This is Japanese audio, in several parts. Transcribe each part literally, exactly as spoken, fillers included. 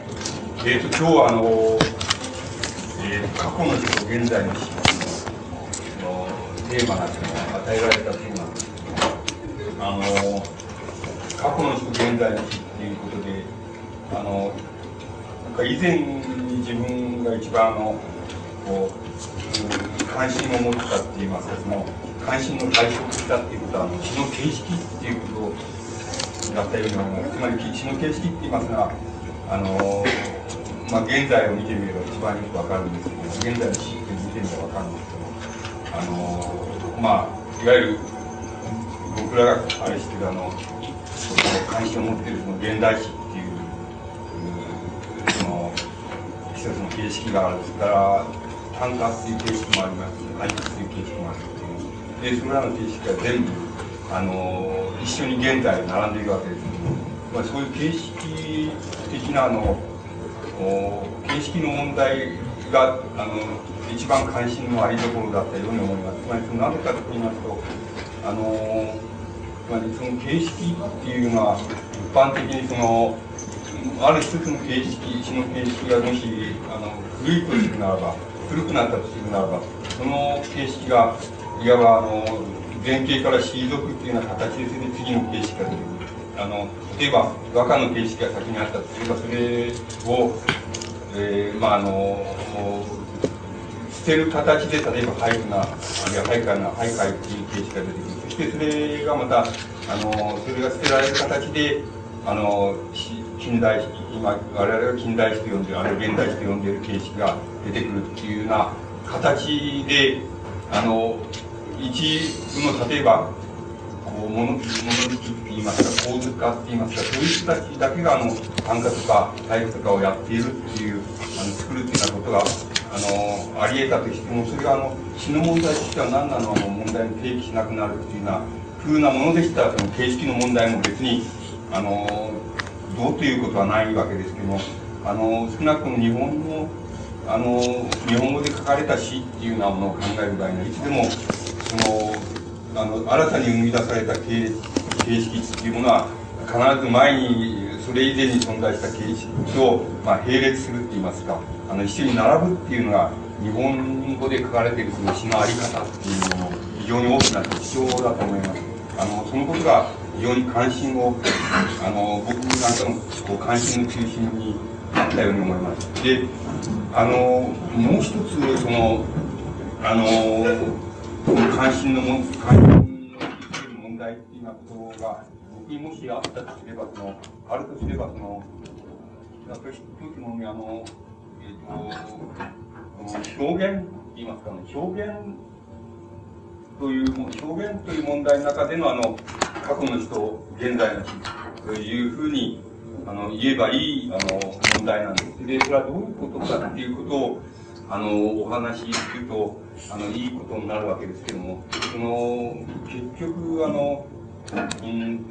えーと、今日はあの、えー、過去の史と現在の史のテーマが与えられたテーマなんですけど、あの、過去の史と現在の史っていうことで、あの、なんか以前に自分が一番あの、こう、関心を持ったって言いますか、その、関心の対象としたっていうことは、あの、詩の形式っていうことだったように思います。つまり、詩の形式って言いますが、あの、まあ、現在を見てみれば一番よくわかるんですけども、現在の詩って見てみればわかるんですけども、あの、まあ、いわゆる、僕らがあれしてるあの、関心を持っているその現代詩っていう、その、一つの形式がある。それから、短歌っていう形式もありますし、俳句っていう形式もあるっていう。で、それらの形式が全部、あの、一緒に現在並んでいるわけですけども、まあ、そういう形式的なあの、形式の問題が、あの、一番関心のありどころだったように思います。つまり、そのなぜかと言いますと、あの、つまりその形式っていうのは、一般的にその、ある一つの形式、詩の形式がもし、あの、古いとするならば、古くなったとするならば、その形式が、いわば、あの、原型から退くっていうような形で、それで次の形式が出てくる。あの、例えば、和歌の形式が先にあったとすれば、それを、えー、まあ、あの、捨てる形で、例えば俳句な、あるいは俳句な、俳句っていう形式が出てくる。そして、それがまた、あの、それが捨てられる形で、あの、近代史、今、我々が近代史と呼んでる、あるいは現代史と呼んでいる形式が出てくるっていうような形で、あの、一部の、例えば、こう、もの、ものづきって言いますか、構図化って言いますか、そういう人たちだけが、あの、短歌とか、俳句とかをやっているっていう、あの、作るっていうようなことが、あの、あり得たとしても、それが、あの、詩の問題としては何なのかも問題に提起しなくなるっていうような、風なものでしたら、その形式の問題も別に、あの、どうということはないわけですけども、あの、少なくとも日本の、あの、日本語で書かれた詩っていうようなものを考える場合には、いつでも、その、あの、新たに生み出された形、形式っていうものは、必ず前に、それ以前に存在した形式を、まあ、並列するって言いますか、あの、一緒に並ぶっていうのが、日本語で書かれているその詩のあり方っていうのの非常に大きな特徴だと思います。あの、そのことが非常に関心を、あの、僕なんかのこう関心の中心になったように思います。で、あの、もう一つ、その、あの、関心のも、関心の問題っていうようなことが、僕にもしあったとすれば、その、あるとすれば、その、やっぱり一つのね、あの、えっと、表現って言いますかね、表現という、表現という問題の中での、あの、過去の詩と現在の詩というふうに、あの、言えばいい、あの、問題なんです。で、それはどういうことかっていうことを、あの、お話しすると、あの、いいことになるわけですけども、その、結局、あの、うん、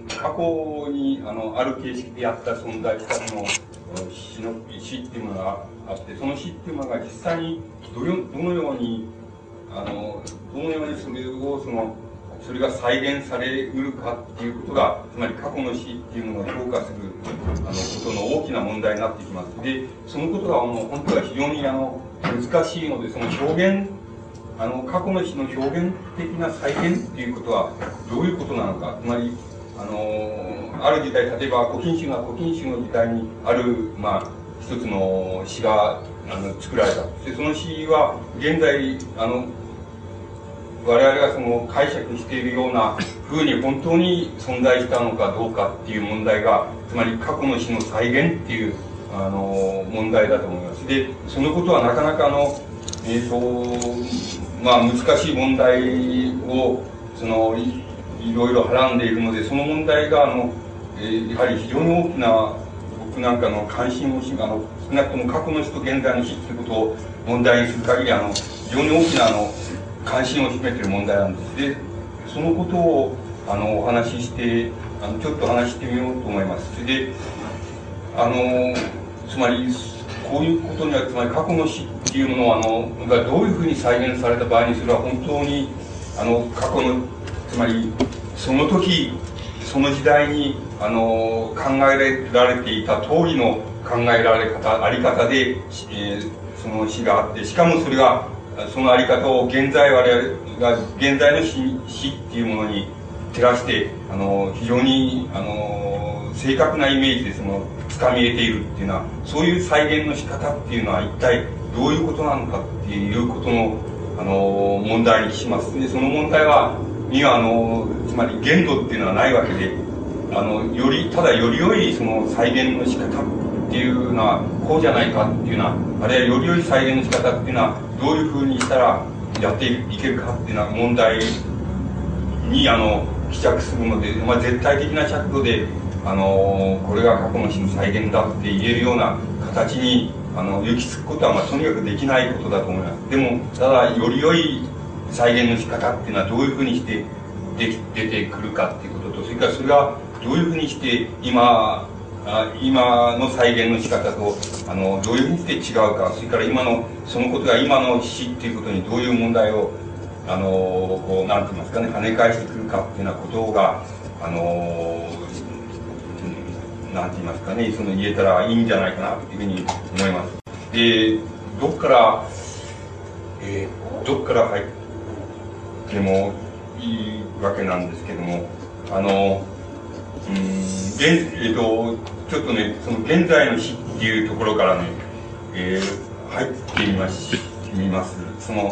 過去に、あの、ある形式でやった存在したその、詩の、詩っていうものがあって、その詩っていうものが実際にどよ、どのように、あの、どのようにそれを、その、それが再現されうるかっていうことが、つまり過去の詩っていうものを評価する、あの、ことの大きな問題になってきます。で、そのことが、あの、本当は非常に、あの、難しいので、その表現、あの、過去の詩の表現的な再現っていうことは、どういうことなのか。つまり、あの、ある時代、例えば、古今集が古今集の時代にある、まあ、一つの詩が、あの、作られた。で、その詩は、現在、あの、我々がその解釈しているような風に本当に存在したのかどうかっていう問題が、つまり過去の詩の再現っていう、あの、問題だと思います。で、そのことはなかなかあの、えっと、まあ難しい問題を、その、い、いろいろはらんでいるので、その問題があの、えー、やはり非常に大きな、僕なんかの関心をし、あの、少なくとも過去の詩と現在の詩っていうことを問題にする限り、あの、非常に大きなあの、関心を秘めている問題なんです。で、そのことを、あの、お話しして、あの、ちょっとお話ししてみようと思います。それで、あの、つまり、こういうことには、つまり過去の詩っていうものを、あの、がどういうふうに再現された場合に、それは本当に、あの、過去の、つまり、その時、その時代に、あの、考えられていた通りの考えられ方、あり方で、えー、その詩があって、しかもそれが、そのあり方を現在我々が、現在の詩、詩っていうものに照らして、あの、非常に、あの、正確なイメージでその、掴み得ているっていうのは、そういう再現の仕方っていうのは一体どういうことなのかっていうことの、あの、問題にします。で、その問題は、には、あの、つまり限度っていうのはないわけで、あの、より、ただより良いその再現の仕方っていうのは、こうじゃないかっていうのは、あるいはより良い再現の仕方っていうのは、どういうふうにしたらやっていけるかっていうのは問題に、あの、帰着するので、まあ、絶対的な尺度で、あの、これが過去の詩の再現だって言えるような形に、あの、行き着くことは、まあ、とにかくできないことだと思います。でも、ただ、より良い再現の仕方っていうのはどういうふうにしてでき出てくるかっていうことと、それからそれがどういうふうにして今、あ今の再現の仕方と、あの、どういうふうにして違うか、それから今の、そのことが今の詩っていうことにどういう問題を、あの、こう、なんて言いますかね、跳ね返してくるかっていうようなことが、あの、なんて言いますかね、その言えたらいいんじゃないかなっていうふうに思います。で、どっから、えー、どっから入ってもいいわけなんですけども、あの、うん、現、えっと、ちょっとね、その現在の詩っていうところからね、えー、入ってみまし、みます。その、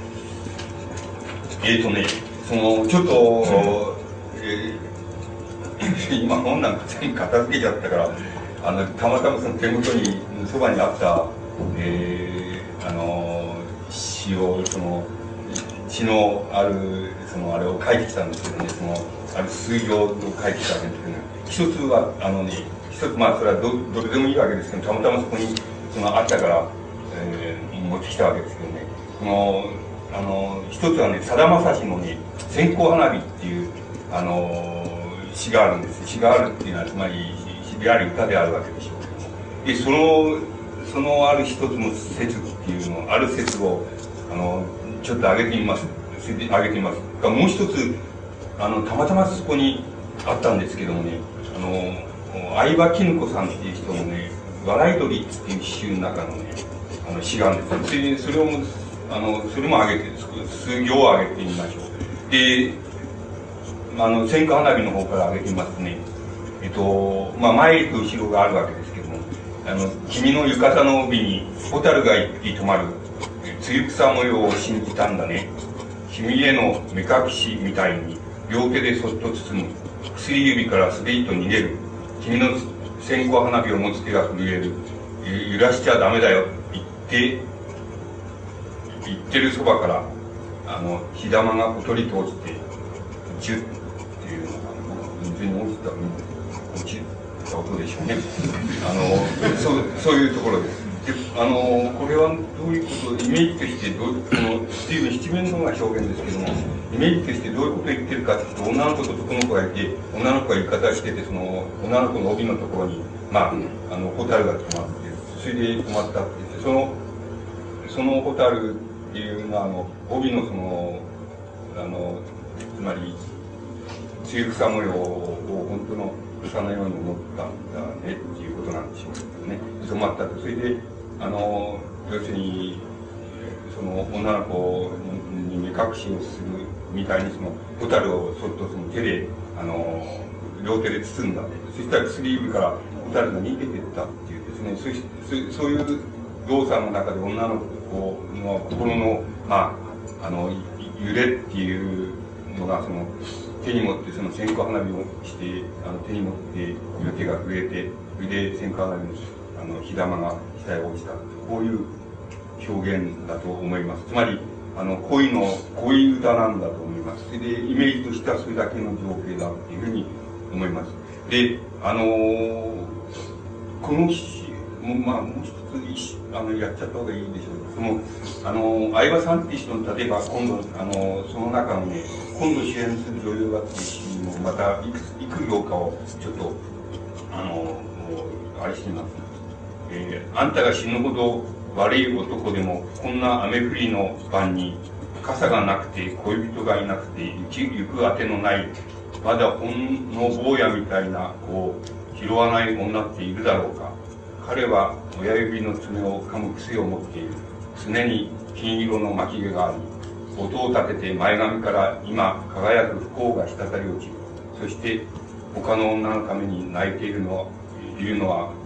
えっとね、その、ちょっと、えー、今本なんか全部片付けちゃったから、あの、たまたまその手元に、そばにあった、えー、あの、詩を、その、詩のある、その、あれを書いてきたんですけどね、その、ある数行を書いてきたわけですけどね、一つは、あのね、一つ、まあ、それはど、どれでもいいわけですけど、たまたまそこに、その、あったから、えー、持ってきたわけですけどね、その、あの、一つはね、さだまさしのね、線香花火っていう、あの、詩があるんです。詩があるっていうのは、つまり、詩であり歌であるわけでしょう。で、その、そのある一つの説っていうの、ある説を、あの、ちょっと挙げてみます。それで挙げてみます。もう一つ、あの、たまたまそこにあったんですけどもね、あの、相葉絹子さんっていう人のね、笑い鳥っていう詩の中のね、あの詩があるんですよ。それそれを、あの、それも挙げて、数行を挙げてみましょう。で、あの、線香花火の方から挙げてみますとね、えっと、まあ、前と後ろがあるわけですけども、あの、君の浴衣の帯に、蛍が一匹止まる、露草模様を信じたんだね。君への目隠しみたいに、両手でそっと包む。薬指からすりと逃げる。君の線香花火を持つ手が震える。揺らしちゃダメだよ。言って、言ってるそばから、あの、火玉がぽとりと落ちて、ジュッっていうのが、全然落ちた、落ちた音でしょうね。あの、そう、そういうところです。で、あの、これはどういうことをイメージとしてどう、この、スティーブン七面のが表現ですけども、イメージとしてどういうことを言ってるかっていうと、女の子と男の子がいて、女の子が浴衣してて、その、女の子の帯のところに、まあ、あの、ホタルが止まって、それで止まったって言って、その、そのホタルっていうのは、あの、帯のその、あの、つまり、露草模様を本当の草のように思ったんだねっていうことなんでしょうけどね。染まったと。それで、あの、要するに、その女の子に目隠しをするみたいに、その、ホタルをそっとその手で、あの、両手で包んだ。そしたら薬指からホタルが逃げてったっていうですね、そうそういう動作の中で女の子の心の、まあ、あの、揺れっていうのが、その、手に持ってその線香花火をして、あの手に持って手が震えて、それで線香花火のあの火玉が下へ落ちた。こういう表現だと思います。つまり、あの、恋の、恋歌なんだと思います。それで、イメージとしてはそれだけの情景だっていうふうに思います。で、あのー、この詩、まあ、もう一つ、あの、やっちゃった方がいいでしょう。その、あの、相葉さんっていう人の、例えば、今度、あの、その中のね、今度主演する女優がっていう詩も、また、いくつ、いく行かを、ちょっと、あの、あれしてみます。えー、あんたが死ぬほど悪い男でも、こんな雨降りの晩に、傘がなくて、恋人がいなくて、行き、行くあてのない、まだほんの坊やみたいな子を拾わない女っているだろうか。 彼は親指の爪を噛む癖を持っている。常に金色の巻き毛があり、音を立てて前髪から今輝く不幸が滴り落ちる。そして他の女のために泣いているのは、いるのは、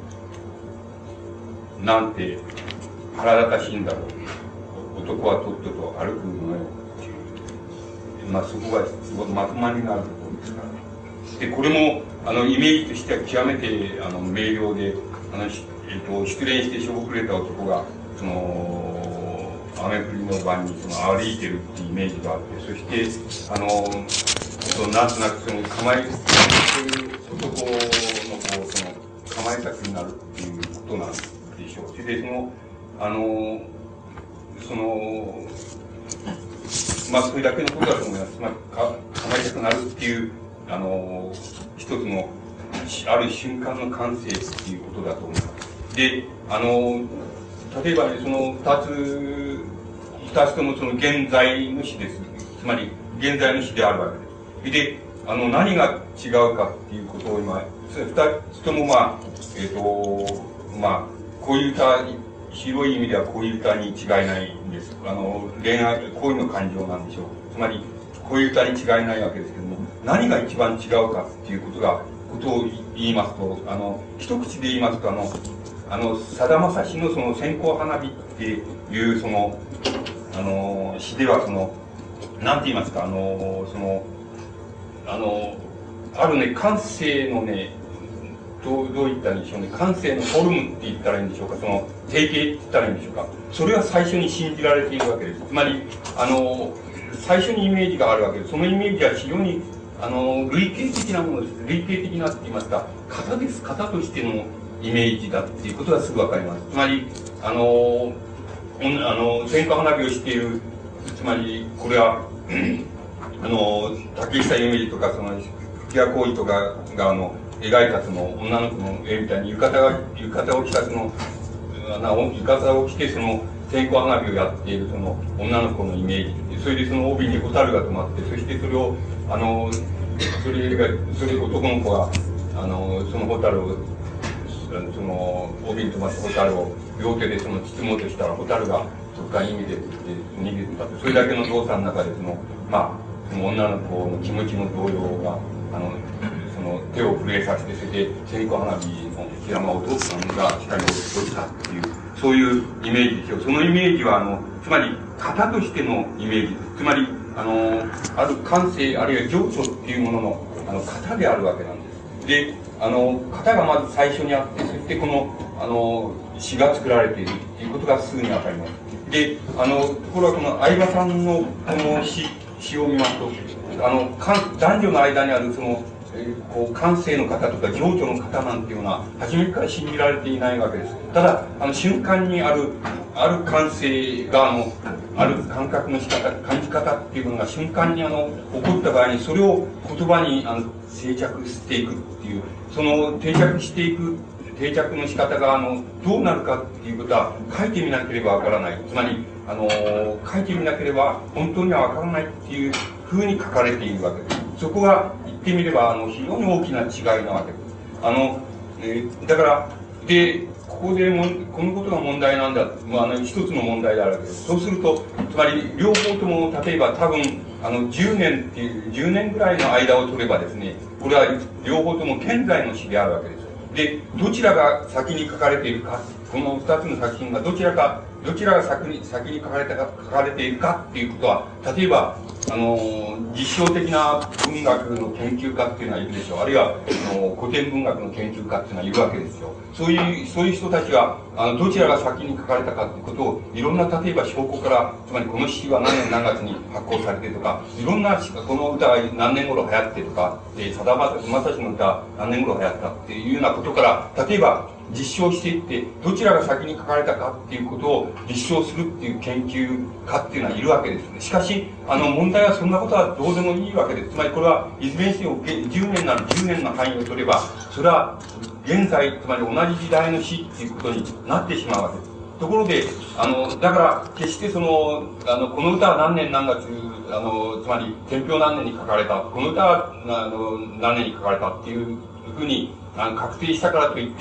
なんて腹立たしいんだろう。男はとっとと歩くのよ。まあそこがすごくまとまりがあるところですからね。で、これも、あの、イメージとしては極めて、あの、明瞭で、あの、えっと、失恋してしょぼくれた男が、その、雨降りの晩にその歩いてるっていうイメージがあって、そして、あの、そのなんとなくその構え、そういう男のこう、その、構えたくになるっていうことなんでしょう。それで、その、あの、その、まあ、それだけのことだと思います。まあ、か、構えたくなるっていう、あの、一つの、ある瞬間の感性っていうことだと思います。で、あの、例えばね、その二つ、二つともその現在の死です。つまり、現在の死であるわけです。で、あの、何が違うかっていうことを今、二つともまあ、えっと、まあ、こういう歌、広い意味ではこういう歌に違いないんです。あの、恋愛、恋の感情なんでしょう。つまり、こういう歌に違いないわけですけども、何が一番違うかっていうことが、ことを言いますと、あの、一口で言いますと、あの、あの、さだまさしのその線香花火っていう、その、あの、詩ではその、なんて言いますか、あの、その、あの、あるね、感性のね、どう、どう言ったらいいんでしょうね。感性のフォルムって言ったらいいんでしょうか。その、定型って言ったらいいんでしょうか。それは最初に信じられているわけです。つまり、あの、最初にイメージがあるわけです。そのイメージは非常に、あの、類型的なものです。類型的なって言いますか、型です。型としてのイメージだっていうことがすぐわかります。つまり、あの、あの、線香花火をしている、つまり、これは、あの、竹下夢二とか、その、吹屋行為とかが、あの、描いたその女の子の絵みたいに浴衣が、浴衣を着たその、あの、浴衣を着てその、線香花火をやっているその女の子のイメージ。それでその帯に蛍が止まって、そしてそれを、あの、それが、それ男の子が、あの、その蛍を、その、帯に止まった蛍を両手でその包もうとしたら、蛍がどっかに逃げて、逃げてたって、それだけの動作の中でその、まあ、その女の子の気持ちの動揺が、あの、その手を震えさせて、それで線香花火の火玉を通すのが下に落ちたっていう、そういうイメージですよ。そのイメージは、あの、つまり、型としてのイメージです。つまり、あの、ある感性、あるいは情緒っていうものの、あの、型であるわけなんです。で、あの、型がまず最初にあって、そしてこの、あの、詩が作られているっていうことがすぐにわかります。で、あの、ところがこの相葉さんのこの詩、詩を見ますと、あの、男女の間にあるその、こう、感性の方とか情緒の方なんていうのは、初めから信じられていないわけです。ただ、あの、瞬間にある、ある感性が、あの、ある感覚の仕方、感じ方っていうのが瞬間にあの、起こった場合に、それを言葉に、あの、定着していくっていう、その定着していく、定着の仕方が、あの、どうなるかっていうことは、書いてみなければわからない。つまり、あの、書いてみなければ、本当にはわからないっていう風に書かれているわけです。そこが、言ってみれば、あの、非常に大きな違いなわけです。あの、えー、だから、で、ここでも、このことが問題なんだ、まあ、あの、一つの問題であるわけです。そうすると、つまり、両方とも、例えば多分、あの、じゅうねんっていう、じゅうねんぐらいの間を取ればですね、これは両方とも現在の詩であるわけです。で、どちらが先に書かれているか、この二つの作品がどちらか、どちらが先に、先に書かれたか、書かれているかっていうことは、例えば、あの、実証的な文学の研究家っていうのはいるでしょう。あるいは、あの、古典文学の研究家っていうのはいるわけですよ。そういう、そういう人たちが、あの、どちらが先に書かれたかっていうことを、いろんな、例えば証拠から、つまりこの詩は何年何月に発行されてとか、いろんな、この歌は何年頃流行ってとか、で、さだまさしの歌は何年頃流行ったっていうようなことから、例えば、実証していって、どちらが先に書かれたかっていうことを実証するっていう研究家っていうのはいるわけですね。しかし、あの、問題はそんなことはどうでもいいわけです。つまりこれはいずれにせよ、じゅうねんならじゅうねんの範囲を取れば、それは現在、つまり同じ時代の詩っていうことになってしまうわけです。ところで、あの、だから、決してその、あの、この歌は何年何月、あの、つまり、天平何年に書かれた、この歌は、あの、何年に書かれたっていうふうに、あの、確定したからといって、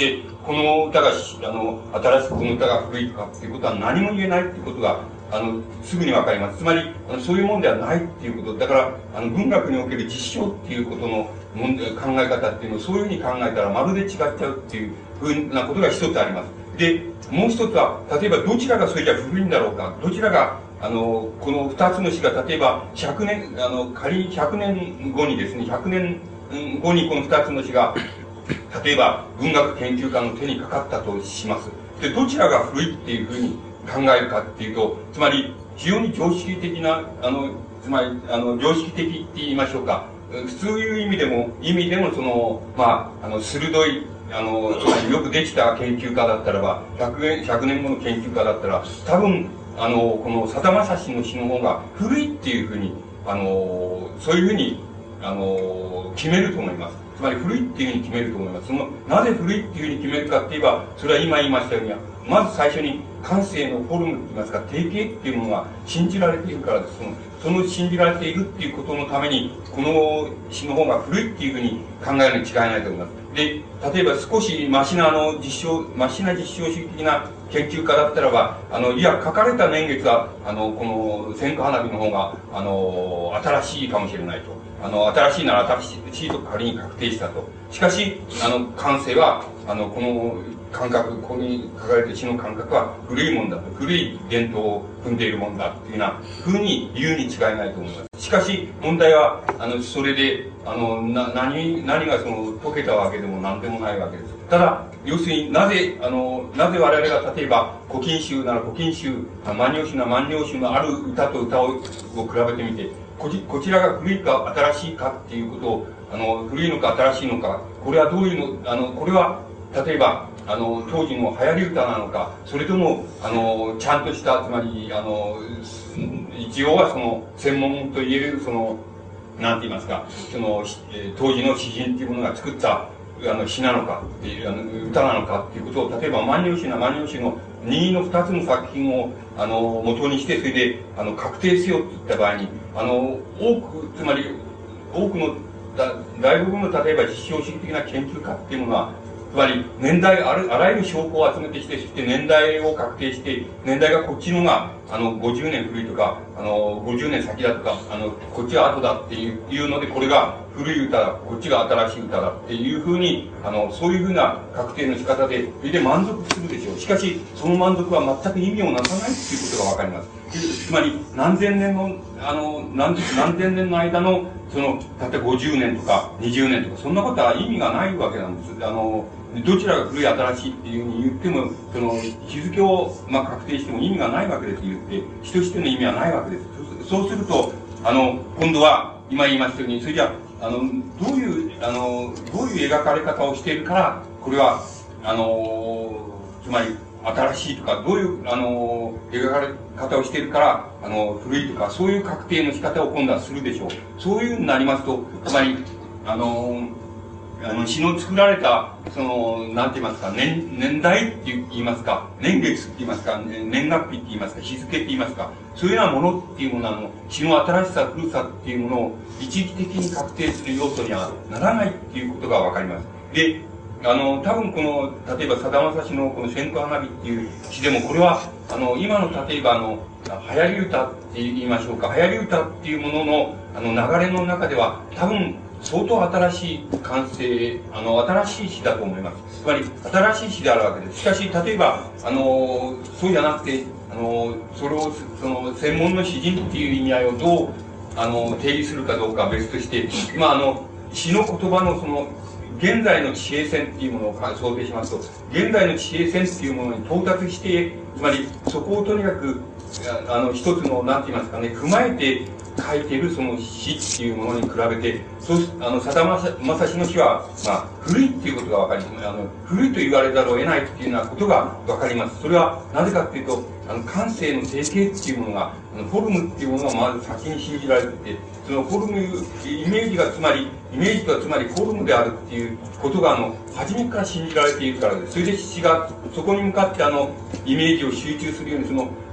この歌がし、あの、新しくこの歌が古いとかっていうことは何も言えないっていうことが、あの、すぐにわかります。つまり、あの、そういうもんではないっていうこと。だから、あの、文学における実証っていうことの問題、考え方っていうのをそういうふうに考えたらまるで違っちゃうっていうふうなことが一つあります。で、もう一つは、例えばどちらがそれじゃ古いんだろうか、どちらが、あの、この二つの詩が、例えば、ひゃくねん、あの、仮にひゃくねんごにですね、ひゃくねんごにこの二つの詩が、例えば、文学研究家の手にかかったとします。で、どちらが古いっていうふうに考えるかっていうと、つまり、非常に常識的な、あの、つまり、あの、常識的って言いましょうか。普通いう意味でも、意味でも、その、まあ、あの、鋭い、あの、つまりよくできた研究家だったらば、ひゃくねん、ひゃくねんごの研究家だったら、多分、あの、この、さだまさしの詩の方が古いっていうふうに、あの、そういうふうに、あの、決めると思います。つまり古いっていうふうに決めると思います。その、なぜ古いっていうふうに決めるかって言えば、それは今言いましたように、まず最初に感性のフォルムって言いますか、定型っていうものが信じられているからです。その信じられているっていうことのために、この詩の方が古いっていうふうに考えるに違いないと思います。で、例えば少しマシなあの実証、マシな実証主義的な研究家だったらば、あの、いや、書かれた年月は、あの、この線香花火の方が、あの、新しいかもしれないと。あの、新しいなら新しいと仮に確定したと。しかし、あの、感性は、あの、この感覚、ここに書かれている詩の感覚は古いもんだと。古い伝統を踏んでいるもんだっていうような風に言うに違いないと思います。しかし、問題は、あの、それで、あの、な、何、何がその、解けたわけでも何でもないわけです。ただ、要するになぜ、あの、なぜ我々が例えば、古今集なら古今集、万葉集なら万葉集のある歌と歌を、を比べてみて、こち、こちらが古いか新しいかっていうことを、あの、古いのか新しいのか、これはどういうの、あの、これは、例えば、あの、当時の流行り歌なのか、それとも、あの、ちゃんとした、つまり、あの、一応はその、専門と言える、その、なんて言いますか、その、当時の詩人っていうものが作った、あの、詩なのかっていう、あの、歌なのかっていうことを、例えば万葉集な万葉集の任意の二つの作品を、あの、元にして、それで、あの、確定せよって言った場合に、あの、多く、つまり、多くの、だ大部分の、例えば実証主義的な研究家っていうものは、つまり、年代、ある、あらゆる証拠を集めてきて、そして年代を確定して、年代がこっちのが、あの、ごじゅうねん古いとか、あの、ごじゅうねん先だとか、あの、こっちは後だっていう、いうので、これが古い歌だ、こっちが新しい歌だっていうふうに、あの、そういうふうな確定の仕方で、それで満足するでしょう。しかし、その満足は全く意味をなさないっていうことがわかります。つまり、何千年の、あの、何、何千年の間の、その、たったごじゅうねんとかにじゅうねんとか、そんなことは意味がないわけなんです。あの、どちらが古い新しいっていうふうに言っても、その、日付を、まあ、確定しても意味がないわけです、言って。詩としての意味はないわけです。そうすると、あの、今度は、今言いましたように、それじゃあ、あの、どういう、あの、どういう描かれ方をしているから、これは、あの、つまり、新しいとか、どういう、あの、描かれ方をしているから、あの、古いとか、そういう確定の仕方を今度はするでしょう。そういうふうになりますと、つまり、あの、あの、詩の作られた、その、なんて言いますか、年、年代って言いますか、年月って言いますか、年月日って言いますか、日付って言いますか、そういうようなものっていうものは、あの、詩の新しさ、古さっていうものを一時的に確定する要素にはならないっていうことがわかります。で、あの、多分この、例えば、さだまさしのこの線香花火っていう詩でも、これは、あの、今の例えば、あの、流行り歌って言いましょうか、流行り歌っていうものの、あの、流れの中では、多分、相当新しい感性、あの、新しい詩だと思います。つまり、新しい詩であるわけです。しかし、例えば、あの、そうじゃなくて、あの、それを、その、専門の詩人っていう意味合いをどう、あの、定義するかどうかは別として、まあ、あの、詩の言葉のその、現在の地平線っていうものを想定しますと、現在の地平線っていうものに到達して、つまり、そこをとにかく、あの、一つの、なんて言いますかね、踏まえて、書いているその詩っていうものに比べて、そう、あの、さだまさしの詩は、まあ、古いっていうことがわかります。あの、古いと言われざるを得ないっていうようなことがわかります。それは、なぜかっていうと、あの、感性の定型っていうものが、あの、フォルムっていうものがまず先に信じられていて、そのフォルム、イメージがつまり、イメージとはつまりフォルムであるっていうことが、あの、初めから信じられているからです。それで詩が、そこに向かってあの、イメージを集中するように、その、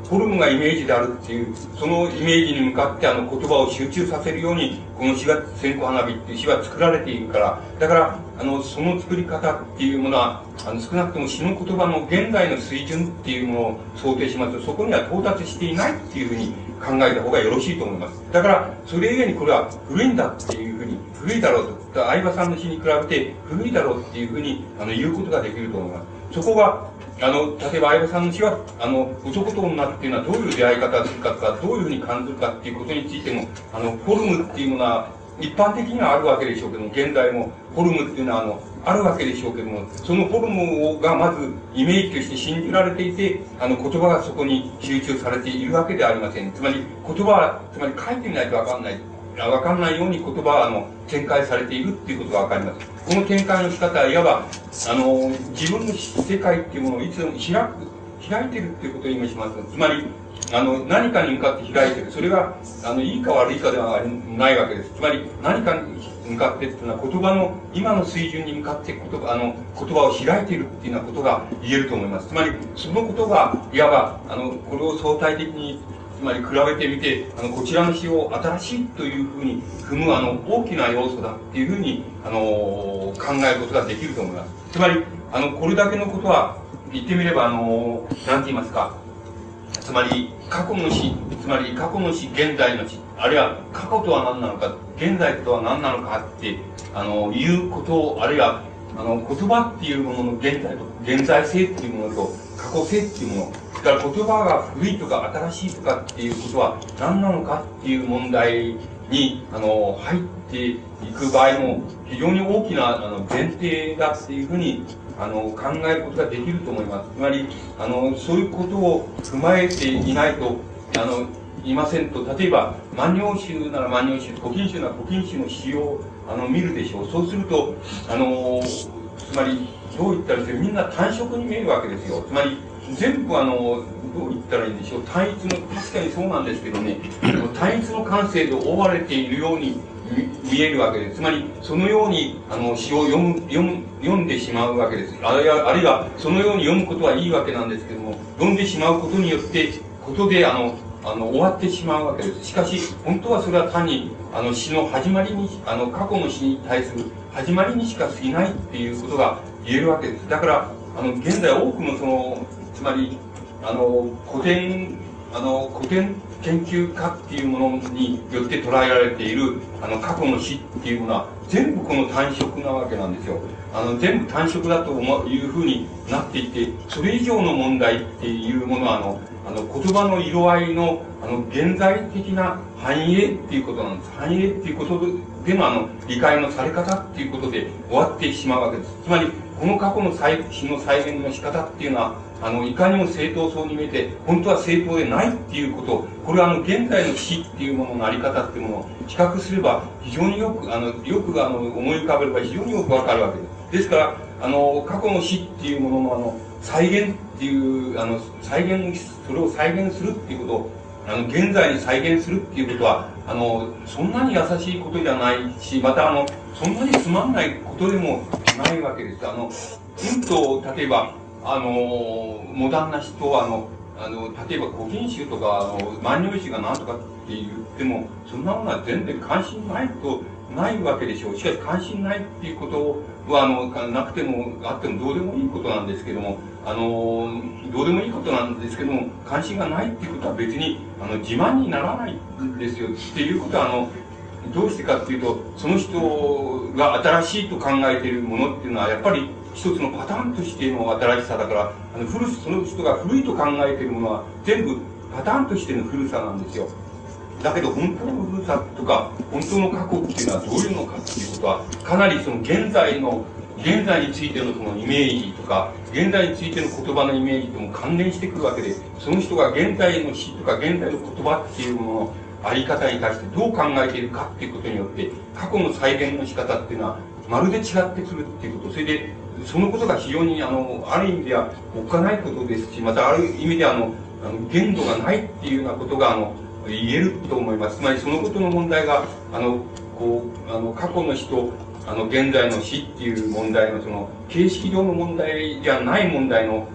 フォルムがイメージであるっていう、そのイメージに向かってあの言葉を集中させるように、この詩が、線香花火っていう詩は作られているから、だから、あの、その作り方っていうものは、あの、少なくとも詩の言葉の現在の水準っていうものを想定しますと、そこには到達していないっていうふうに考えた方がよろしいと思います。だから、それゆえにこれは古いんだっていうふうに、古いだろうと。相葉さんの詩に比べて古いだろうっていうふうに、あの、言うことができると思います。そこが、あの、例えば相葉さんの詩は、あの、男と女っていうのはどういう出会い方をするかとか、どういうふうに感じるかっていうことについても、あの、フォルムっていうものは、一般的にはあるわけでしょうけども、現在もフォルムっていうのは、あの、あるわけでしょうけども、そのフォルムがまずイメージとして信じられていて、あの、言葉がそこに集中されているわけではありません。つまり、言葉は、つまり書いてみないとわかんない。わかんないように言葉は、あの、展開されているっていうことがわかります。この展開の仕方は、いわば、あの、自分の世界っていうものをいつも開く、開いてるっていうことを意味します。つまり、あの、何かに向かって開いてる。それが、あの、いいか悪いかではないわけです。つまり、何かに向かってっていうのは、言葉の、今の水準に向かって言葉、あの、言葉を開いているっていうようなことが言えると思います。つまり、そのことが、いわば、あの、これを相対的に、つまり比べてみて、あの、こちらの詩を新しいというふうに踏む、あの、大きな要素だっていうふうに、あの、考えることができると思います。つまり、あの、これだけのことは、言ってみれば、あの、なんて言いますか、つまり、過去の詩、つまり過去の詩、現在の詩、あるいは過去とは何なのか、現在とは何なのかって、あの、いうことを、あるいは、あの、言葉っていうものの現在と、現在性っていうものと、過去性っていうもの、だから言葉が古いとか新しいとかっていうことは何なのかっていう問題に、あの、入っていく場合も、非常に大きな、あの、前提だっていうふうに、あの、考えることができると思います。つまり、あの、そういうことを踏まえていないと、あの、いませんと、例えば、万葉集なら万葉集、古今集なら古今集の詩を、あの、見るでしょう。そうすると、あの、つまり、どう言ったらいいですか、みんな単色に見えるわけですよ。つまり、全部あの、どう言ったらいいんでしょう。単一の、確かにそうなんですけどね、単一の感性で覆われているように見えるわけです。つまり、そのように、あの、詩を読む、読む、読んでしまうわけです。あるいは、あるいは、そのように読むことはいいわけなんですけども、読んでしまうことによって、ことで、あの、あの、終わってしまうわけです。しかし、本当はそれは単に、あの、詩の始まりに、あの、過去の詩に対する始まりにしか過ぎないっていうことが言えるわけです。だから、あの、現在多くのその、つまり、あの、古典、あの、古典研究家っていうものによって捉えられている、あの、過去の詩っていうものは、全部この単色なわけなんですよ。あの、全部単色だというふうになっていて、それ以上の問題っていうものは、あの、あの、言葉の色合いの、あの、現在的な繁栄っていうことなんです。繁栄っていうことでの、あの、理解のされ方っていうことで終わってしまうわけです。つまり、この過去の再詩の再現の仕方っていうのは、あの、いかにも正当そうに見えて、本当は正当でないっていうこと、これはあの、現在の詩っていうもののあり方っていうものを比較すれば、非常によく、あの、よくあの、思い浮かべれば非常によくわかるわけです。ですから、あの、過去の詩っていうもののあの、再現っていう、あの、再現、それを再現するっていうことを、あの、現在に再現するっていうことは、あの、そんなに優しいことじゃないし、またあの、そんなにつまんないことでもないわけです。あの、うんと、例えば、あの、モダンな人は、あの、あの、例えば古今集とか、あの、万葉集が何とかって言っても、そんなものは全然関心ないと、ないわけでしょう。しかし関心ないっていうことは、あの、なくても、あってもどうでもいいことなんですけども、あの、どうでもいいことなんですけども、関心がないっていうことは別に、あの、自慢にならないんですよ。っていうことは、あの、どうしてかっていうと、その人が新しいと考えているものっていうのは、やっぱり一つのパターンとしての新しさだから、あの、古その人が古いと考えているものは、全部パターンとしての古さなんですよ。だけど本当の古さとか、本当の過去っていうのはどういうのかっていうことは、かなりその現在の、現在についてのそのイメージとか、現在についての言葉のイメージとも関連してくるわけで、その人が現在の詩とか現在の言葉っていうもののあり方に対してどう考えているかっていうことによって、過去の再現の仕方っていうのは、まるで違ってくるっていうこと、それで、そのことが非常に、あの、ある意味ではおっかないことですし、またある意味では、あの、あの限度がないっていうようなことが、あの、言えると思います。つまりそのことの問題が、あの、こう、あの、過去の詩と、あの、現在の詩っていう問題の、その、形式上の問題ではない問題の、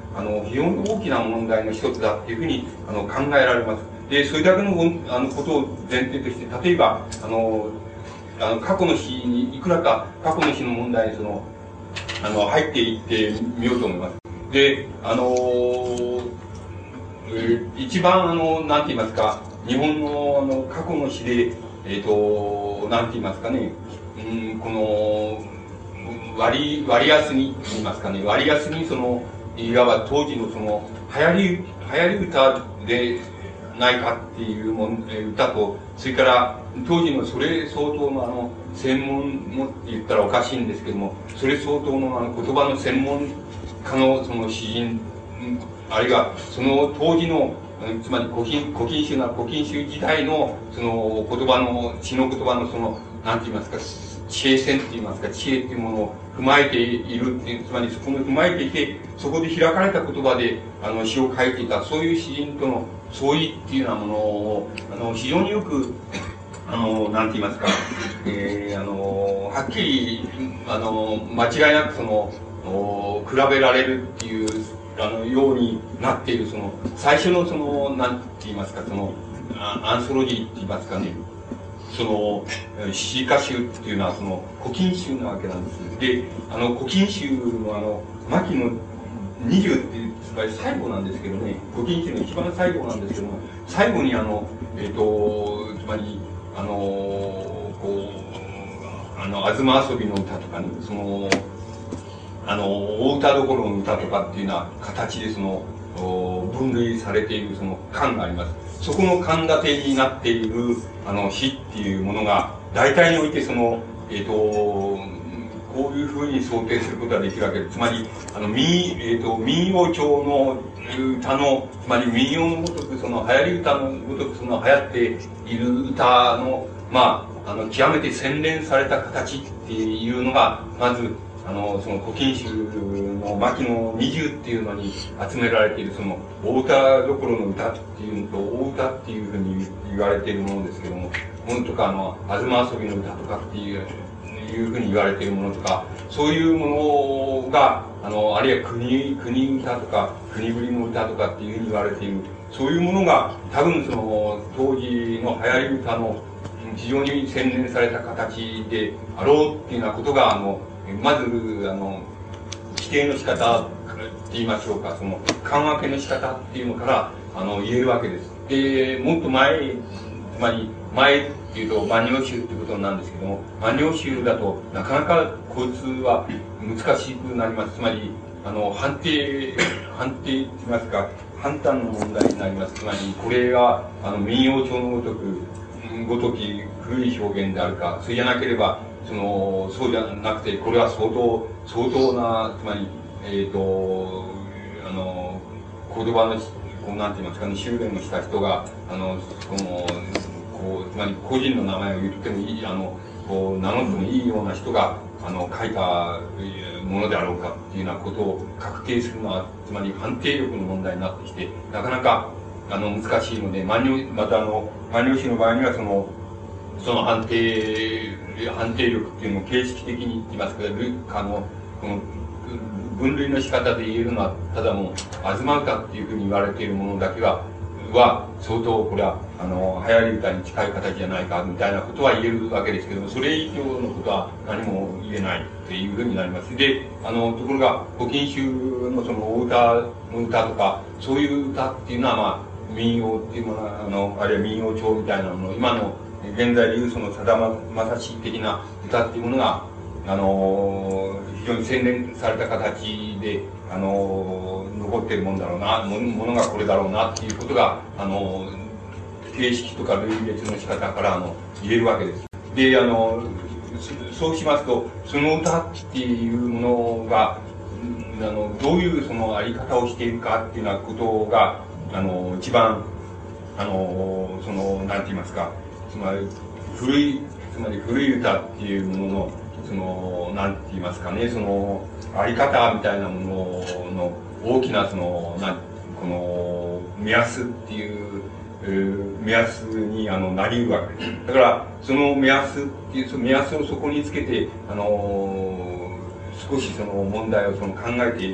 あの、非常に大きな問題の一つだっていうふうに、あの、考えられます。で、それだけの、あの、ことを前提として、例えば、あの、あの、過去の詩に、いくらか過去の詩の問題に、その、あの、入っていってみようと思います。で、あのー、一番、あの、なんて言いますか、日本の、あの、過去の詩で、えっと、なんて言いますかね、うん、この、割、割安に、言いますかね、割安に、その、いわば当時のその、流行り、流行り歌でないかっていうもん、歌と、それから、当時のそれ相当のあの、専門のって言ったらおかしいんですけども、それ相当のあの、言葉の専門家のその詩人、あるいはその当時の、つまり古今、古今集な古今集時代のその言葉の、詩の言葉のその、なんて言いますか、知恵線って言いますか、知恵っていうものを踏まえているっていう、つまりそこの踏まえていて、そこで開かれた言葉で、あの、詩を書いていた、そういう詩人との相違っていうようなものを、あの、非常によく、あの、なんて言いますか、えー、あの、はっきり、あの、間違いなくその、比べられるっていう、あの、ようになっている、その、最初のその、なんて言いますか、その、アンソロジーって言いますかね、その、詩歌集っていうのは、その、古今集なわけなんです。で、あの、古今集のあの、牧野にじゅうっていう、つまり最後なんですけどね、古今集の一番最後なんですけども、最後にあの、えっと、つまり、あの、こう、あの、東遊びの歌とかね、その、あの、大歌どころの歌とかっていうような形でその、分類されているその巻があります。そこの巻立てになっている、あの、詩っていうものが、大体においてその、えっと、こういうふうに想定することができるわけです。つまり、あの、民、えっと、民謡調の歌の、つまり民謡のごとく、その、流行り歌のごとく、その、流行っている歌の、まあ、あの、極めて洗練された形っていうのが、まず、あの、その古今集の牧野にじゅうっていうのに集められているその大歌どころの歌っていうのと大歌っていうふうに言われているものですけども、ものとかあの、東遊びの歌とかっていう、いうふうに言われているものとか、そういうものが、あの、あるいは国、国歌とか国ぶりの歌とかっていうふうに言われている、そういうものが多分その当時の流行り歌の非常に洗練された形であろうっていうようなことが、あの、まず、あの、規定の仕方って言いましょうか、その、緩和けの仕方っていうのから、あの、言えるわけです。で、もっと前、つまり、前っていうと、万葉集っていうことなんですけども、万葉集だと、なかなかこいつは難しくなります。つまり、あの、判定、判定って言いますか、判断の問題になります。つまり、これが、あの、民謡調のごとく、ごとき古い表現であるか、それじゃなければ、その、そうじゃなくて、これは相当、相当な、つまり、えっと、あの、言葉の、こう、なんて言いますかね、修練をした人が、あの、この、こう、つまり個人の名前を言ってもいい、あの、こう、名乗ってもいいような人が、あの、書いたものであろうかっていうようなことを確定するのは、つまり判定力の問題になってきて、なかなか、あの、難しいので、万葉、またあの、万葉集の場合には、その、その判定、判定力っていうのを形式的に言いますけど、あの、この、分類の仕方で言えるのは、ただもう、東歌っていうふうに言われているものだけは、は、相当、これは、あの、流行り歌に近い形じゃないか、みたいなことは言えるわけですけども、それ以上のことは何も言えないというふうになります。で、あの、ところが、古今集のその、お歌の歌とか、そういう歌っていうのは、まあ、民謡っていうものは、あの、あるいは民謡調みたいなもの、今の、現在でいうその、さだまさし的な歌っていうものが、あのー、非常に洗練された形で、あのー、残っているもんだろうな、ものがこれだろうなっていうことが、あのー、形式とか類別の仕方から、あの、言えるわけです。で、あのー、そうしますと、その歌っていうものが、あの、どういうそのあり方をしているかっていうようなことが、あの、一番、あの、その、なんて言いますか、つまり、古い、つまり古い歌っていうものの、その、なんて言いますかね、その、あり方みたいなものの大きなその、なん、この、目安っていう、えー、目安に、あの、なり得るわけです。だから、その目安っていう、その目安をそこにつけて、あのー、少しその問題をその考えて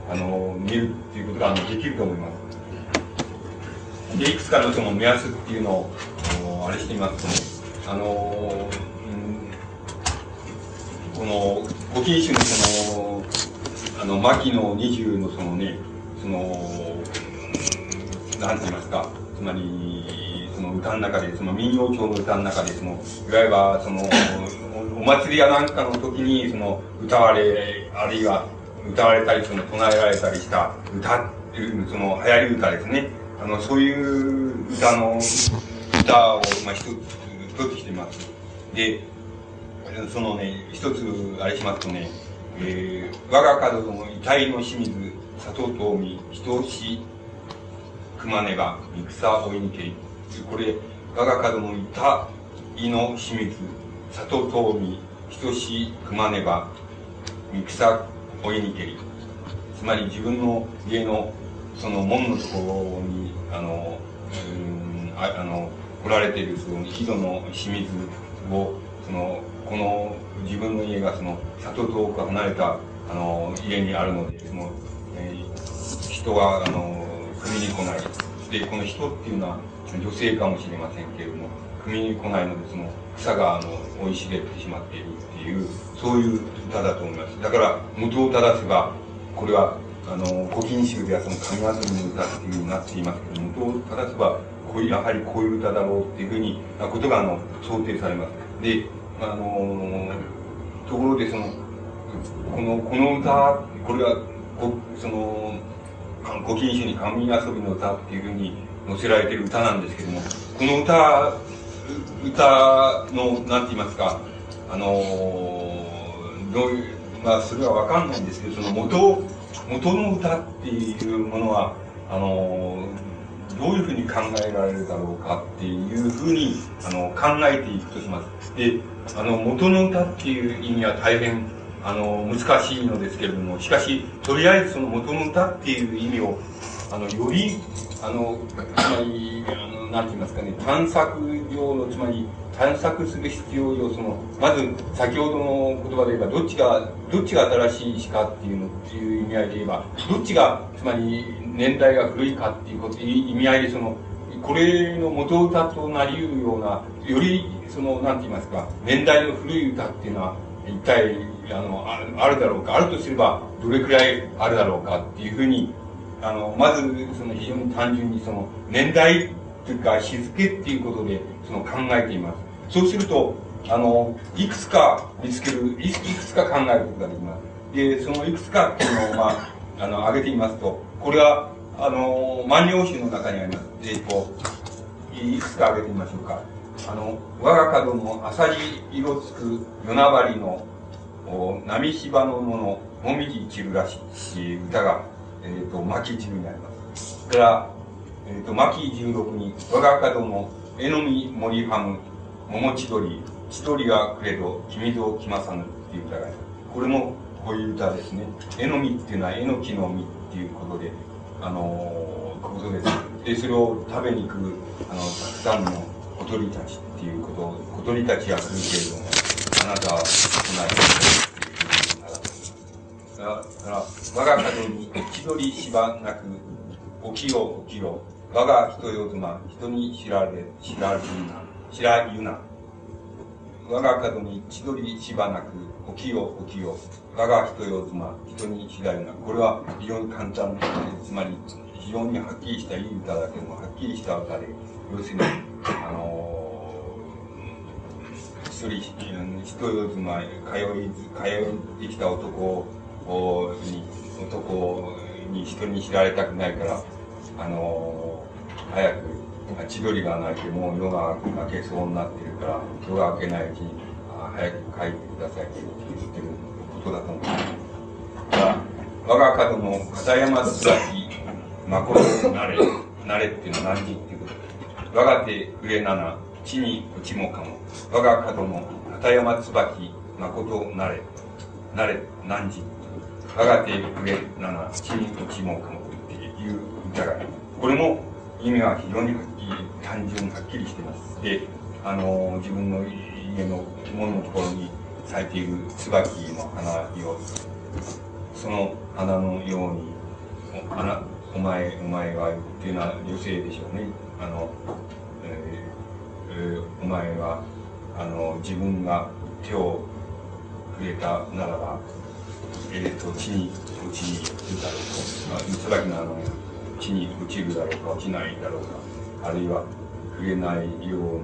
あの見るっていうことがあのできると思います。でいくつかのその目安っていうのをあれしてみますとね、あの、うん、この古今集のそのあの牧野二十のそのね、そのなんて言いますか、つまりその歌の中で、その民謡調の歌の中で、そのいわゆるそのお祭りやなんかの時にその歌われ、あるいは歌われたり、その唱えられたりした歌っていう、その流行り歌ですね。あの、そういう歌の、歌を、まあ、一つ、一つしてます。で、そのね、一つ、あれしますとね、えー、我が門の遺体の清水、里遠見、人し、くまねば、戦追いにけり。これ、我が門の遺体の清水、里遠見、人し、くまねば、戦追いにけり。つまり自分の家のその門のところに、あの、うん、あ, あの、おられているその井戸の清水を、その、この自分の家がその里遠く離れた、あの、家にあるので、その、えー、人は、あの、組に来ない。で、この人っていうのは女性かもしれませんけれども、組に来ないので、その草が、あの、生い茂ってしまっているっていう、そういう歌だと思います。だから、元を正せば、これは、あの、古今集ではその神遊びの歌っていうふうになっていますけど、元を正せば、こういう、やはりこういう歌だろうっていうふうに、なことが、あの、想定されます。で、あの、ところで、その、この、この歌、これは、こその、古今集に神遊びの歌っていうふうに載せられている歌なんですけども、この歌、歌の、なんて言いますか、あの、どういう、まあ、それはわかんないんですけど、その元、元の歌っていうものは、あの、どういうふうに考えられるだろうかっていうふうに、あの、考えていくとします。で、あの、元の歌っていう意味は大変、あの、難しいのですけれども、しかし、とりあえずその元の歌っていう意味を、あの、より、あの、つまり、あの、なんて言いますかね、探索上の、つまり、探索する必要上、その、まず、先ほどの言葉で言えば、どっちが、どっちが新しい詩かっていうの、っていう意味合いで言えば、どっちが、つまり、年代が古いかっていうこと、意味合いで、その、これの元歌となり得るような、より、その、なんて言いますか、年代の古い歌っていうのは、一体、あの、あるだろうか、あるとすれば、どれくらいあるだろうかっていうふうに、あの、まず、その、非常に単純に、その、年代というか、日付っていうことで、その、考えています。そうすると、あの、いくつか見つける、いくつか考えることができます。で、そのいくつかっていうのを、まあ、あの、挙げてみますと、これは、あの、万葉集の中にあります。えっと、いくつか挙げてみましょうか。あの、我が門の朝地色つく夜なばりの、波芝のもの、もみじ散るらしいっていう歌が、えっと、牧十になります。それから、えっと、牧十六に、我が門の絵のみ森はむ、桃千鳥、千鳥がくれど、君ぞ来まさぬっていう歌があります。これもこういう歌ですね。えのみっていうのはえのきの実っていうことで、あのー、ことです。で、それを食べに来る、あの、たくさんの小鳥たちっていうこと、小鳥たちが来るけれども、あなたは来ないということだから、我が門に千鳥芝なく、起きよ起きよ、我が人よ妻、人に知られ、知らずな。知らゆな。我が門に千鳥芝なく、起きよ起きよ。我が人よ妻、人に知らゆな。これは非常に簡単で、つまり非常にはっきりしたいい歌だけども、はっきりした歌で、要するに、あのー、一人、人よ妻、通い、通ってきた男に、男に人に知られたくないから、あのー、早く、千鳥が鳴いてもう夜が明けそうになっているから、夜が明けないうちに早く帰ってくださいって言ってることだと思います。だから我が門の片山椿、誠なれ、なれっていうのは何時っていうことです。我が手触れなな、地に落ちもかも。我が門の片山椿、誠なれ、なれ、何時。我が手触れなな、地に落ちもかもっていう歌があります。これも意味は非常にはっきり、単純はっきりしています。で、あの、自分の家の門のところに咲いている椿の花を、その花のように、 おあなお前お前はっていうのは女性でしょうね。あの、えーえー、お前はあの自分が手を触れたならば、えー、と地に落ちるだろうと、椿のあの地に落ちるだろうか落ちないだろうか、あるいは触れないよう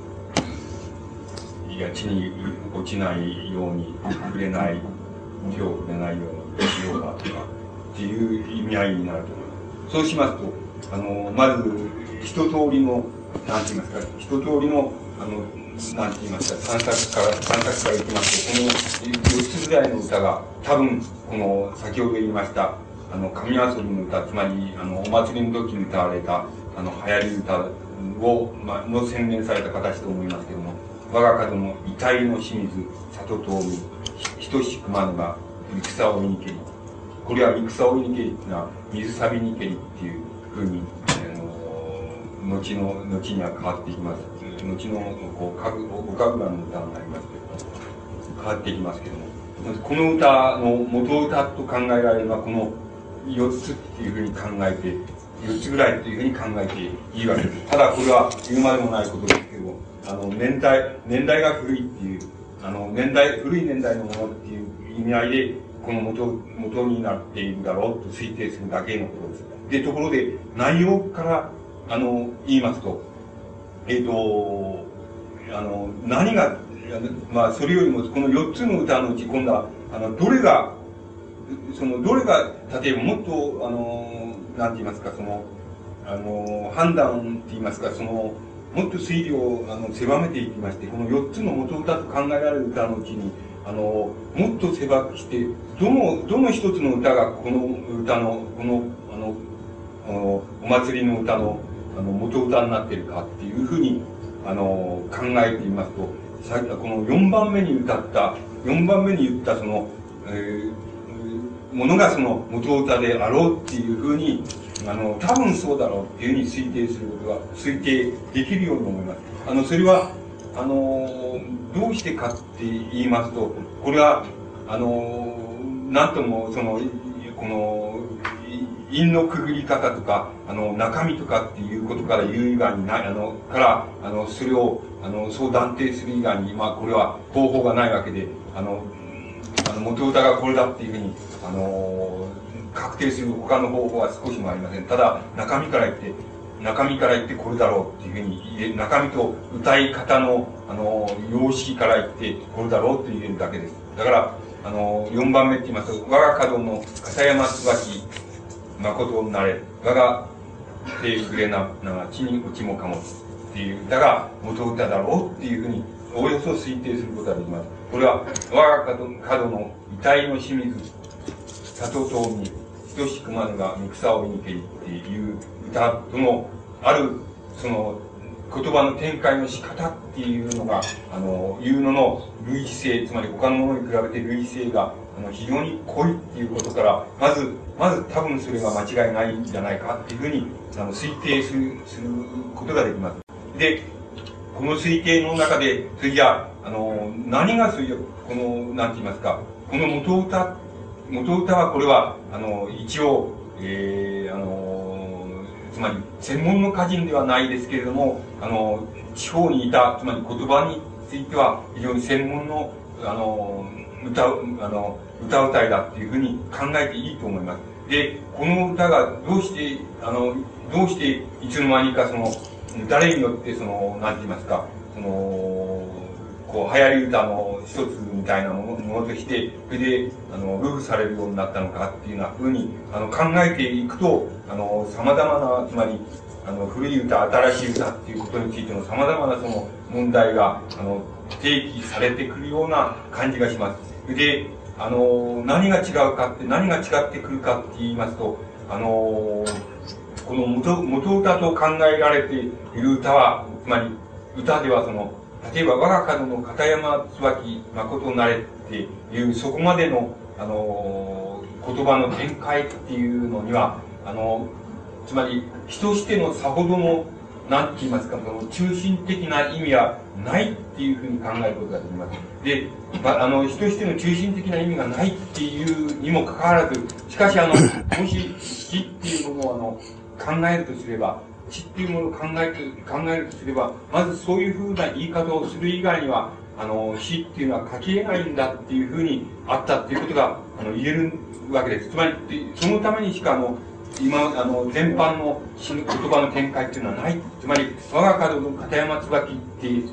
に、いや地に落ちないように触れない手を触れないようにしようかとかっていう意味合いになると思います。そうしますと、あのまず一通りの何て言いますか、一通りのあの何て言いますか、探索から探索からいきますと、このよっつぐらいの歌が多分この先ほど言いましたあの神遊びの歌、つまりあのお祭りの時に歌われたあの流行り歌を、まあ、の洗練された形と思いますけども、我が門の遺体の清水里とみ等しくまぬが戦を追いにけり、これは戦を追いにけりっていうのは水錆びにけりっていうふうに、あの後の後には変わっていきます。後のこうかぐおかぐらの歌になりますけど変わっていきますけども、この歌の元歌と考えられるのはこのよっつっていうふうに考えて、よっつぐらいというふうに考えていいわけです。ただこれは言うまでもないことですけど、あの年代年代が古いっていう、あの年代古い年代のものっていう意味合いでこの元元になっているだろうと推定するだけのことです。でところで内容からあの言いますと、えっ、ー、とあの何がまあそれよりもこのよっつの歌のうち今度はあのどれがそのどれが例えばもっとあのなんて言いますか、そのあの判断って言いますか、そのもっと推理をあの狭めていきまして、このよっつの元歌と考えられる歌のうちにあのもっと狭くして、どのどの一つの歌がこの歌のこのあのあのお祭りの歌のあの元歌になっているかっていうふうにあの考えてみますと、さこのよんばんめに歌ったよんばんめに言ったその、えー、ものがその元歌であろうっていうふうにあの多分そうだろうっていうふうに推定することが推定できるように思います。あのそれはあのどうしてかって言いますと、これはあのなんともそのこの因のくぐり方とかあの中身とかっていうことから言う以外にないあのからあのそれをあのそう断定する以外に、まあこれは方法がないわけで、あのあの元歌がこれだっていうふうにあの確定する他の方法は少しもありません。ただ中身から言って中身から言ってこれだろうっていうふうに言え、中身と歌い方のあの様式から言ってこれだろうと言えるだけです。だからあのよんばんめって言いますと、我が門の片山椿誠なれ、我が手触れなが地に落ちもかもっていう歌が元歌だろうっていうふうにおおよそ推定することができます。これは我が門の遺体の清水里とに等しくまぬが戦をにけりっていう歌とのあるその言葉の展開の仕方っていうのがあのいうのの類似性、つまり他のものに比べて類似性があの非常に濃いっていうことから、まずまず多分それが間違いないんじゃないかっていうふうにあの推定するすることができます。でこの推定の中でそれじゃあの何がそれじゃこのなんて言いますか、この元歌元歌はこれはあの一応、えー、あのつまり専門の歌人ではないですけれども、あの地方にいた、つまり言葉については非常に専門のあの歌うあの歌うたいだっていうふうに考えていいと思います。でこの歌がどうしてあのどうしていつの間にかその誰によってその何て言いますか、そのこう流行り歌の一つみたいなものものとしてそれであのルフされるようになったのかっていうようなふうにあの考えていくと、あの様々なつまりあの古い歌新しい歌っていうことについての様々なその問題があの提起されてくるような感じがします。であの何が違うかって何が違ってくるかって言いますと、あのこの 元, 元歌と考えられている歌は、つまり歌ではその例えば我が門の片山椿誠なれっていうそこまでのあの言葉の展開っていうのにはあのつまり人してのさほどのなんて言いますか、その中心的な意味はないっていうふうに考えることができます。で、まあ、あの、人としての中心的な意味がないっていうにもかかわらず、しかしあの、もし死っていうものをあの、考えるとすれば、死っていうものを考える、考えるとすれば、まずそういうふうな言い方をする以外には、あの、死っていうのは書き得ないんだっていうふうにあったっていうことが、あの、言えるわけです。つまり、そのためにしか、あの、今、あの、全般の言葉の展開っていうのはない。つまり、我が門の片山椿っていう、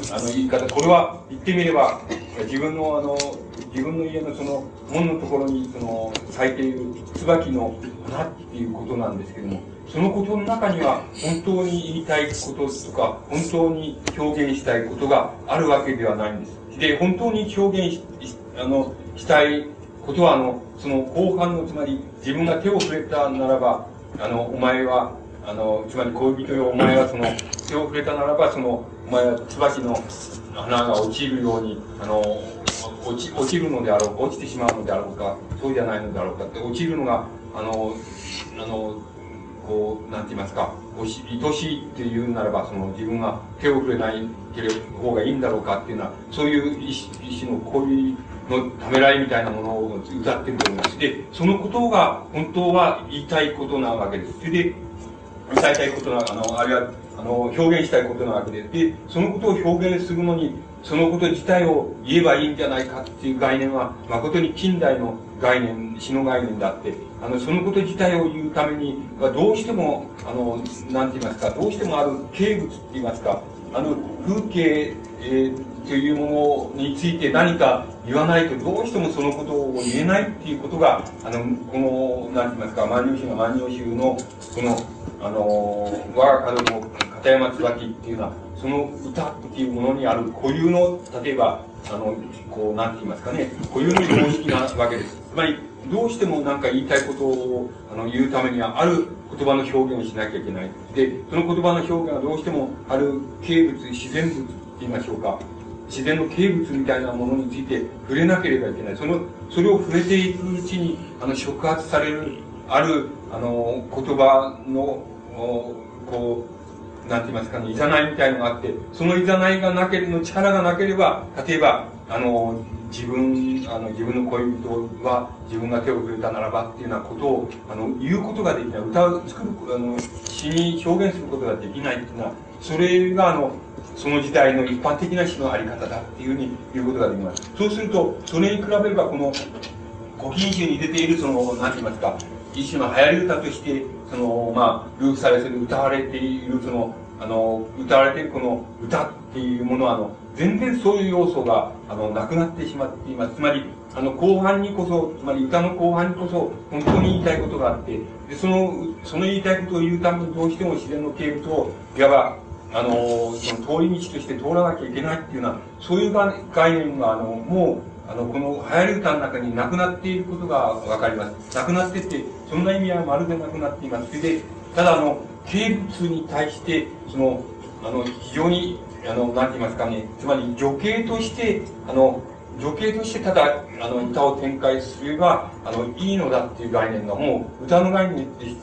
あの、言い方、これは言ってみれば、自分のあの、自分の家のその、門のところに、その、咲いている椿の花っていうことなんですけども、そのことの中には、本当に言いたいこととか、本当に表現したいことがあるわけではないんです。で、本当に表現し、あの、したいことは、あの、その後半の、つまり、自分が手を触れたならば、あの、お前は、あの、つまり恋人よ、お前はその、手を触れたならば、その、お前は椿の花が落ちるように、あの、落ち、落ちるのであろうか、落ちてしまうのであろうか、そうじゃないのであろうかって、落ちるのが、あの、あの、こう、なんて言いますか、愛しいっていうならば、その自分が手を触れないけれ方がいいんだろうかっていうのは、そういう一種の恋のためらいみたいなものを歌ってると思います。で、そのことが本当は言いたいことなわけです。それで、伝えたいことな、あの、あるいは、あの、表現したいことなわけです。で、そのことを表現するのに、そのこと自体を言えばいいんじゃないかっていう概念は、誠に近代の概念、詩の概念であって、あの、そのこと自体を言うために、どうしても、あの、なんて言いますか、どうしてもある景物って言いますか、あの、風景、えー、というものについて何か言わないと、どうしてもそのことを言えないっていうことが、あの、この、なんて言いますか、万葉集の万葉集の、この、あの、我が門の片山椿っていうのは、その歌っていうものにある固有の、例えば、あの、こう、なんて言いますかね、固有の常識なわけです。つまり、どうしても何か言いたいことをあの言うためには、ある言葉の表現をしなきゃいけない。で、その言葉の表現はどうしても、ある景物、自然物って言いましょうか。自然の景物みたいなものについて触れなければいけない。その、それを触れていくうちに、あの、触発される、ある、あの、言葉の、こう、なんて言いますかね、いざないみたいのがあって、そのいざないがなければ、の力がなければ、例えば、あの、自分、あの、自分の恋人は自分が手を触れたならばっていうようなことを、あの、言うことができない。歌を作る、あの、詩に表現することができないっていうのは、それが、あの、その時代の一般的な詩のあり方だっていうふうに言うことができます。そうすると、それに比べれば、この、古今集に出ている、その、なんて言いますか、一種の流行り歌として、その、まあ、ループされてる、歌われている、その、あの、歌われているこの歌っていうものは、あの、全然そういう要素が、あの、なくなってしまっています。つまり、あの、後半にこそ、つまり歌の後半にこそ、本当に言いたいことがあって、で、その、その言いたいことを言うためにどうしても自然の景物を、いわば、あの、その通り道として通らなきゃいけないっていうような、そういう概念が、あの、もう、あの、この流行り歌の中になくなっていることがわかります。なくなってって、そんな意味はまるでなくなっています。それで、ただ、あの、景物に対して、その、あの、非常に、あの、なんて言いますかね、つまり女系として、あの、女系としてただ、あの、歌を展開すれば、あの、いいのだっていう概念がもう、歌の概念でして、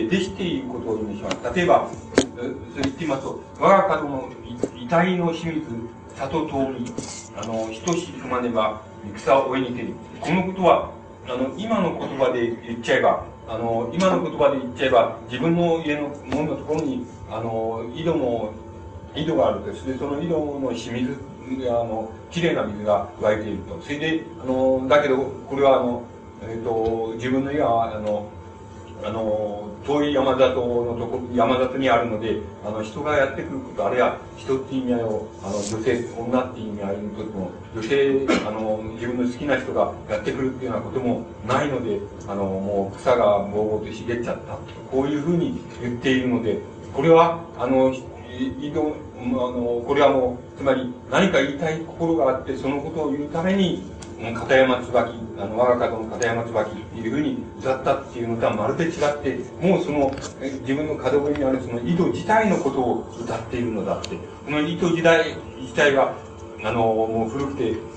でしていることを意味します。例えば、それ言ってみますと、我が門の遺体の清水、里通り、あの、等しくまねば、戦を追いにけり。このことは、あの、今の言葉で言っちゃえば、あの、今の言葉で言っちゃえば、自分の家の門のところに、あの、井戸の、井戸があると。それで、その井戸の清水、あの、綺麗な水が湧いていると。それで、あの、だけど、これは、あの、えっと、自分の家は、あの、あの、遠い山里のとこ、山里にあるので、あの、人がやってくること、あるいは人っていう意味合いを、あの、女性、女っていう意味合いにとっても、女性、あの、自分の好きな人がやってくるっていうようなこともないので、あの、もう草がぼうぼうと茂っちゃった。こういうふうに言っているので、これは、あの、井戸、あの、これはもう、つまり何か言いたい心があって、そのことを言うために、片山椿、あの、我が門の片山椿っていうふうに歌ったっていうのとはまるで違って、もうその、自分の門上にあるその井戸自体のことを歌っているのだって。この井戸時代自体は、あの、もう古くて、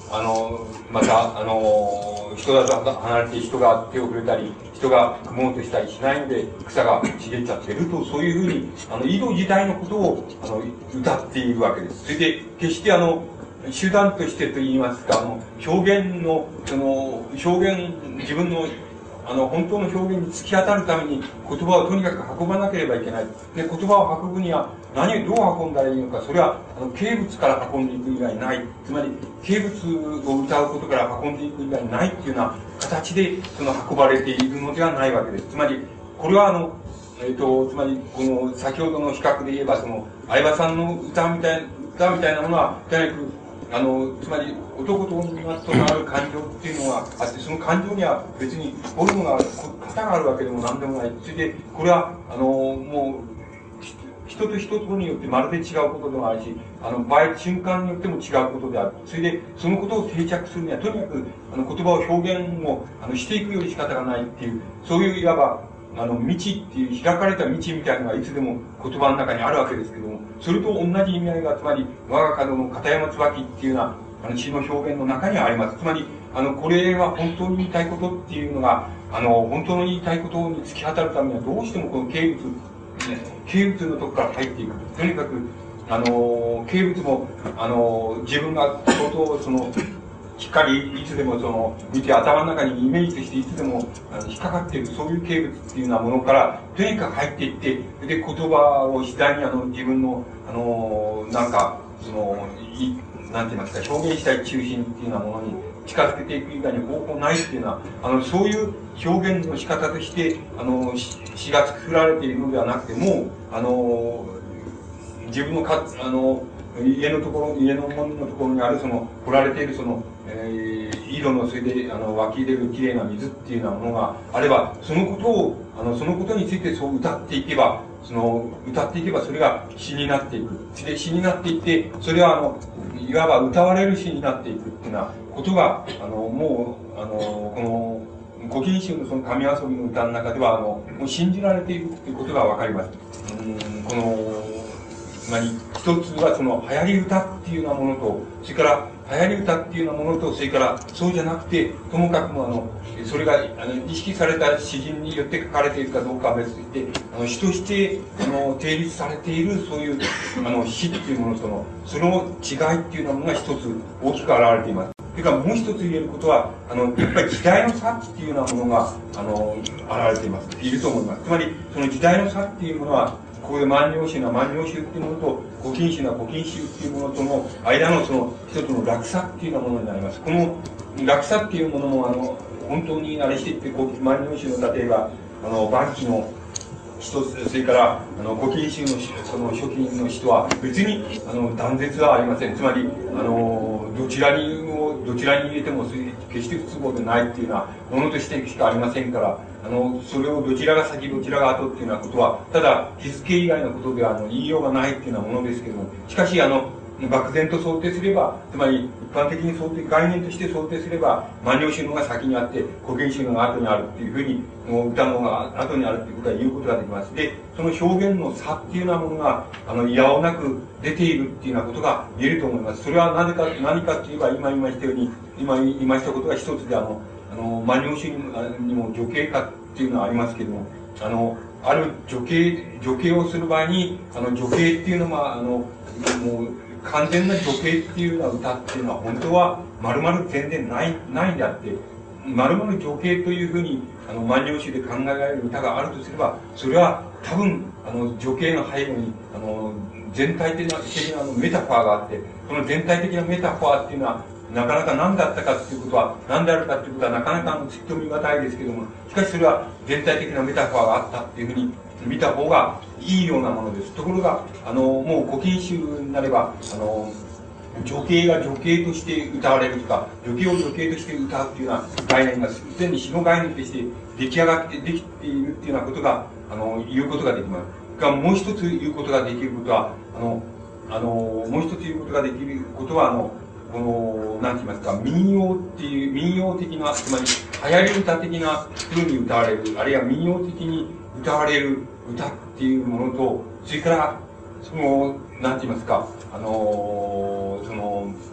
あの、また、あの、人だと離れて人が手を触れたり、人が組もうとしたりしないので、草が茂っちゃってると、そういうふうに、あの、井戸自体のことを、あの、歌っているわけです。それで、決してあの、集団としてと言いますか、あの、表現の、その、表現、自分の、あの、本当の表現に突き当たるために言葉をとにかく運ばなければいけない。で、言葉を運ぶには何をどう運んだらいいのか、それは、あの、形物から運んでいく以外ない。つまり、形物を歌うことから運んでいく以外ないっていうような形で、その、運ばれているのではないわけです。つまり、これはあの、えっ、ー、と、つまり、この、先ほどの比較で言えば、その、相葉さんの歌みたい、歌みたいなものは、とにかく、あの、つまり、男と女となる感情っていうのがあって、その感情には別にフォルムが、型があるわけでも何でもない。それで、これは、あの、もう、人と人とによってまるで違うことでもあるし、あの、場合、瞬間によっても違うことである。それで、そのことを定着するには、とにかく、あの、言葉を表現を、あの、していくより仕方がないっていう、そういう、いわば、あの、道っていう、開かれた道みたいなのがいつでも言葉の中にあるわけですけども、それと同じ意味合いが、つまり、我が門の片山椿っていうような、あの、詩の表現の中にはあります。つまり、あの、これは本当に言いたいことっていうのが、あの、本当の言いたいことに突き当たるためには、どうしてもこの形物、ね、形物のとこから入っていく。とにかく、あの、形物も、あの、自分が相当、その、しっかりいつでもその、見て頭の中にイメージとしていつでもあの引っかかっている、そういう形物っていうようなものから、とにかく入っていって、で、言葉を次第にあの、自分の、あの、なんか、その、い、なんて言いますか、表現したい中心っていうようなものに近づけていく以外に方法ないっていうのは、あの、そういう表現の仕方として、あの、詩が作られているのではなくて、もう、あの、自分のか、あの、家のところ、家の門のところにあるその、掘られているその、えー、井戸のそれで、あの、湧き出る綺麗な水っていうようなものがあれば、そのことを、あの、そのことについてそう歌っていけば、その、歌っていけばそれが詩になっていく。で、詩になっていって、それはあの、いわば歌われる詩になっていくっていうようなことが、あの、もう、あの、この、古今集のその神遊びの歌の中では、あの、もう信じられているっていうことがわかります。うん、この、つまり、一つはその流行り歌っていうようなものと、それから流行り歌っていうようなものと、それからそうじゃなくて、ともかくもあの、それがあの意識された詩人によって書かれているかどうかは別として、あの詩としてあの定立されているそういうあの詩っていうものとの、その違いっていうようなものが一つ大きく現れています。それからもう一つ言えることは、あの、やっぱり時代の差っていうようなものが、あの、現れています。いると思います。つまり、その時代の差っていうものは、ここで万葉集な万葉集っていうものと、古今集な古今集っていうものとの間のその一つの落差っていうようなものになります。この落差っていうものも、あの、本当にあれしていって、万葉集の例えば、あの、晩期の一つ、それから、あの、古今集のその初期の詩とは別に、あの、断絶はありません。つまり、あの、どちらにも、どちらに入れても、決して不都合でないっていうようなものとしてしかありませんから、あの、それをどちらが先、どちらが後っていうようなことは、ただ、日付以外のことでは、あの、言いようがないっていうようなものですけども、しかし、あの、漠然と想定すれば、つまり、一般的に想定、概念として想定すれば、万葉集のが先にあって、古今集のが後にあるっていうふうに、歌のが後にあるっていうことは言うことができます。で、その表現の差っていうようなものが、あの、いやおなく出ているっていうようなことが言えると思います。それはなぜか、何かって言えば、今言いましたように、今言いましたことが一つで、あの、あの、万葉集にも女系化っていうのはありますけども、あの、ある女系、女系をする場合に、あの、女系っていうのは、あの、もう、完全な女系っていうような歌っていうのは、本当は、丸々全然ない、ないんであって、丸々女系というふうに、あの、万葉集で考えられる歌があるとすれば、それは、多分、あの、女系の背後に、あの、全体的な、的なあのメタファーがあって、その全体的なメタファーっていうのは、なかなか何だったかっていうことは、何であるかっていうことはなかなか突き止めがたいですけども、しかしそれは全体的なメタファーがあったっていうふうに見た方がいいようなものです。ところが、あの、もう古今集になれば、あの、女系が女系として歌われるとか、女系を女系として歌うっていうような概念が、すでに詩の概念として出来上がってできているっていうようなことが、あの、言うことができます。が、もう一つ言うことができることは、あの、あの、もう一つ言うことができることは、あの、この、なんて言いますか、民謡っていう、民謡的な、つまり、流行り歌的な風に歌われる、あるいは民謡的に歌われる歌っていうものと、それから、その、なんて言いますか、あの、その、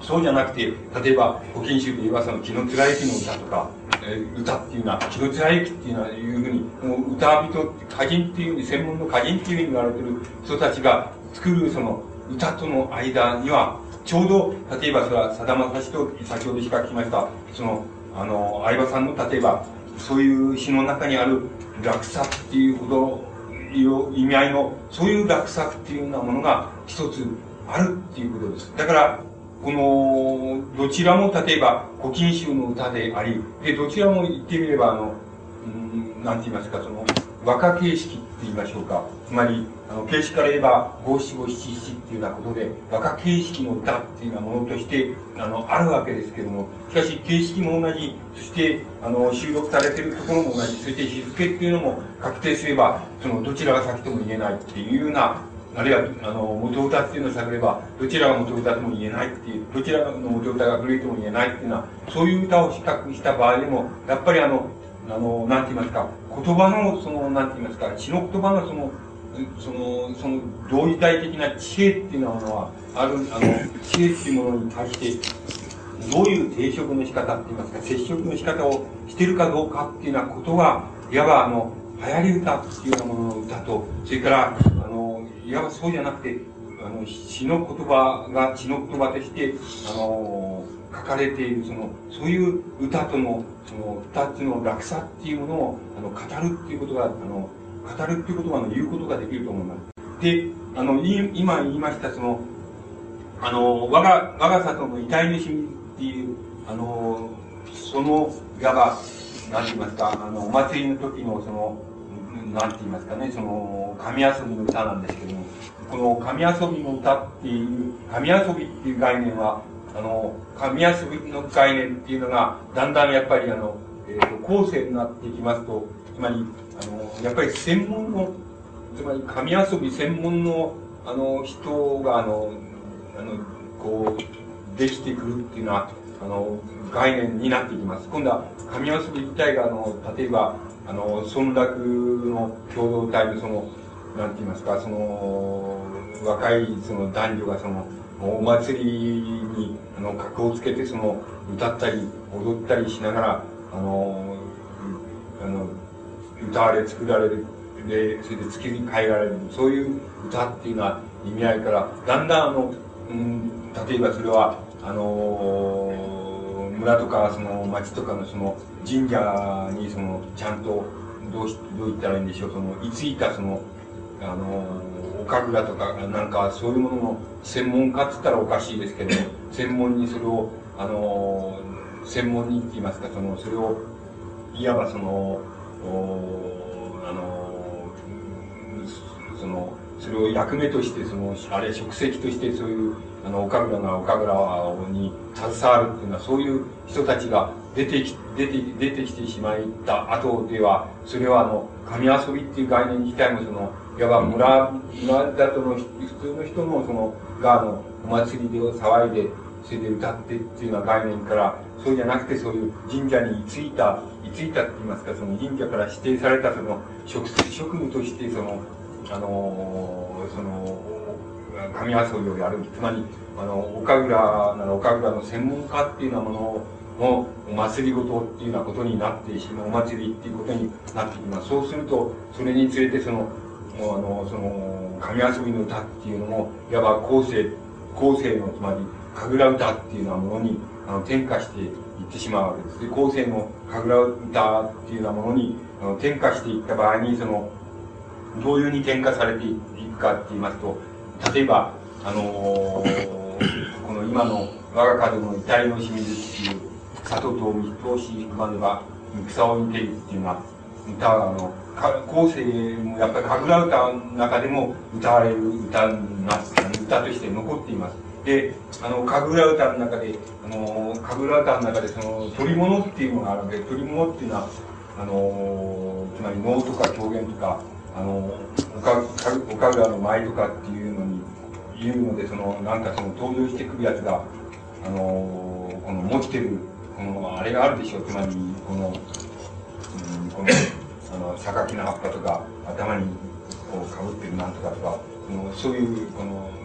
そうじゃなくて、例えば、古今集で言えばその、紀貫之の歌とか、えー、歌っていうのは、紀貫之っていうのは、いうふうに、もう歌人、歌人っていうふうに、専門の歌人っていうふうに言われてる人たちが作るその、歌との間には、ちょうど、例えばそれは、さだまさしと先ほどしか聞きました、その、あの、相葉さんの例えば、そういう詩の中にある落差っていうほど、いう意味合いの、そういう落差っていうようなものが一つあるっていうことです。だから、この、どちらも例えば、古今集の歌であり、で、どちらも言ってみれば、あの、うん、なんて言いますか、その、和歌形式って言いましょうか。つまり、あの、形式から言えば、五七五七七っていうようなことで、和歌形式の歌っていうようなものとして、あの、あるわけですけども、しかし、形式も同じ、そして、あの、収録されているところも同じ、そして日付っていうのも確定すれば、その、どちらが先とも言えないっていうような、あるいは、あの、元歌っていうのを探れば、どちらが元歌とも言えないっていう、どちらの元歌が古いとも言えないっていうのは、そういう歌を比較した場合でも、やっぱりあの、あの、なんて言いますか、言葉の、その、なんて言いますか、詩の言葉のその、その、その、同時代的な知恵っていうのは、ある、あの、知恵っていうものに対して、どういう定食の仕方って言いますか、接触の仕方をしてるかどうかっていうようなことが、いわばあの、流行り歌っていうようなものの歌と、それから、あの、いわばそうじゃなくて、あの、詩の言葉が詩の言葉として、あの、書かれている、その、そういう歌との、その、二つの落差っていうものを、あの、語るっていうことが、あの、語るっていうことが、あの、言うことができると思います。で、あの、い今言いました、その、あの、我が、我が里の遺体の清水っていう、あの、その、いわば、なんて言いますか、あの、お祭りの時の、その、なんて言いますかね、その、神遊びの歌なんですけども、この神遊びの歌っていう、神遊びっていう概念は、あの、神遊びの概念っていうのが、だんだんやっぱりあの、えっと、後世になっていきますと、つまり、あの、やっぱり専門の、つまり神遊び専門の、あの、人が、あの、あの、こう、できてくるっていうのは、あの、概念になっていきます。今度は、神遊び自体が、あの、例えば、あの、村落の共同体のその、なんて言いますか、その、若いその男女がその、お祭りに、あの、格をつけてその、歌ったり、踊ったりしながら、あの、あの、歌われ、作られる、で、それで月に変えられる、そういう歌っていうのは意味合いから、だんだんあの、うん、例えばそれは、あの、村とか、その、町とかのその、神社にその、ちゃんと、どうし、どう言ったらいいんでしょう、その、いついたその、あの、お神楽とか、なんか、そういうものの専門家って言ったらおかしいですけど、専門にそれを、あの、専門にって言いますか、その、それを、いわばその、あの、その、それを役目として、その、あれ、職責として、そういう、あの、お神楽がお神楽に携わるっていうのは、そういう人たちが出てき、出て、出てきてしまった後では、それはあの、神遊びっていう概念自体もその、いわば村、村だとの、普通の人のその、が、あの、お祭りで騒いで、それで歌ってっていうような概念から、そうじゃなくてそういう神社に居ついた、居ついたって言いますか、その神社から指定されたその、職、職務としてその、あの、その、神遊びをやる。つまり、あの、お神楽ならお神楽の専門家っていうようなもののお祭りごとっていうようなことになってしまう、お祭りっていうことになってきます。そうすると、それにつれてその、もうあの、その、神遊びの歌っていうのも、いわば後世、後世の、つまり、神楽歌っていうようなものに、あの、転化していってしまうわけです。で、後世の神楽歌っていうようなものに、あの、転化していった場合に、その、どういうふうに転化されていくかって言いますと、例えば、あのー、この今の我が家族の遺体の清水っていう、里と見通しくまでは草を見ているっていうのは、歌は、あの、後世もやっぱり神楽歌の中でも歌われる歌になって、歌として残っています。で、あの、神楽歌の中で、あの、神楽歌の中でその、鳥物っていうのがあるので、鳥物っていうのは、あの、つまり能とか狂言とか、あの、おか、お神楽の舞とかっていうのに、言うので、その、なんかその登場してくるやつが、あの、この持ってる、この、あれがあるでしょう、つまり、この、うん、この、あの、榊の葉っぱとか、頭にこう被ってるなんとかとか、そのそういう、この、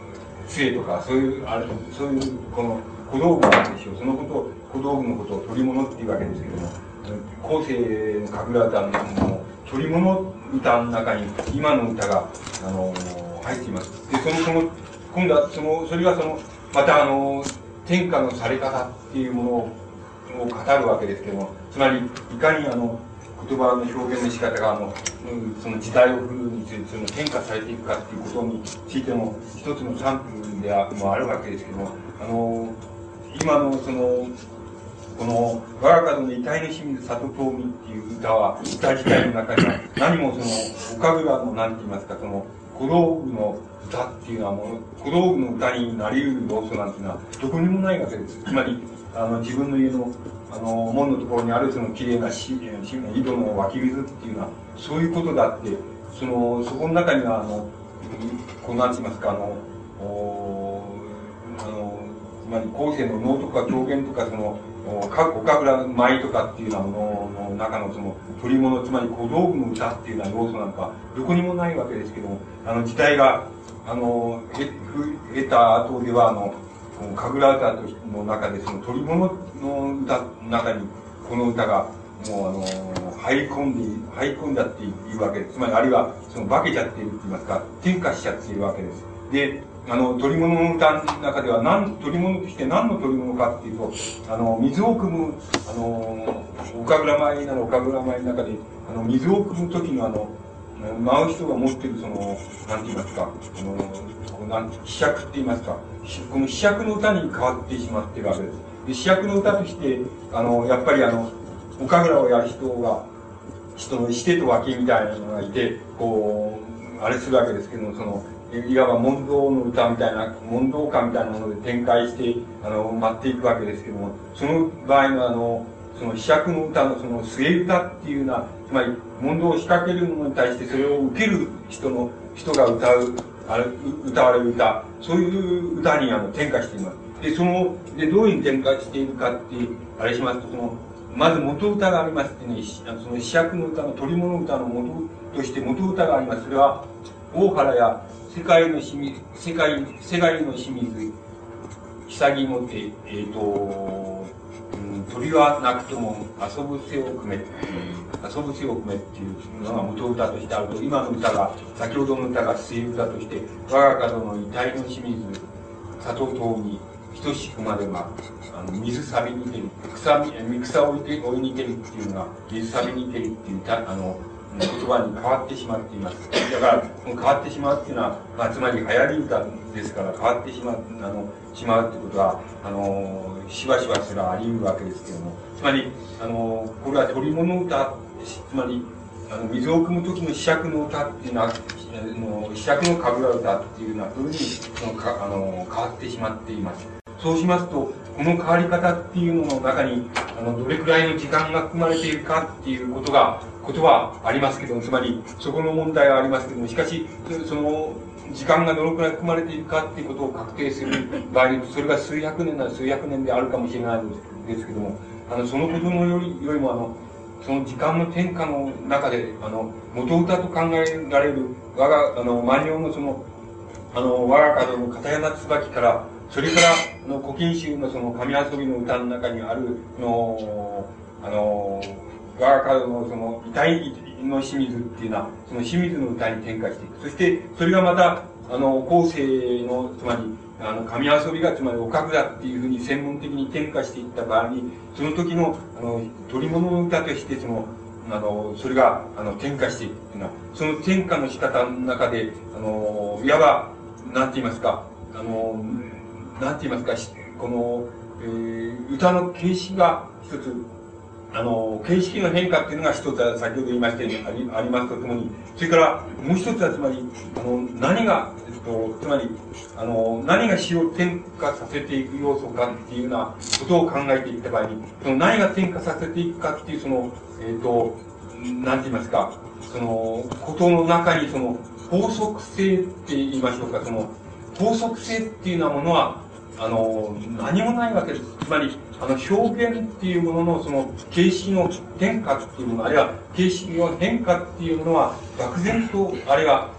杖とか、そういう、あれ、そういう、この、小道具なんでしょう。そのことを、小道具のことを取り物っていうわけですけども、後世の神楽歌の取り物歌の中に、今の歌が、あの、入っています。で、その、その、今度は、その、それがその、またあの、天下のされ方っていうものを語るわけですけども、つまり、いかにあの、言葉の表現の仕方が、あの、その時代を振るについて、その変化されていくかっていうことについても、一つのサンプルでもあるわけですけども、あの、今のその、この、我が門の遺体の清水里遠見っていう歌は、歌自体の中には、何もその、岡倉の、なんて言いますか、その、小道具の歌っていうのはもう、小道具の歌になり得る要素なんていうのは、どこにもないわけです。つまり、あの、自分の家の、あの、門のところにあるその綺麗なし、井戸の湧き水っていうのは、そういうことだって、その、そこの中には、あの、こうなんて言いますか、あの、おあの、つまり後世の能とか狂言とか、その、岡倉舞とかっていうようなものの中のその取り物、つまり小道具の歌っていうような要素なんか、どこにもないわけですけども、あの時代が、あの、得た後では、あの、神楽歌の中でその取り物の歌の中に、この歌が、もうあの、入り込んで、入り込んだっていうわけです。つまり、あるいは、その化けちゃっているって言いますか、転化しちゃっているわけです。で、あの、取り物の歌の中では、何、取り物として何の取り物かっていうと、あの、水を汲む、あの、岡倉舞なら岡倉舞の中で、あの、水を汲む時のあの、舞う人が持っているその、なんて言いますか、あの、こうなん飛躍って言いますか、この飛躍の歌に変わってしまっているわけです。で、飛躍の歌として、あの、やっぱりあの、岡倉をやる人が、人のしてと脇みたいなのがいて、こう、あれするわけですけども、その、いわば問答の歌みたいな、問答歌みたいなもので展開して、あの、待っていくわけですけども、その場合のあの、その、飛躍の歌のその、末歌っていうような、つまり、問答を仕掛けるものに対してそれを受ける人の、人が歌う、あれ、歌われる歌、そういう歌にあの、転化しています。で、その、で、どういうふうに転化しているかって、あれしますと、その、まず元歌がありますってね、その、飛躍の歌の取り物歌の元として元歌があります。それは、大原や、世界の清水、世界、世界の清水、潔もて、えっ、ー、と、うん、鳥はなくとも遊ぶ背を組めっていう、遊ぶ背を組めっていうのが元歌としてあると、今の歌が、先ほどの歌が末歌として、我が門の遺体の清水、里遠に等しくまでは、あの、水錆びにてる、草、草を置いて、追いにてるっていうのが、水錆びにてるっていう、あの、言葉に変わってしまっています。だから、変わってしまうっていうのは、まあ、つまり流行り歌ですから、変わってしまう、あの、しまうってことは、あの、しばしばすらあり得るわけですけども、つまり、あの、これは取り物歌、つまり、あの、水を汲む時の試釈の歌っていうのは、の試釈の神楽歌っていうような風に、そのか、あの、変わってしまっています。そうしますと、この変わり方っていうのの中に、あの、どれくらいの時間が含まれているかっていうことが、ことはありますけども、つまり、そこの問題はありますけども、しかし、その、時間がどのくらい含まれているかっていうことを確定する場合に、それが数百年なら数百年であるかもしれないんですけども、あの、そのことのより、よりもあの、その時間の転化の中で、あの、元歌と考えられる、我が、あの、万葉のその、あの、我が門の片山椿から、それから、あの、古今集のその神遊びの歌の中にある、の、あの、我が門のその、遺体の清水っていうのは、その清水の歌に転化していく。そして、それがまた、あの、後世の、つまり、あの、神遊びが、つまり、おかぐだっていうふうに専門的に転化していった場合に、その時の、あの、取り物の歌として、その、あの、それが、あの、転化していくっていうのは、その転化の仕方の中で、あの、いわば、なんて言いますか、あの、なんて言いますか、この、えー、歌の形式が一つ、あの、形式の変化っていうのが一つは先ほど言いましたようにあり、ありますとともに、それからもう一つはつまり、あの、何が、えっと、つまり、あの、何が詩を転化させていく要素かっていうようなことを考えていった場合に、その何が転化させていくかっていう、その、えっと、なんて言いますか、その、ことの中にその、法則性って言いましょうか、その、法則性っていうようなものは、あの、何もないわけです。つまり、あの、表現っていうものの、その、形式の変化っていうもの、あるいは、形式の変化っていうものは、漠然と、あるいは、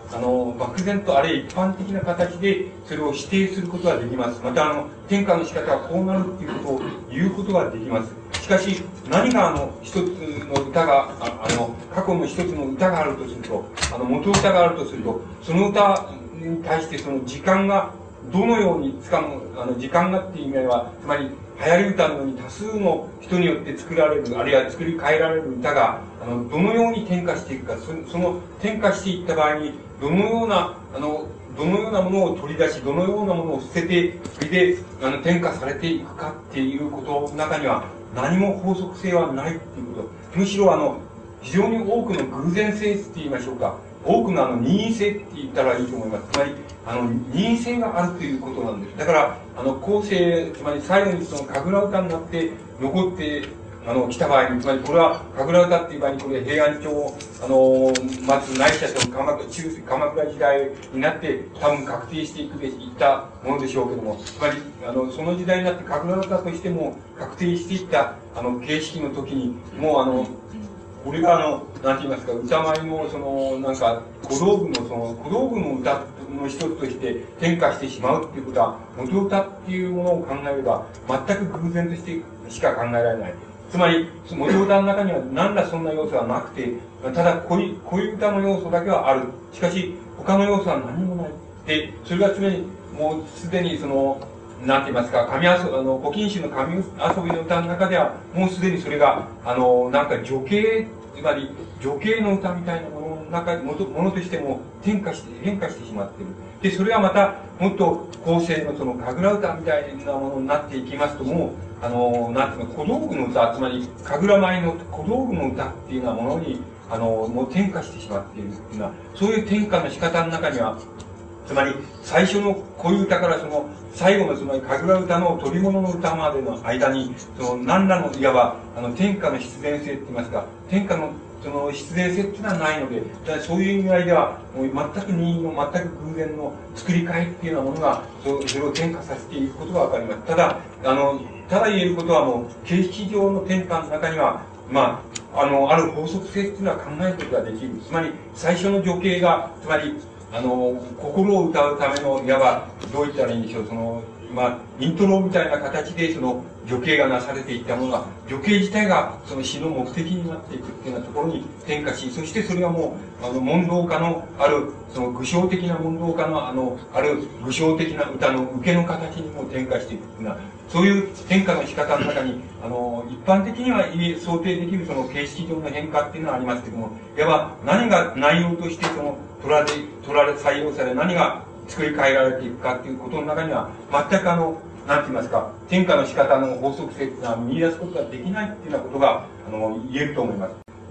あの、漠然とあれ一般的な形でそれを否定することができます。また、あの、天下の仕方はこうなるっていうことを言うことができます。しかし、何があの、一つの歌が、ああの、過去の一つの歌があるとすると、あの、元歌があるとすると、その歌に対してその時間が、どのようにつかむ、あの、時間がっていう意味合いは、つまり、流行り歌のように多数の人によって作られる、あるいは作り変えられる歌が、あの、どのように転化していくか、そその転化していった場合に、どのような、あの、どのようなものを取り出し、どのようなものを捨てて、それで、あの、転化されていくかっていうことの中には、何も法則性はないっていうこと。むしろ、あの、非常に多くの偶然性って言いましょうか。多くのあの、任意性って言ったらいいと思います。つまり、あの、任意性があるということなんです。だから、あの、後世、つまり最後にその、神楽歌になって残って、あの、来た場合に、つまりこれは、神楽歌っていう場合に、これ平安朝、あの、松内社と鎌倉、中世、鎌倉時代になって、多分確定していくで、いったものでしょうけども、つまり、あの、その時代になって神楽歌としても確定していった、あの、形式の時に、もうあの、これがあの、なんて言いますか、歌舞の、その、なんか、小道具の、その、小道具の歌の一つとして転化してしまうっていうことは、元歌っていうものを考えれば、全く偶然としてしか考えられない。つまり、元歌の中には何らそんな要素はなくて、ただ恋、恋歌の要素だけはある。しかし、他の要素は何もない。で、それがつまり、もうすでにその、なんて言いますか、神遊び、あの、古今集の神遊びの歌の中では、もうすでにそれが、あの、なんか女系、つまり女系の歌みたいなものの中、ものものとしても変化して、変化してしまっている。で、それはまた、もっと後世のその神楽歌みたいなものになっていきますとも、あの、なんていうの、小道具の歌、つまり、神楽舞の小道具の歌っていうようなものに、あの、もう転化してしまっているっていうのは、そういう転化の仕方の中には、つまり、最初の恋歌からその、最後のつまり、神楽歌の取り物の歌までの間に、その、何らの、いわば、あの、天下の必然性って言いますか、天下の、その、必然性っていうのはないので、だからそういう意味合いでは、もう全く任意の、全く偶然の作り変えっていうようなものが、そそれを転化させていくことがわかります。ただ、あの、ただ言えることはもう、形式上の転換の中には、まあ、あの、ある法則性っていうのは考えることができる。つまり、最初の女系が、つまり、あの、心を歌うための、いわば、どう言ったらいいんでしょう、その、まあ、イントロみたいな形で、その、女系がなされていったものが、女系自体が、その詩の目的になっていくっていうようなところに転化し、そしてそれはもう、あの、問答家の、ある、その、具象的な問答家の、あの、ある、具象的な歌の受けの形にも転化していくっていうような、そういう変化の仕方の中に、あの、一般的には想定できるその形式上の変化っていうのはありますけども、いわば何が内容としてその、取られ、取られ、採用され、何が作り変えられていくかっていうことの中には、全くあの、なんて言いますか、変化の仕方の法則性っていうのは見出すことができないっていうようなことが、あの、言えると思います。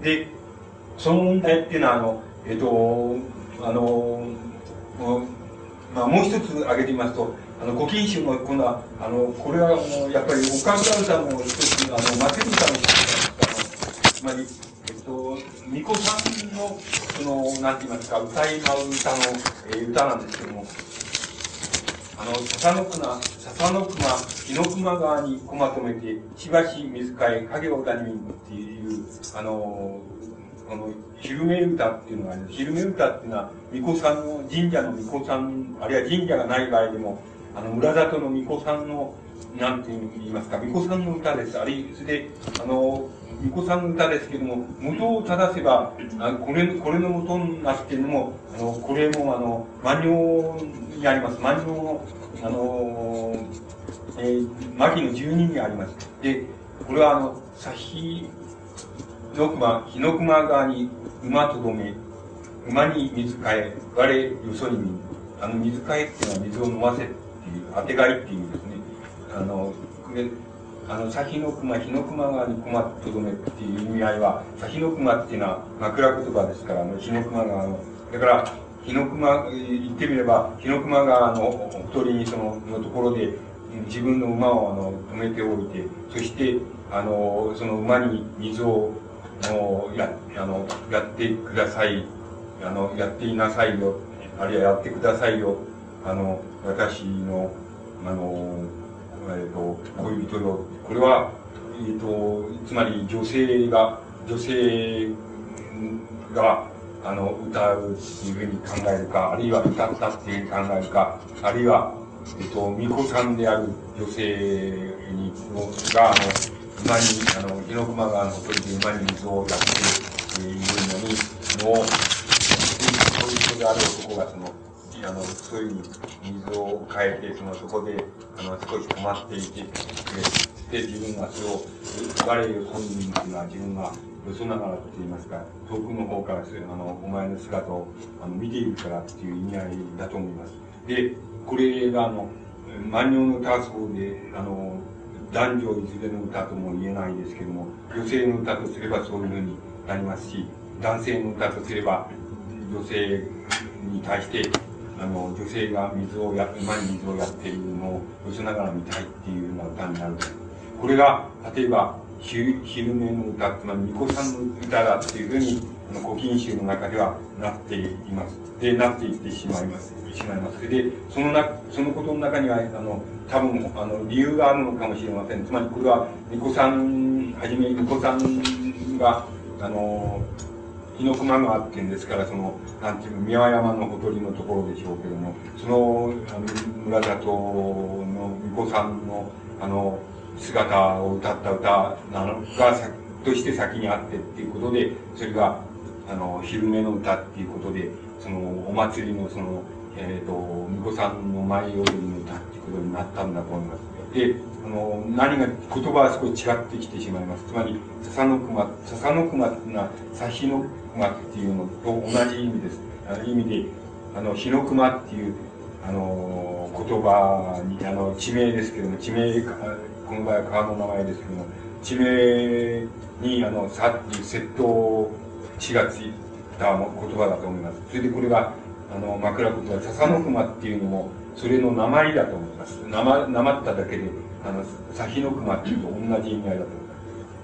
で、その問題っていうのは、あの、えっと、あの、まあ、もう一つ挙げてみますと、あの、古今集の、今度は、あの、これはもう、やっぱり、おかず歌の一つ、あの、祭り歌の一つ、つまり、えっと、巫女さんの、その、なんて言いますか、歌い舞う歌の、えー、歌なんですけども、あの、笹の熊、笹の熊、日の熊川に駒止めて、しばし水替え、影を谷にっていう、あの、この、昼寝歌っていうのがあります。昼寝歌っていうのは、巫女さんの、神社の巫女さん、あるいは神社がない場合でも、あの、村里の巫女さんの、なんて言いますか、巫女さんの歌です。あるいは、それで、あの、巫女さんの歌ですけども、元を正せば、あこれ、これの元になっているのも、あの、これも、あの、万葉にあります。万葉の、あの、えー、牧の十二にあります。で、これは、あの、さひの熊、日の熊川に馬とどめ、馬に水替え、我よそに見、あの、水替えっていうのは水を飲ませっていう、当てがいっていうですね、あの、これ、あの、さひの熊、日の熊川に駒とどめっていう意味合いは、さひの熊っていうのは枕言葉ですから、あの、日の熊川の、だから、日の熊、言ってみれば、日の熊川のおとりにその、のところで、自分の馬をあの、止めておいて、そして、あの、その馬に水を、のや、あの、やってください。あの、やっていなさいよ。あるいはやってくださいよ。あの、私の、あの、えっと、恋人よ。これは、えっと、つまり女性が、女性が、 あの、歌うっていうふうに考えるか、あるいは歌ったっていうふうに考えるか、あるいは、えっと、巫女さんである女性に、が、あの、馬に、あの、日の熊川のほとりで馬に水をやっているのに、の、そういう人である男が、その、あの、そういう水を変えて、その、そこで、あの、少し止まっていて、で、自分がそれを、我よそにっていうのは自分がよそながらと言いますか、遠くの方からあの、お前の姿をあの見ているからっていう意味合いだと思います。で、これがあの、万葉の歌そうで、あの、男女いずれの歌とも言えないですけども、女性の歌とすればそういうふうになりますし、男性の歌とすれば、女性に対して、あの、女性が水をや、馬に水をやっているのをよそながら見たいっていうような歌になる。これが、例えば、昼寝の歌、つまり、巫女さんの歌だっていうふうに、あの、古今集の中ではなっています。で、なっていってしまいます。しまいます。で、そのな、そのことの中には、あの、多分、あの、理由があるのかもしれません。つまり、これは、巫女さん、はじめ、巫女さんが、あの、日の熊川っていうんですから、その、なんていうの、三輪山のほとりのところでしょうけども、その、あの、村里の巫女さんの、あの、姿を歌った歌なのが、として先にあってっていうことで、それが、あの、昼寝の歌っていうことで、その、お祭りのその、えっと、巫女さんの舞踊りの歌っていうことになったんだと思います。で、あの、何が、言葉は少し違ってきてしまいます。つまり、笹の熊、笹の熊っていうのは、さひの熊っていうのと同じ意味です。あの意味で、あの、日の熊っていう、あの、言葉に、あの、地名ですけども、地名、この場合は川の名前ですけども、地名に、あの、さっていう窃盗地がついた言葉だと思います。それでこれが、あの、枕言葉、笹の熊っていうのも、それの鉛だと思います。なま、なまっただけで、あの、さひの熊っていうと同じ意味合いだと思います。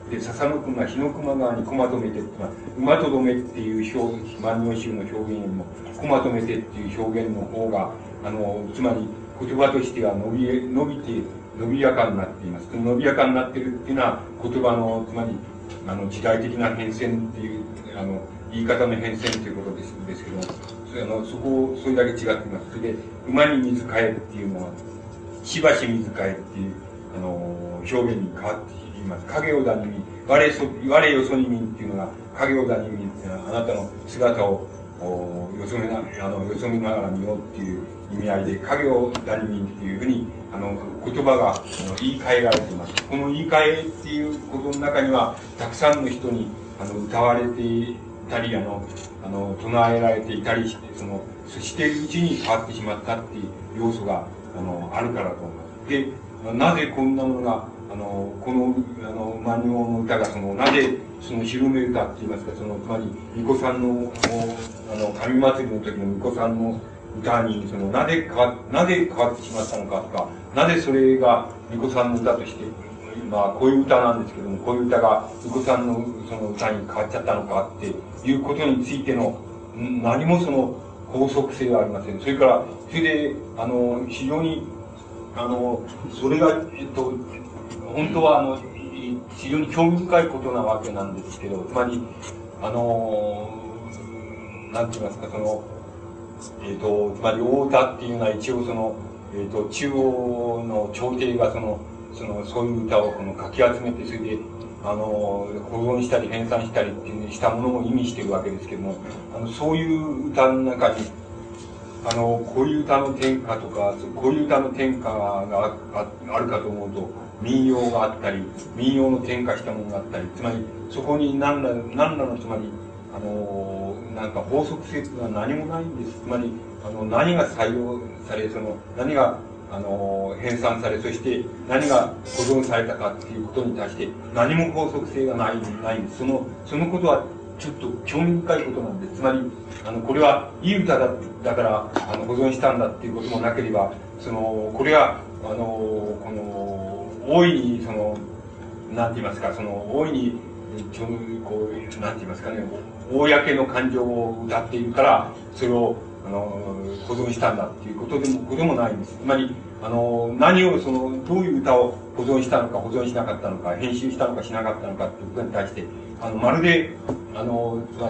で、笹の熊、日の熊川に駒止めてっていうのは、馬とどめっていう表、万葉集の表現よりも、駒止めてっていう表現の方が、あの、つまり言葉としては伸び、伸びて、伸びやかになっています。伸びやかになっているっていうのは、言葉の、つまり、あの、時代的な変遷っていう、あの、言い方の変遷ということですですけども、あの、そこを、それだけ違っています。それで、馬に水替えっていうのは、しばし水替えっていう、あの、表現に変わっています。影をだにみ、我そ、我よそにみんっていうのが、影をだにみっていうのは、あなたの姿を、およそめな、あの、よそ見ながら見ようっていう意味合いで、影をだにみんっていうふうに、あの、言葉が、あの、言い換えられています。この言い換えっていうことの中には、たくさんの人に、あの、歌われていたり、あの、あの、唱えられていたりして、その、しているうちに変わってしまったっていう要素が、あの、あるからと思います。で、なぜこんなものが、あの、この、あの、万葉の歌が、その、なぜ、その、昼寝歌って言いますか、その、つまり、巫女さんの、あの、神祭りの時の巫女さんの歌に、その、なぜ変わ、なぜ変わってしまったのかとか、なぜそれが巫女さんの歌として、まあ、こういう歌なんですけども、こういう歌が巫女さんのその歌に変わっちゃったのかっていうことについての、何もその法則性がありません。それから、それで、あの、非常に、あの、それが、えっと、本当は、あの、非常に興味深いことなわけなんですけど、つまり、あの、なんて言いますか、その、えっと、つまり、大歌っていうのは一応その、えっと、中央の朝廷がその、その、そういう歌をこのかき集めて、それで、あの、保存したり編纂したりっていうしたものを意味しているわけですけども、あの、そういう歌の中に、あの、こういう歌の天歌とか、こういう歌の天歌が あ, あるかと思うと、民謡があったり、民謡の天歌したものがあったり、つまり、そこに何ら、何らの、つまり、あの、なんか法則性というのは何もないんです。つまり、あの、何が採用され、その、何が、あの、編纂され、そして何が保存されたかっていうことに対して、何も法則性がない、ないんです。その、そのことは、ちょっと興味深いことなんです。つまり、あの、これは、いい歌だ、だから、あの、保存したんだっていうこともなければ、その、これは、あの、この、大いに、その、なんて言いますか、その、大いに、ちょこう、なんて言いますかね、公の感情を歌っているから、それを、あの、保存したんだっていうことでも、こともないんです。つまり、あの、何を、その、どういう歌を保存したのか、保存しなかったのか、編集したのかしなかったのかっていうことに対して、あの、まるで、あの、つまり、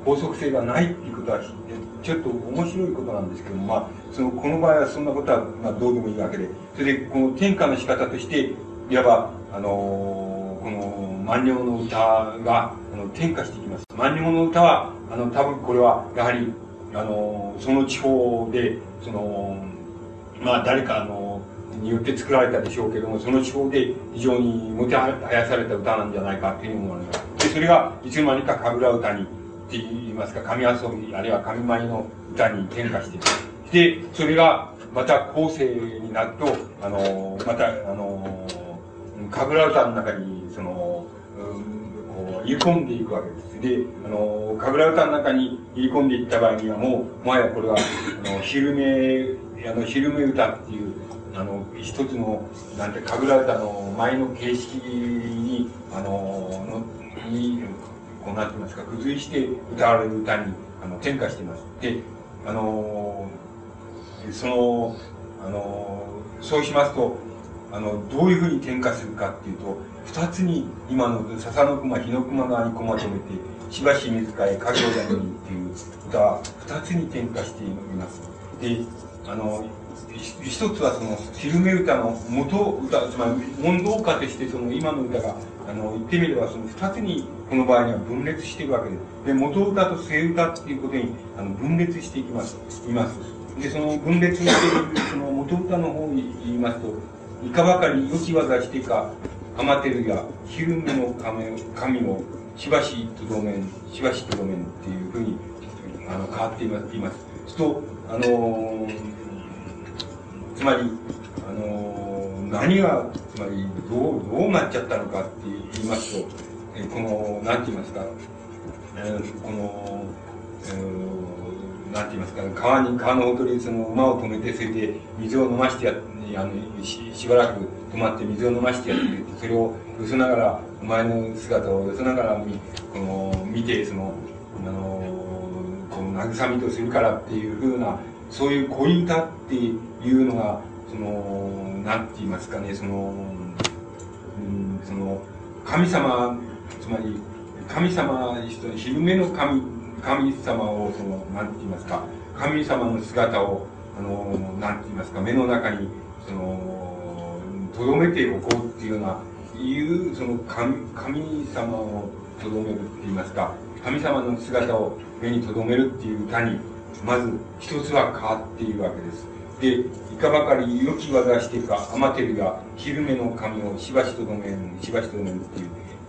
法則性がないっていうことは、ちょっと面白いことなんですけども、まあ、その、この場合はそんなことは、まあ、どうでもいいわけで、それで、この転化の仕方として、いわば、あのー、この、万葉の歌が、あの、転化していきます。万葉の歌は、あの、多分これは、やはり、あのー、その地方で、その、まあ、誰か、あのー、によって作られたでしょうけども、その地方で非常にもてはやされた歌なんじゃないかというふうに思われます。で、それが、いつの間にか神楽歌に、って言いますか、神遊び、あるいは神舞の歌に転化していく。で、それが、また後世になると、あの、また、あの、神楽歌の中に、その、うん、こう、入れ込んでいくわけです。で、あの、神楽歌の中に入れ込んでいった場合にはもう、もはやこれは、あの、昼寝、あの、昼寝歌っていう、あの、一つの、なんて、神楽歌の前の形式に、あの、のに、こうなってますか、付随して歌われる歌に、あの、転化しています。で、あのー、その、あのー、そうしますと、あの、どういうふうに転化するかっていうと、二つに、今の笹の熊、日の熊側に駒止めて、しばし水かえ、家業だのにっていう歌は、二つに転化しています。で、あの、一つはその、昼寝歌の元歌、つまり、問答歌としてその、今の歌が、あの、言ってみればその二つに、この場合には分裂しているわけです。で、元歌と末歌っていうことに、あの、分裂していきます。います。で、その分裂している、その元歌の方に言いますと、いかばかり良き技してか、天照や昼寝の神をしばしとどめん、しばしとどめんっていうふうに、あの、変わっています。います。すると、あのー、つまり、あのー、何が、つまり、どう、どうなっちゃったのかって言いますと、えこの、なんて言いますか、えー、この、えー、なんて言いますか、川に、川のほとりにその馬を止めて、それで水を飲ましてやって、あの、し、しばらく止まって水を飲ましてやって、それをよそながら、お前の姿をよそながら見、この、見て、その、あのー、この慰みとするからっていうふうな、そういう恋歌っていうのが、その、なんて言いますかね、その、うん、その、神様、つまり、神様、昼寝の神、神様を、その、なんて言いますか、神様の姿を、あの、なんて言いますか、目の中に、その、とどめておこうっていうような、いう、その神、神様をとどめるって言いますか、神様の姿を目にとどめるっていう歌に、まず一つは変わっているわけです。で、いかばかり良き技してか、天照が昼寝の神をしばしとどめる、しばしとどめるっていう、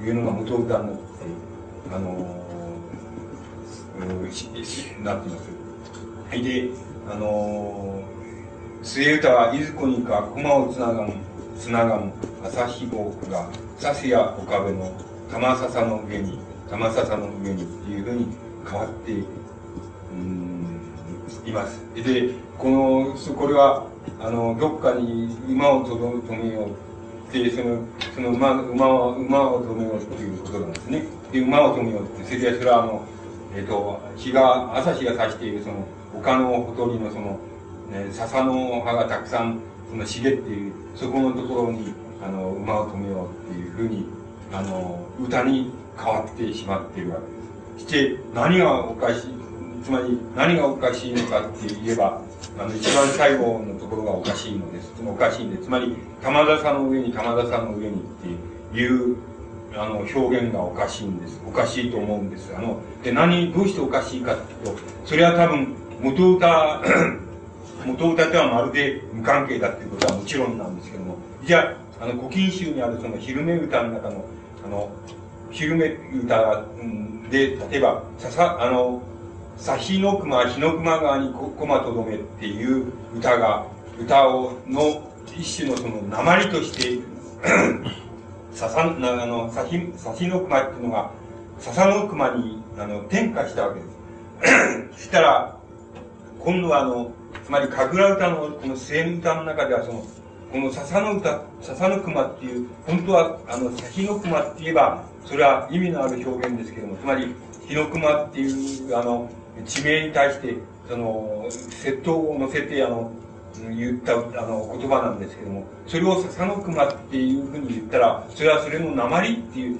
いうのが元歌になって、あのー、し、し、なっています。はい、で、あのー、末歌は、いずこにか駒をつながん、つながん、朝日号が、させや岡部の玉笹の上に、玉笹の上にっていうふうに変わって、うんいます。で、この、これは、あの、どっかに馬をとどめようって、その、その馬、馬を、馬を止めようっていうことなんですね。で、馬を止めようって、それで、それはあの、えっと、日が、朝日が差している、その、丘のほとりのその、ね、笹の葉がたくさん、その、茂っている、そこのところに、あの、馬を止めようっていうふうに、あの、歌に変わってしまっているわけです。して、何がおかしい、つまり何がおかしいのかって言えば、あの、一番最後のところがおかしいのです。おかしいんです。つまり、玉笹の上に玉笹の上にっていう、あの、表現がおかしいんです。おかしいと思うんです。あの、で、何、どうしておかしいかっていうと、それは多分、元歌、元歌とはまるで無関係だっていうことはもちろんなんですけども、じゃあ、あの、古今集にあるその昼寝歌の中の、あの、昼寝歌で、例えば、ささ、あの、さ日の熊、日の熊川に駒とどめっていう歌が、歌を、の一種のその鉛として、ささ、あの、さひ、さ日の熊っていうのが、笹の熊に、あの、転化したわけです。そしたら、今度はあの、つまり、神楽歌のこの末の歌の中では、その、この笹の歌、笹の熊っていう、本当は、あの、さ日の熊って言えば、それは意味のある表現ですけども、つまり、日の熊っていう、あの、地名に対して、その、窃盗を乗せて、あの、言った、あの、言葉なんですけども、それを笹の熊っていうふうに言ったら、それはそれの鉛っていう、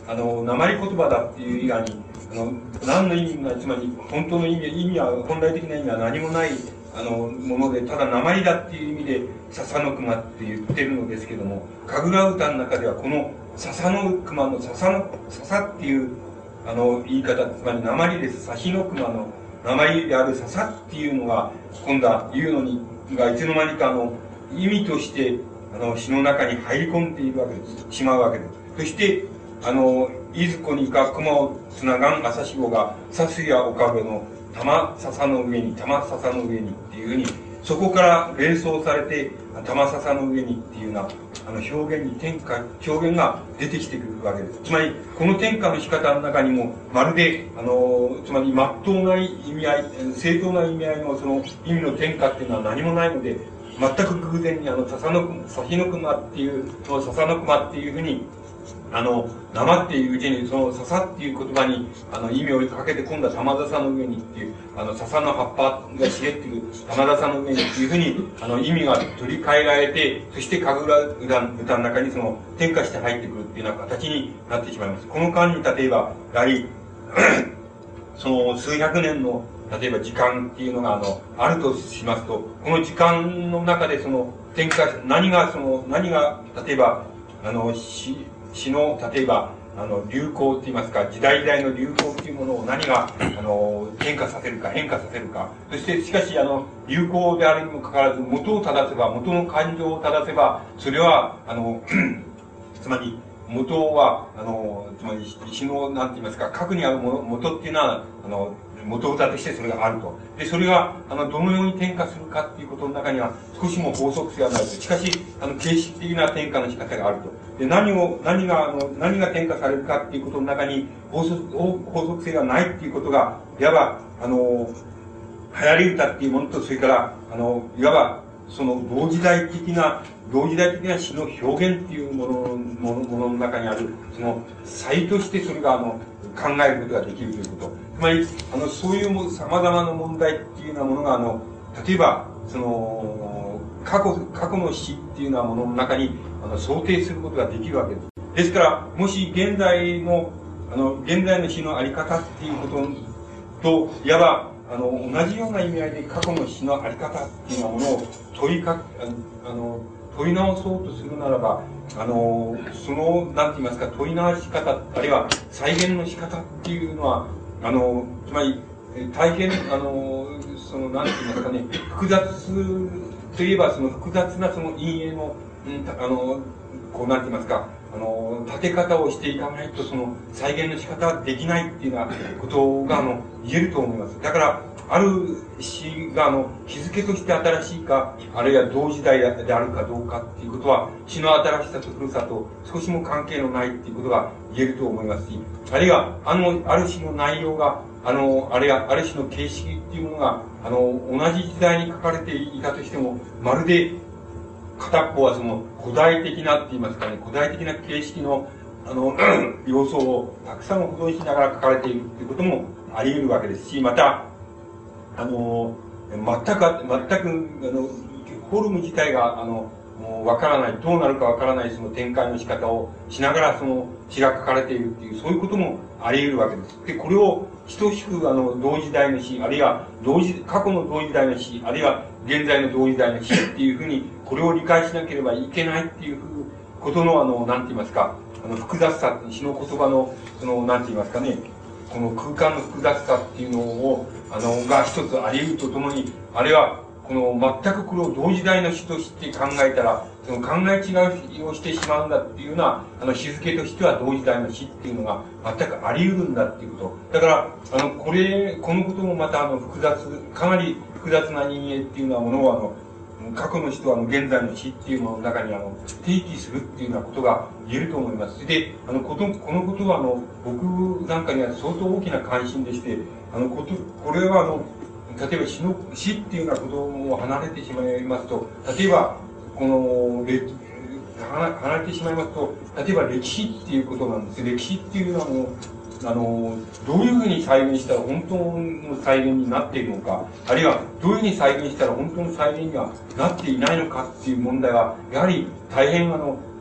あの、鉛言葉だっていう以外に、あの、何の意味もない、つまり、本当の意味、意味は、本来的な意味は何もない、あの、もので、ただ鉛だっていう意味で、笹の熊って言ってるのですけども、神楽歌の中では、この笹の熊の笹の、笹っていう、あの、言い方、つまり鉛です。笹の熊の鉛である笹っていうのが、今度は言うのに、がいつの間にかあの、意味として、あの、詩の中に入り込んでいるわけです。しまうわけです。そして、あの、いずこにか熊をつながん朝志望が、さすや岡部の玉笹の上に、玉笹の上にっていうふうに、そこから連想されて、玉笹の上にっていうような、あの、表現に転化、表現が出てきてくるわけです。つまり、この転化の仕方の中にも、まるで、あの、つまり、まっとうな意味合い、正当な意味合いのその意味の転化っていうのは何もないので、全く偶然にあの、笹の、笹の熊っていう、その笹の熊っていうふうに、あの、生っていううちに、その笹っていう言葉に、あの、意味をかけて、今度は玉笹の上にっていう、あの、笹の葉っぱが茂っている玉笹の上にっていうふうに、あの、意味が取り替えられて、そして神楽歌の中にその、転化して入ってくるっていうような形になってしまいます。この間に、例えば、やはり、その、数百年の、例えば時間っていうのが、あの、あるとしますと、この時間の中でその、転化、何がその、何が、例えば、あの、し、詩の、例えば、あの、流行って言いますか、時代時代の流行っていうものを何が、あの、変化させるか、変化させるか。そして、しかし、あの、流行であるにもかかわらず、元を正せば、元の感情を正せば、それは、あの、つまり、元は、あの、つまり、詩の、なんて言いますか、核にあるもの、元っていうのは、あの、元歌としてそれがあると。で、それが、あの、どのように転化するかっていうことの中には、少しも法則性はないと。しかし、あの、形式的な転化の仕方があると。で、何を、何が、あの、何が転化されるかっていうことの中に、法則、法則性がないっていうことが、いわば、あの、流行り歌っていうものと、それから、あの、いわば、その、同時代的な、同時代的な詩の表現っていうものの、もの、ものの中にある、その、才としてそれが、あの、考えることができるということ。つまり、あの、そういうも、様々な問題っていうようなものが、あの、例えば、その、過去、過去の詩っていうようなものの中に、あの、想定することができるわけです。ですから、もし現在の、あの、現在の詩のあり方っていうことと、いわば、あの、同じような意味合いで過去の詩のあり方っていうようなものを問いか、あの、問い直そうとするならば、あの、その、なんて言いますか、問い直し方、あるいは再現の仕方っていうのは、あの、つまり、大変、あの、その、なんて言いますかね、複雑といえば、その複雑なその陰影の、あの、こう、なんて言いますか、あの、立て方をしていかないと、その、再現の仕方はできないっていうようなことが、あの、言えると思います。だから、ある詩が、あの、日付として新しいか、あるいは同時代であるかどうかっていうことは、詩の新しさと古さと少しも関係のないっていうことが言えると思いますし、あるいは、あの、ある詩の内容が、あの、あるいは、ある種の形式っていうものが、あの、同じ時代に書かれていたとしても、まるで、片っぽはその、古代的なって言いますかね、古代的な形式の、あの、要素をたくさん保存しながら書かれているっていうこともあり得るわけですし、また、あの、全く、全く、あの、フォルム自体が、あの、わからない、どうなるかわからないその展開の仕方をしながらその詩が書かれているっていう、そういうこともあり得るわけです。で、これを等しく、あの、同時代の詩、あるいは同時、過去の同時代の詩、あるいは現在の同時代の詩っていうふうに、これを理解しなければいけないっていうことの、あの、なんて言いますか、あの、複雑さ、詩の言葉の、その、なんて言いますかね、この空間の複雑さっていうのを、あの、が一つあり得るとともに、あるいは、この全くこれを同時代の詩として考えたら、その考え違いをしてしまうんだっていうような、あの、日付としては同時代の詩っていうのが全くあり得るんだっていうこと。だから、あの、これ、このこともまたあの、複雑、かなり複雑な人間っていうようなものをあの、過去の詩とあの、現在の詩っていうものの中にあの、提起するっていうようなことが言えると思います。で、あの、こと、このことはあの、僕なんかには相当大きな関心でして、あの、こと、これはあの、例えば詩の、詩っていうようなことを離れてしまいますと、例えば、この、歴、離れてしまいますと、例えば歴史っていうことなんです。歴史っていうのはもう、あの、どういうふうに再現したら本当の再現になっているのか、あるいはどういうふうに再現したら本当の再現にはなっていないのかっていう問題は、やはり大変あの、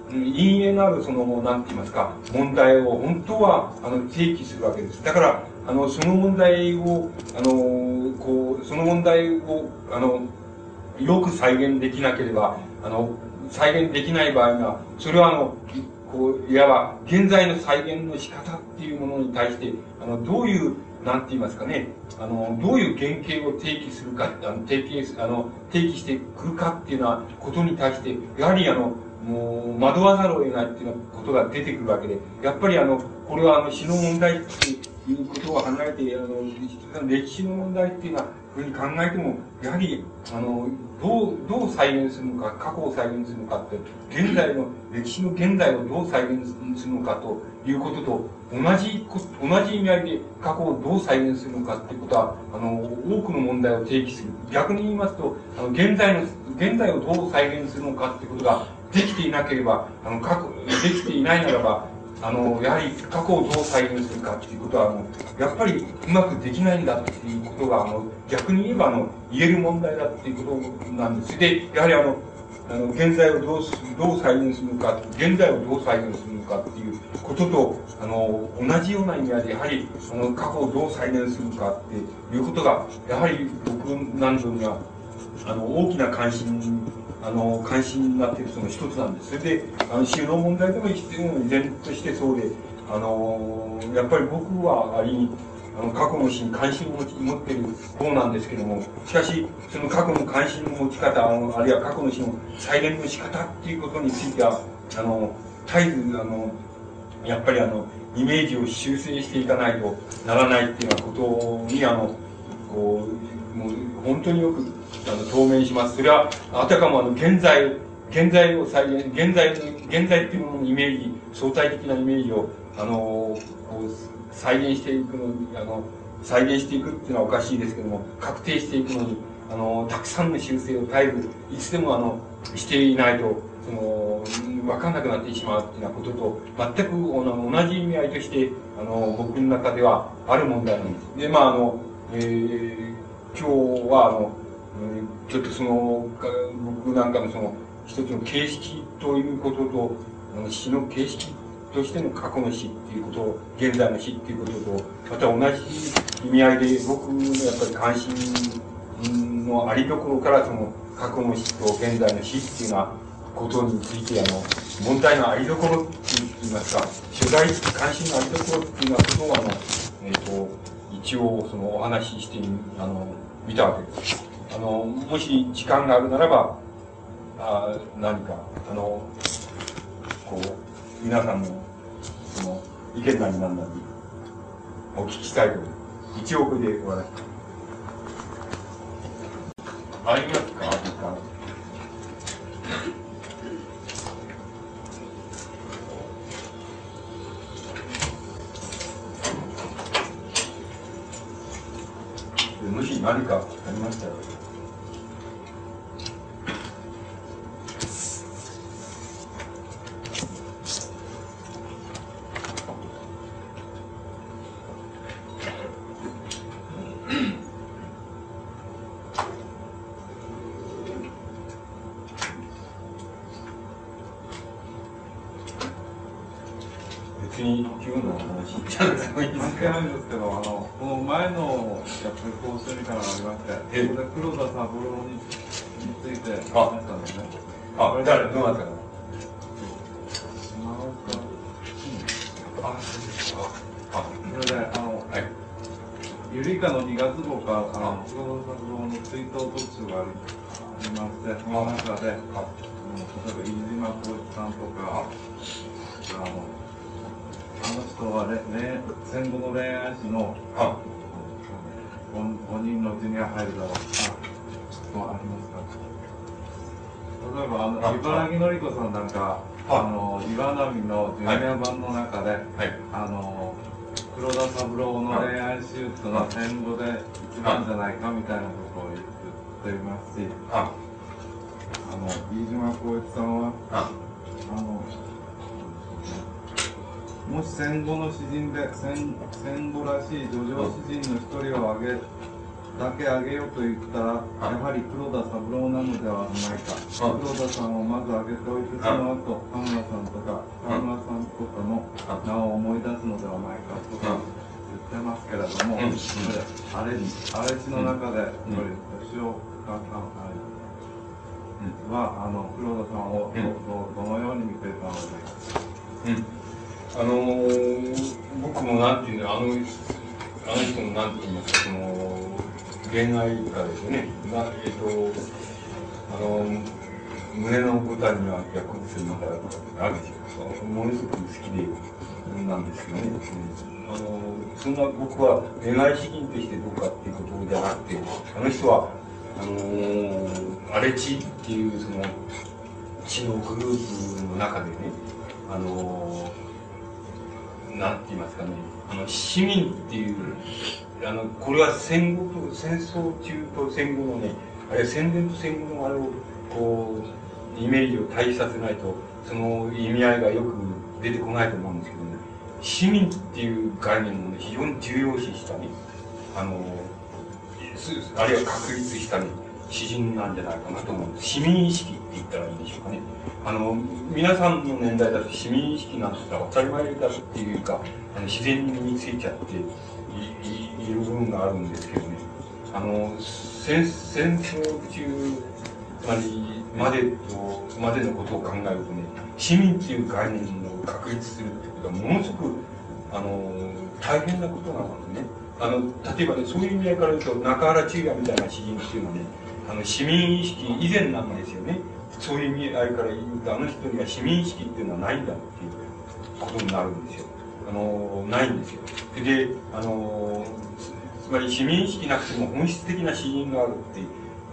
陰影のあるその、なんて言いますか、問題を本当は、あの、提起するわけです。だから、あの、その問題を、あの、こう、その問題を、あの、よく再現できなければ、あの、再現できない場合には、それはあの、こう、いわば、現在の再現の仕方っていうものに対して、あの、どういう、なんて言いますかね、あの、どういう原型を提起するか、あの、提起、あの、提起してくるかっていうようなことに対して、やはりあの、もう、惑わざるを得ないっていうようなことが出てくるわけで、やっぱりあの、これはあの、死の問題っていうことを離れて、あの、歴史の問題っていうようなふうに考えても、やはり、あの、どう、どう再現するのか、過去を再現するのかって、現在の、歴史の現在をどう再現するのかということと、同じ、同じ意味合いで過去をどう再現するのかっていうことは、あの、多くの問題を提起する。逆に言いますと、あの、現在の、現在をどう再現するのかっていうことができていなければ、あの、過去、できていないならば、あの、やはり過去をどう再現するかっていうことは、あの、やっぱりうまくできないんだっていうことが、あの、逆に言えば、あの、言える問題だっていうことなんです。で、やはりあの、あの、現在をどうす、どう再現するのか、現在をどう再現するのかっていうことと、あの、同じような意味合いで、やはり、あの、過去をどう再現するかっていうことが、やはり僕なんぞには、あの、大きな関心、あの、関心になっているその一つなんです。それで、あの、収納問題でも依然としてそうで、あの、やっぱり僕は、あり、あの、過去の死に関心を持ち持っている方なんですけども、しかし、その過去の関心の持ち方、あの、あるいは過去の死の再現の仕方っていうことについては、あの、絶えず、あの、やっぱりあの、イメージを修正していかないとならないっていうようなことに、あの、こう、もう、本当によく、あの、当面します。それは、あたかもあの、現在、現在を再現、現在の、現在っていうもののイメージ、相対的なイメージを、あの、こう、再現していくのに、あの、再現していくっていうのはおかしいですけども、確定していくのに、あの、たくさんの修正を絶えず、いつでもあの、していないと、その、わかんなくなってしまうっていうようなことと、全くあの同じ意味合いとして、あの、僕の中ではある問題なんです。で、まあ、あの、えー、今日は、あの、ちょっとその、僕なんかのその、一つの形式ということと、あの詩の形式としての過去の詩っていうこと、現在の詩っていうことと、また同じ意味合いで、僕のやっぱり関心のありどころから、その、過去の詩と現在の詩っていうようなことについて、あの、問題のありどころって言いますか、取材、関心のありどころっていうようなことを、あの、えっと、一応、その、お話ししてみ、あの、見たわけです。あの、もし時間があるならば、あ何か、あの、こう、皆さんの、その、意見なりなんなり、お聞きしたいと思います。一応これで終わらせて。ありますか？時間。もし何かありましたら。別に今日の話じゃなくてもいいです関係ないんですけど、あのこの前のやっぱり講習みたいなのがありまして、そこで黒田三郎について話したんですね。 あ、誰、どうなったかな。 島岡。 あ、そうですか。あ、 それで、あの、 はい。 ゆりかのにがつ号から、あの、黒田三郎の追悼特集がありまして、その中で、あの例えば飯島浩一さんとか、あの、あの人はね、ね戦後の恋愛史のごにんのうちには入るだろう。あ、ちょっとありますか。例えばあの茨城のり子さんなんか、あの岩波のジュニア版の中で、はい、あの黒田三郎の恋愛史っていうのは戦後で一番じゃないかみたいなことを言っていますし、あの飯島浩一さんはあのもし戦後の詩人で 戦, 戦後らしい叙情詩人の一人を挙げだけ挙げようと言ったら、やはり黒田三郎なのではないか。黒田さんをまず挙げておいて、その後、田村さんとか、田村さんとかの名を思い出すのではないかとか言ってますけれども、それ、あれ、あれ地の中で、これ、吉岡さんは、あの、黒田さんをどどのように見ていたのでしょうか。 うんあのー、僕もなんていうの、あの、あの人のなんて言いますか、その、恋愛歌ですよね。なえっと、あの、胸の歌には薬物の歌とかってあるでしょ。ものすごく好きで、なんですけどね。うん、あの、そんな僕は恋愛資金としてどうかっていうことじゃなくて、あの人は、あのー、荒地っていうその、地のグループの中でね、あのー、なんて言いますかね、あの、市民っていう、あの、これは戦後と、戦争中と戦後のね、あるいは戦前と戦後のあれを、こう、イメージを対比させないと、その意味合いがよく出てこないと思うんですけどね、市民っていう概念もね、非常に重要視したね、あの、あるいは確立したね、詩人なんじゃないかなと思うんです。市民意識って言ったらいいんでしょうかね。あの、皆さんの年代だと市民意識なんて言ったら当たり前だっていうか、あの自然に身についちゃってい、い、いる部分があるんですけどね。あの、戦、戦争中、つまり、までと、までのことを考えるとね、市民っていう概念を確立するってことはものすごく、あの、大変なことなんですね。あの、例えばね、そういう意味合いから言うと、中原中也みたいな詩人っていうのはね、あの、市民意識以前なんですよね。そういう意味合いから言うと、あの人には市民意識っていうのはないんだっていうことになるんですよ。あの、ないんですよ。で、あの、つまり市民意識なくても本質的な詩人があるっていう、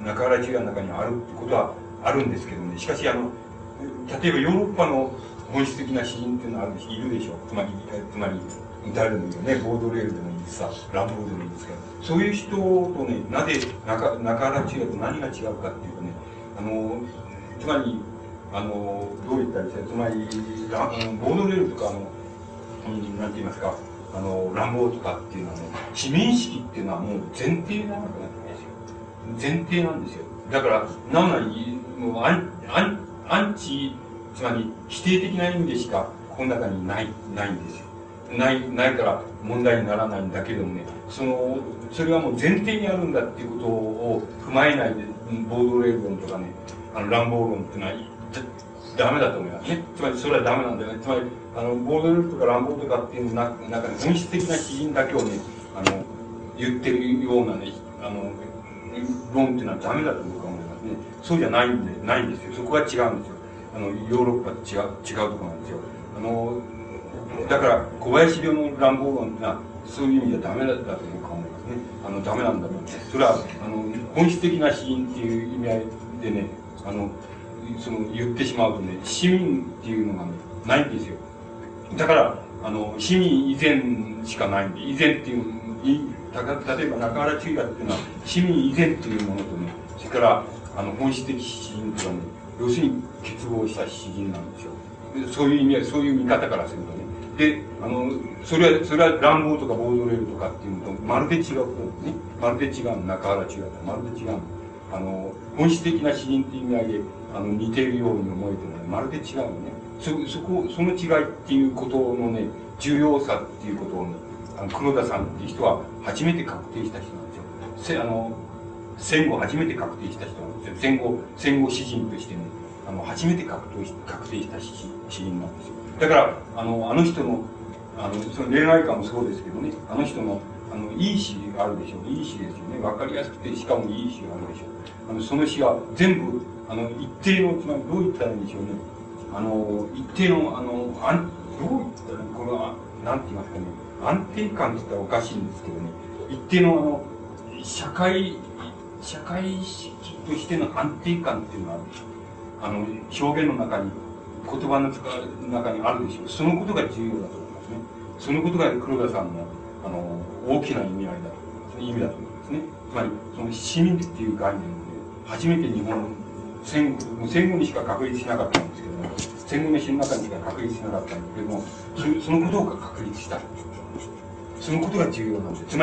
中原中也の中にあるってことはあるんですけどね。しかし、あの、例えばヨーロッパの本質的な詩人っていうのはあるでしょ、いるでしょう。つまり、つまり、誰でもいいよね。ボードレールでもいいしさ、ランボーでもいいですけど、そういう人とね、なぜ中、中原中也と何が違うかっていうとね、あの、つまり、あの、どう言ったらいいですか、つまり、ラボードレールとか、あの、うん、なんて言いますか、あの、乱暴とかっていうのはね、市民意識っていうのはもう前提なわけなんですよ。前提なんですよ。だから、なのに、もうアン、アン、アンチ、つまり否定的な意味でしか、この中にない、ないんですよ。ない、ないから問題にならないんだけどもね、その、それはもう前提にあるんだっていうことを踏まえないで、ボードレール論とかね、あの、乱暴論っていうのは、ダメだと思いますね。つまりそれはダメなんだよね。つまり、あの、ボードレールとか乱暴とかっていう中で本質的な詩人だけをね、あの、言ってるようなね、あの、論っていうのはダメだと僕は思いますね。そうじゃないんで、ないんですよ。そこは違うんですよ。あの、ヨーロッパと違う、違うところなんですよ。あの、だから、小林陵の乱暴論ってのは、そういう意味じゃダメだと僕は思いますね。あの、ダメなんだと思います。それは、あの、本質的な詩人っていう意味合いでね、あの、その、言ってしまうとね、市民っていうのがね、ないんですよ。だから、あの、市民以前しかないんで、以前っていう、いた例えば中原中也っていうのは、市民以前っていうものとね、それから、あの、本質的詩人とはね、要するに結合した詩人なんですよ。そういう意味合い、そういう見方からするとね。で、あの、それは、それは乱暴とかボードレールとかっていうのと、まるで違うことですね。まるで違う中原中也とまるで違う。あの、本質的な詩人っていう意味合いで、あの、似ているように思えてもね、まるで違うのね。そ、そこ、その違いっていうことのね、重要さっていうことをね、あの、黒田さんっていう人は初めて確定した人なんですよ。せ、あの、戦後初めて確定した人なんですよ。戦後、戦後詩人としてね、あの、初めて確定し、確定した詩人なんですよ。だから、あの、あの人の、あの、その恋愛観もそうですけどね、あの人の、あの、いい詩があるでしょう。いい詩ですよね。わかりやすくて、しかもいい詩があるでしょう。あの、その詩が全部、あの、一定の、つまりどう言ったらいいんでしょうね。あの、一定の、あの、あん、どう言ったら、これは、なんて言いますかね、安定感って言ったらおかしいんですけどね、一定の、あの、社会、社会意識としての安定感っていうのがあるでしょう。あの、表現の中に、言葉の中にあるでしょう。そのことが重要だと思いますね。そのことが黒田さんの、あの、大きな意味合いだと、意味だと思いますね。つまり、その市民っていう概念で、初めて日本、戦後、戦後にしか確立しなかったんですけども、戦後の詩の中にしか確立しなかったんですけども、そそのことが確立した。そのことが重要なんです。つまり、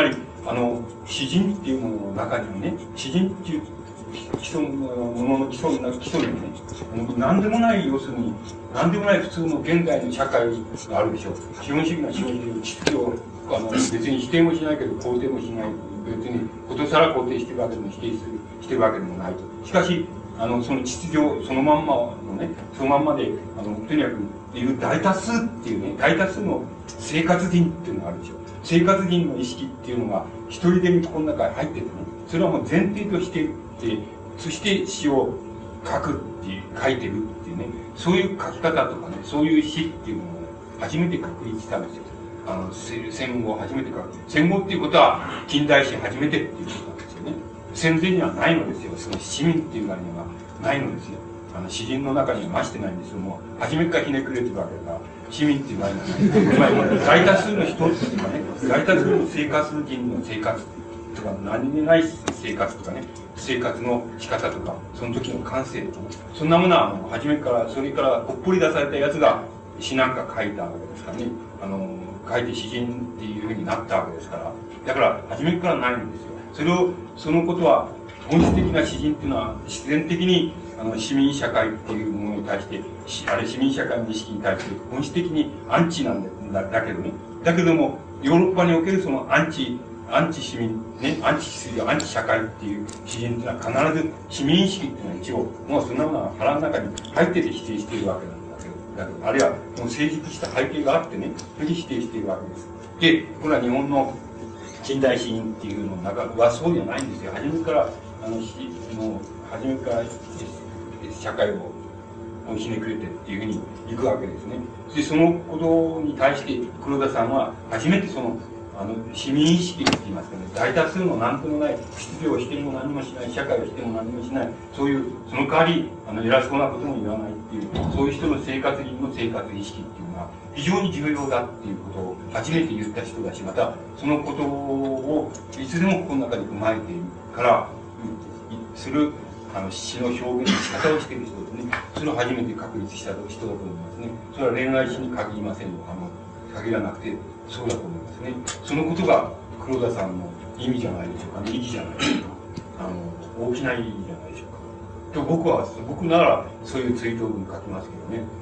あの、詩人っていうものの中にはね、詩人っていう基礎のものの基礎の基礎にね、何でもない要するに、何でもない普通の現代の社会があるでしょう。資本主義が生じる秩序を、あの、別に否定もしないけど肯定もしない。別にことさら肯定してるわけでも否定する、してるわけでもないと。しかし、あの、その秩序そのまんまのね、そのまんまで、あの、とにかく、いる大多数っていうね、大多数の生活人っていうのがあるでしょう。生活人の意識っていうのが、一人でにこの中に入っててね、それはもう前提としてで、そして詩を書くっていう、書いてるっていうね、そういう書き方とかね、そういう詩っていうのを初めて確立したんですよ。あの、戦後初めて書く。戦後っていうことは、近代史初めてっていうことなんですよね。戦前にはないのですよ。その市民っていう概念はないのですよ。あの、詩人の中には増してないんですよ。もう、初めからひねくれてるわけだから、市民っていう概念はない。つまり、大多数の人っていうかね、大多数の生活人の生活とか、何気ない生活とかね、生活の仕方とか、その時の感性とかね、そんなものはもう初めから、それからほっぽり出されたやつが詩なんか書いたわけですからね。あの、書いて詩人っていうふうになったわけですから。だから、初めからないんですよ。それを、そのことは、本質的な詩人っていうのは、自然的に、あの、市民社会っていうものに対して、あれ、市民社会の意識に対して、本質的にアンチなんだ、だけどね。だけども、ヨーロッパにおけるそのアンチ、アンチ市民、ね、アンチ秩序、アンチ社会っていう詩人っていうのは必ず市民意識っていうのは一応、もうそんなものは腹の中に入ってて否定しているわけなんだけど、だけど、あるいはもう成熟した背景があってね、それで否定しているわけです。で、これは日本の近代詩人っていうのの中はそうじゃないんですよ。初めから、あの、詩の、初めから社会をひねくれてっていうふうに行くわけですね。で、そのことに対して黒田さんは初めてその、あの、市民意識って言いますかね、大多数の何ともない、秩序をしても何もしない、社会をしても何もしない、そういう、その代わり、あの、偉そうなことも言わないっていう、そういう人の生活人の生活意識っていうのは、非常に重要だっていうことを初めて言った人だし、また、そのことを、いつでもこの中に踏まえているから、する、あの、詩の表現の仕方をしている人ですね。それを初めて確立した人だと思いますね。それは恋愛詩に限りませんよ。あの、限らなくて、そうだと思いますね。そのことが黒田さんの意味じゃないでしょうかね。意義じゃないでしょうか。あの、大きな意義じゃないでしょうか。と僕は、僕ならそういう追悼文書きますけどね。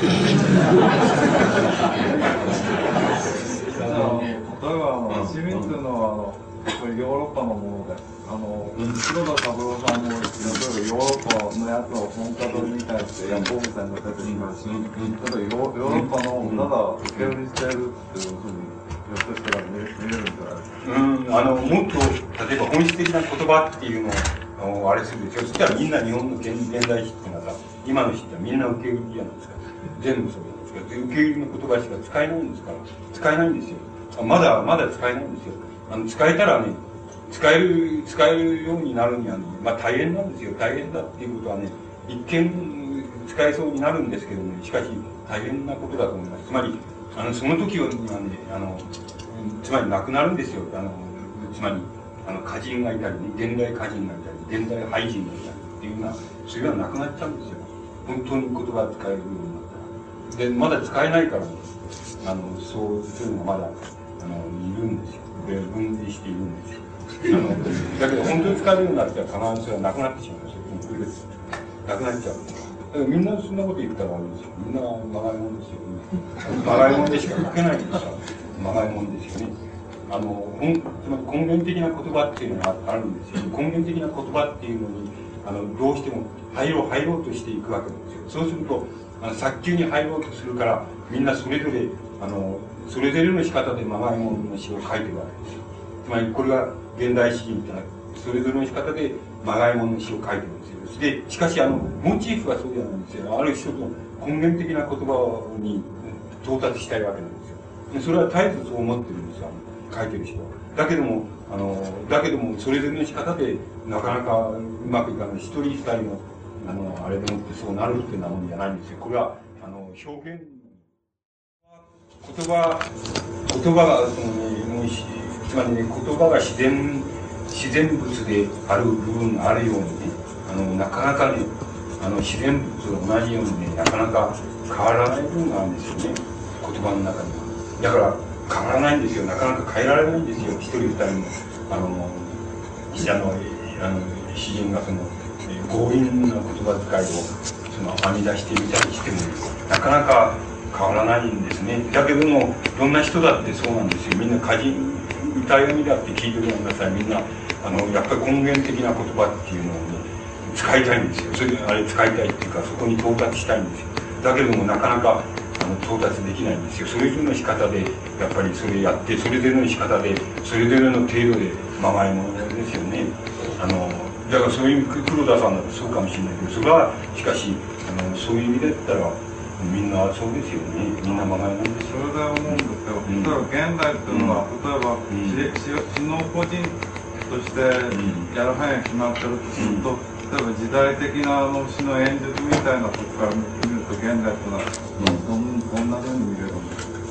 あの、例えば、あの、市民というのは、あの、これヨーロッパのもので、あの、黒田三郎さんも、例えばヨーロッパのやつを本家取りに対して、ヤコブセンが出てきますし、例えばヨーロッパのただ受け売りしてるっていうふうに、ひょっとしたら見れるんじゃないですか。 うん、あの、もっと、例えば本質的な言葉っていうのを、あれするでしょ。そしたらみんな日本の現現代史っていうのはさ、今の史ってみんな受け売りじゃないですか。全部そうなんですけど、受け売りの言葉しか使えないんですから。使えないんですよ。まだ、まだ使えないんですよ。あの、使えたらね、使える、使えるようになるにはね、まあ大変なんですよ。大変だっていうことはね、一見使えそうになるんですけどね、しかし大変なことだと思います。つまり、あの、その時にはね、あの、つまりなくなるんですよ。あの、つまり、あの、歌人がいたりね、現代歌人がいたり、現代俳人がいたりっていうのは、それがなくなっちゃうんですよ。本当に言葉が使えるようになったら。で、まだ使えないからね、あの、そう、そういうのがまだ、あの、いるんですよ。で、分離しているんですよ。あの、だけど本当に使えるようになったら必ずそれはなくなってしまうんですよ。なくなっちゃう。だからみんなそんなこと言ったらあれですよ。みんなまがいもんですよ。まがいもんでしか書けないんですから。まがいもんですよね。あの、つまり根源的な言葉っていうのがあるんですよ。根源的な言葉っていうのに、あの、どうしても入ろう、入ろうとしていくわけですよ。そうすると、あの、早急に入ろうとするから、みんなそれぞれ、あの、それぞれの仕方でまがいもんの詩を書いてるわけですよ。つまり、これが現代詩人ってのは、それぞれの仕方でまがいもんの詩を書いてるんですよ。で、しかし、あの、モチーフはそうじゃないんですよ。ある種の根源的な言葉に到達したいわけなんですよ。でそれは絶えずそう思ってるんですよ。書いてる人は。だけども、あの、だけども、それぞれの仕方で、なかなかうまくいかない。一人一人の、あの、あれでもってそうなるっていうようなもんじゃないんですよ。これは、あの、表現、言葉、言葉が、そのね、もうつまりね、言葉が自然、自然物である部分があるようにね、あの、なかなかね、あの、自然物と同じようにね、なかなか変わらない部分があるんですよね。言葉の中には。だから、変わらないんですよ。なかなか変えられないんですよ。一人二人も。 あのあのあの詩人がその強引な言葉遣いをその編み出してみたりしてもなかなか変わらないんですね。だけどもどんな人だってそうなんですよ。みんな歌人歌読みだって聞いてごらんなさい。みんなあのやっぱり根源的な言葉っていうのを、ね、使いたいんですよ。それであれ使いたいっていうかそこに到達したいんですよ。だけどもなかなかあの到達できないんですよ。それぞれの仕方でやっぱりそれやってそれぞれの仕方でそれぞれの程度でまがいものですよね。あのだからそういう黒田さんだとそうかもしれないけどそれはしかしあのそういう意味だったらみんなそうですよね。みんなまがいもんですよ。 それで思うんですけど、例えば現代っていうのは、例えば、うん、詩の個人としてやる範囲が決まってるとすると、うん、例えば時代的なあの詩の演説みたいなとこから見ると現代っていうのは、うん、どんなふうに見れるんですか？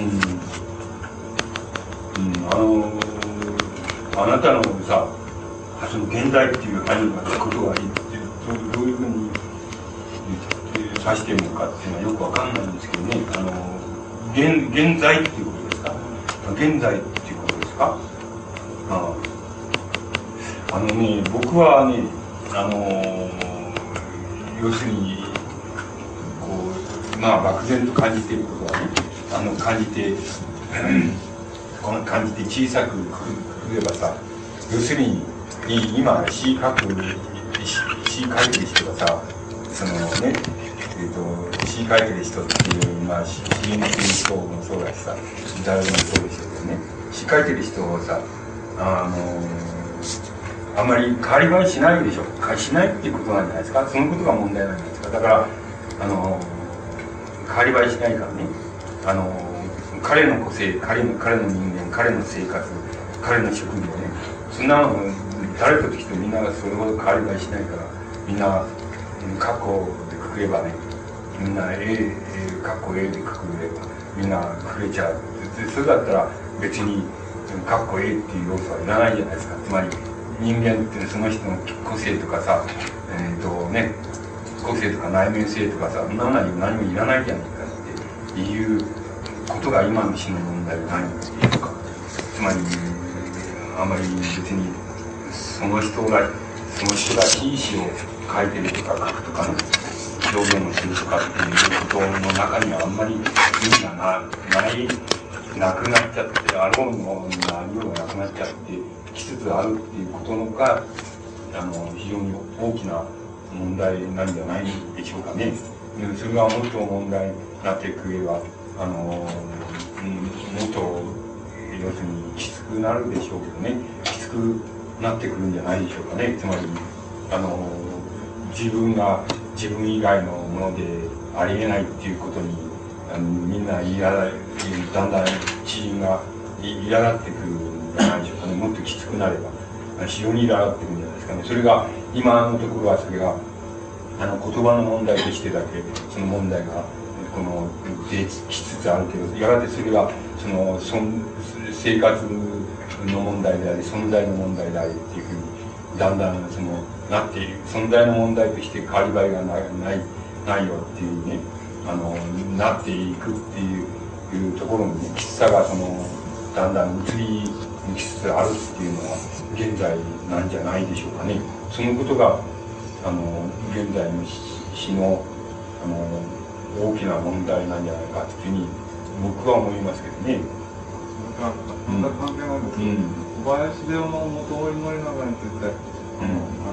うん、うん、あのあなたのさその現代っていう範囲がつくことがいいってどうどういうふうに指してるのかっていうのはよくわかんないんですけどね。あの 現, 現在っていうことですか？現在っていうことですか？ああのね僕はねあの要するにこうまあ漠然と感じていることはねあの感じてこの感じて小さくくればさ要するに今詩書く詩書いてる人がさそのねえー、と詩書いてる人っていう、まあ、詩人っていう人もそうだしさ誰でもそうですよね。詩書いてる人をさあのあんまり変わり映えしないでしょ。しないっていうことなんじゃないですか。そのことが問題なんじゃないですか。だからあの変わり映えしないからねあの彼の個性彼の彼の人間彼の生活彼の職業ねそんなの誰かと来てみんながそれほど変わり映えしないからみんな過去でくくればねみんな A かっこ A でくくればみんなくれちゃう。それだったら別にかっこ A っていう要素はいらないじゃないですか。つまり人間ってその人の個性とかさえっ、ー、とね個性とか内面性とかさ何も何もいらないじゃないかっていうことが今の詩の問題じゃないっていうかつまりあまり別にその人がその人らしい詩を書いてるとか書くとかね表現をするとかっていうことの中にはあんまり意味が な, ないなくなっちゃってあろうのな量がなくなっちゃってきつつあるっていうことのがあの非常に大きな問題なんじゃないでしょうかね。それがもっと問題になってくればあの、うん、もっと要するにきつくなるでしょうけどねきつくなってくるんじゃないでしょうかね。つまりあの自分が自分以外のものでありえないっていうことにあのみんな言いらだだんだん詩人が苛立ってくるんじゃないでしょうかね。もっときつくなれば非常に苛立ってくるんじゃないですかね。それが今のところはそれがあの言葉の問題としてだけその問題がこの出きつつあるけどやがてそれがその生活の問題であり存在の問題でありっていうふうにだんだんそのなっている存在の問題として変わり映えがないないないよっていうねあのなっていくっていういうところに、ね、きつさがそのだんだん移り向きつつあるっていうのは現在なんじゃないでしょうかね。そのことがあの現在の詩のあの大きな問題なんじゃないかっていうふうに僕は思いますけどね。 それから全く関係ないんですけど、うん、小林秀夫の元織宣長について、うん、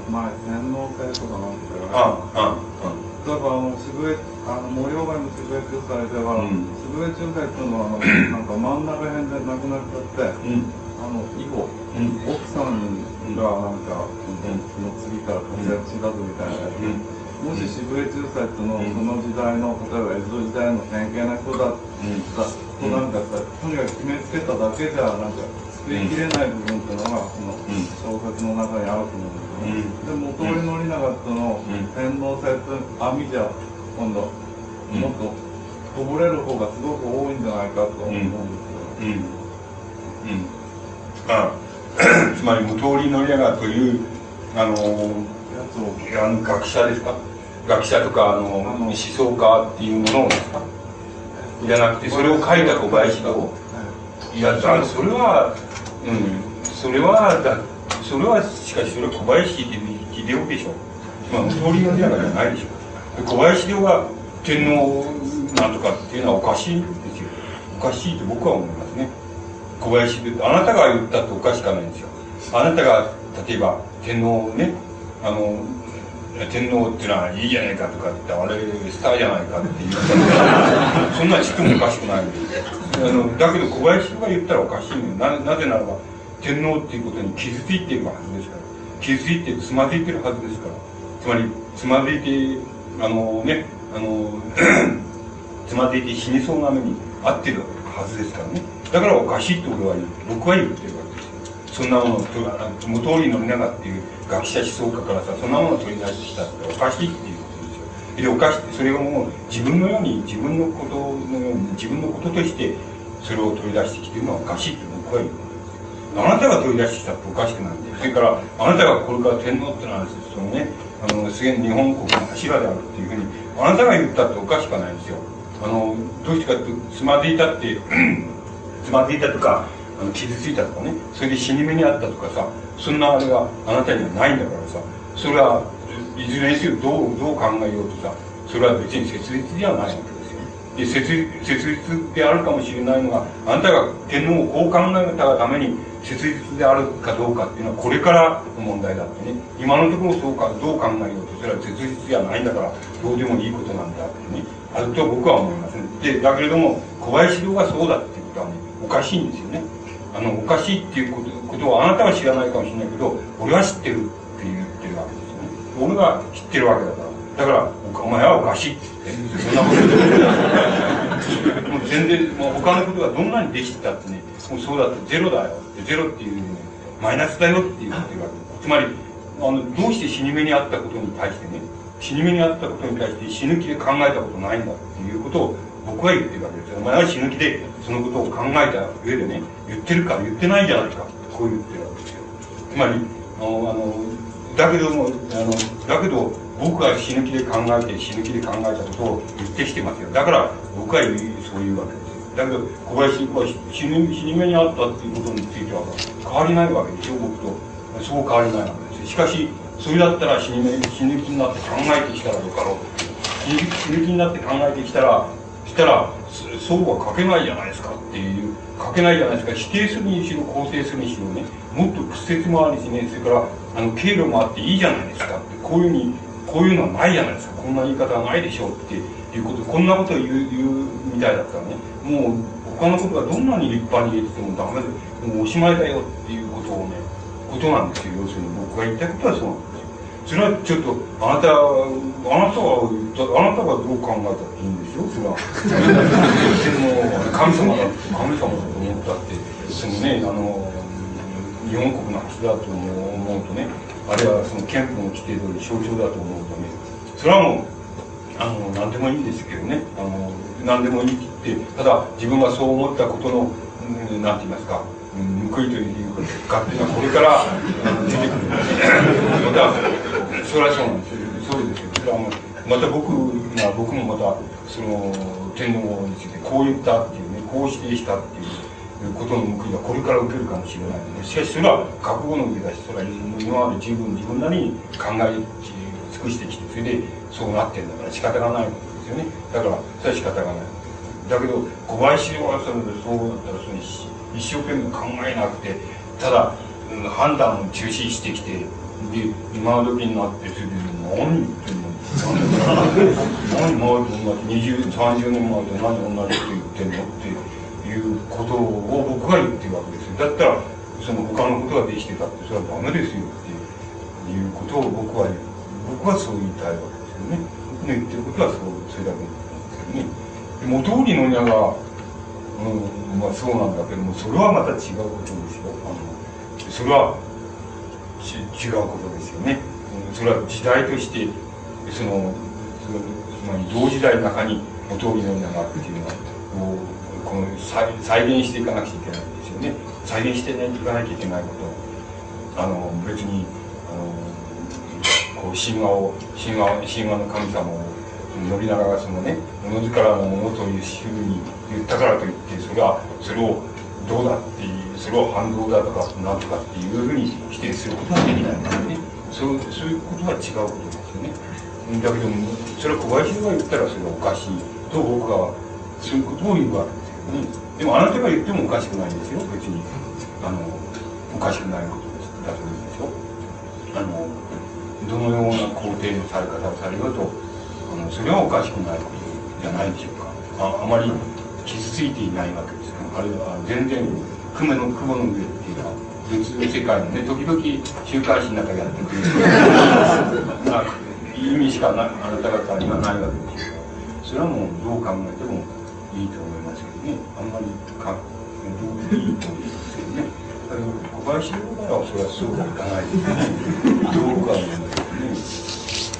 前洗脳性とかなんて言ったら、ああ、例えばあの渋谷あの森鴎外の渋谷中祭では、うん、渋谷中祭っていうのはあのなんか真ん中辺で亡くなっちゃって、うん、あの以後、うん、奥さんがなんか、うん、の次から活躍したぞみたいなやつ。うんもし渋谷中祭っていうのをその時代の例えば江戸時代の典型な人だったとなんかとにかく決めつけただけじゃなんか救いきれない部分っていうのがこの小説の中にあると思うんですけど、で元織宣長っていうのを天皇制って網じゃ今度もっとこぼれる方がすごく多いんじゃないかと思うんですよ。うんうんうん、 あつまり元織宣長というあのーあの学者ですか学者とかあの思想家っていうものをじゃなくてそれを書いた小林がいやそれは、うん、 それはだそれはしかしそれは小林秀夫でしょ。まあ通りの中じゃないでしょ。小林秀夫が天皇なんとかっていうのはおかしいんですよ。おかしいと僕は思いますね。小林秀夫、あなたが言ったっておかしくないんですよ。あなたが例えば天皇ね、あの天皇っていうのはいいじゃないかとかってあれスターじゃないかって言ったらそんなちっともおかしくないんですよ。あのだけど小林が言ったらおかしいのよ。ななぜならば天皇っていうことに傷ついているはずですから、傷ついてつまずいてるはずですから、つまりつまずいてあのねあのつまずいて死にそうな目に遭ってるはずですからね。だからおかしいって俺は僕は言ってるわけですよ。そんなものを元通りの長っていう学者思想家からさ、そんなものを取り出してきたっておかしいっていうことですよ。でおかしい、それをもう自分のように自分のことのように自分のこととしてそれを取り出してきているのはおかしいって僕は言う。あなたが取り出してきたっておかしくないんで、それからあなたがこれから天皇ってのはそのね、あのすげえ日本国の柱であるっていうふうにあなたが言ったっておかしくないんですよ。あのどうしてかってつまずいたってつまずいたとかあの傷ついたとかね、それで死に目にあったとかさ、そんなあれがあなたにはないんだからさ、それはいずれにせよどうどう考えようとさ、それは別に切実ではないわけですよ。で切切実であるかもしれないのが、あなたが天皇をこう考えたがために切実であるかどうかっていうのはこれからの問題だってね。今のところそうかどう考えようとそれは切実ではないんだからどうでもいいことなんだってね、あると僕は思いますね。でだけれども小林陵がそうだっていうことはねおかしいんですよね。あのおかしいっていうことことをあなたは知らないかもしれないけど俺は知ってるって言ってるわけですよね。俺が知ってるわけだからだからお前はおかしいって言ってそんなこともう全然もう他のことがどんなにできてたってねもうそうだってゼロだよってゼロっていうねマイナスだよって言ってるわけ。つまりあのどうして死に目にあったことに対してね死に目にあったことに対して死ぬ気で考えたことないんだっていうことを僕は言ってるわけですよ。お前は死ぬ気でそのことを考えた上でね言ってるか言ってないじゃないかってこう言ってるわけですよ。つまりあのあのだけどもあのだけど僕は死ぬ気で考えて死ぬ気で考えたことを言ってきてますよ。だから僕はそういうわけですよ。だけど小林は死ぬ死に目にあったっていうことについては変わりないわけですよ。僕とそう変わりないわけです。しかしそれだったら死に目死ぬ気になって考えてきたらどうかろう。死ぬ気になって考えてきたらしたらそうは書けないじゃないですかっていう書けないじゃないですか。否定するにしろ肯定するにしろねもっと屈折もあるしねそれからあの経路もあっていいじゃないですかってこういうふうにこういうのはないじゃないですか。こんな言い方はないでしょうっていうことこんなことを言う言うみたいだったらねもう他のことがどんなに立派に言っててもダメでもうおしまいだよっていうことをねことなんですよ。要するに僕が言いたいことはそうなんですよ。それはちょっとあなたあなたはあなたがどう考えたっていいんですよ。それはでも神様だって神様だと思ったってそのねあの日本国の柱だと思うとねあるいはその憲法の規定通り象徴だと思うとねそれはもうあの何でもいいんですけどねあの何でもいいってただ自分がそう思ったことの何て言いますか報いというか勝手なこれから出てくるまたそれはそうなんですよ。そうですよ。それはもうまた僕が僕もまたその天皇についてこう言ったっていうねこう指定したっていうことの報いがこれから受けるかもしれないのでしかしそれは覚悟の上だしそれは今まで十分自分なりに考え尽くしてきてそれでそうなってるんだから仕方がないわけですよね。だからそれは仕方がない。だけど小林はそれでそうだったらそれ一生懸命考えなくてただ、うん、判断を中止してきてで今時になってそれで何言ってんの何前にじゅう、さんじゅうねんまえで何同じこと言ってんのっていうことを僕が言ってるわけですよ。だったらその他のことができてたってそれはダメですよっていうことを僕は言う僕はそう言いたいわけですよね。僕の言ってることはそうそれだけなんですけどね。で元通りの親がうんまあそうなんだけどもそれはまた違うことですよ。あのそれはち違うことですよね。それは時代としてそのつまり同時代の中に元通りの親がっていうのはこの再再現していかなくちゃいけないんですよね。再現していかなきゃいけないことあの別にあのこう神話を神話神話の神様を信長がそのねおのずからのものというふうに言ったからといってそれはそれをどうだっていう、それを反動だとかなんとかっていうふうに否定することはできないんですよね。そうそういうことは違うことですよね。だけども、それは小林が言ったらそれはおかしいと僕はそういうことを言うわけですよね。でもあなたが言ってもおかしくないんですよ、別に。あのおかしくないことだと思うんですよ。あのどのような肯定のされ方をされようと、あのそれはおかしくないことじゃないでしょうか。あ, あまり傷ついていないわけですから、あるいは全然雲の雲の上っていうのは別の世界のね、時々週刊誌の中やってくるな意味しかなあなた方にはないわけですよ。それはもうどう考えてもいいと思いますけどね。あんまりかどういいと思うんですけどね。だけど小林の場合はそれはそうはいかないですね。どうか思うんですけどね。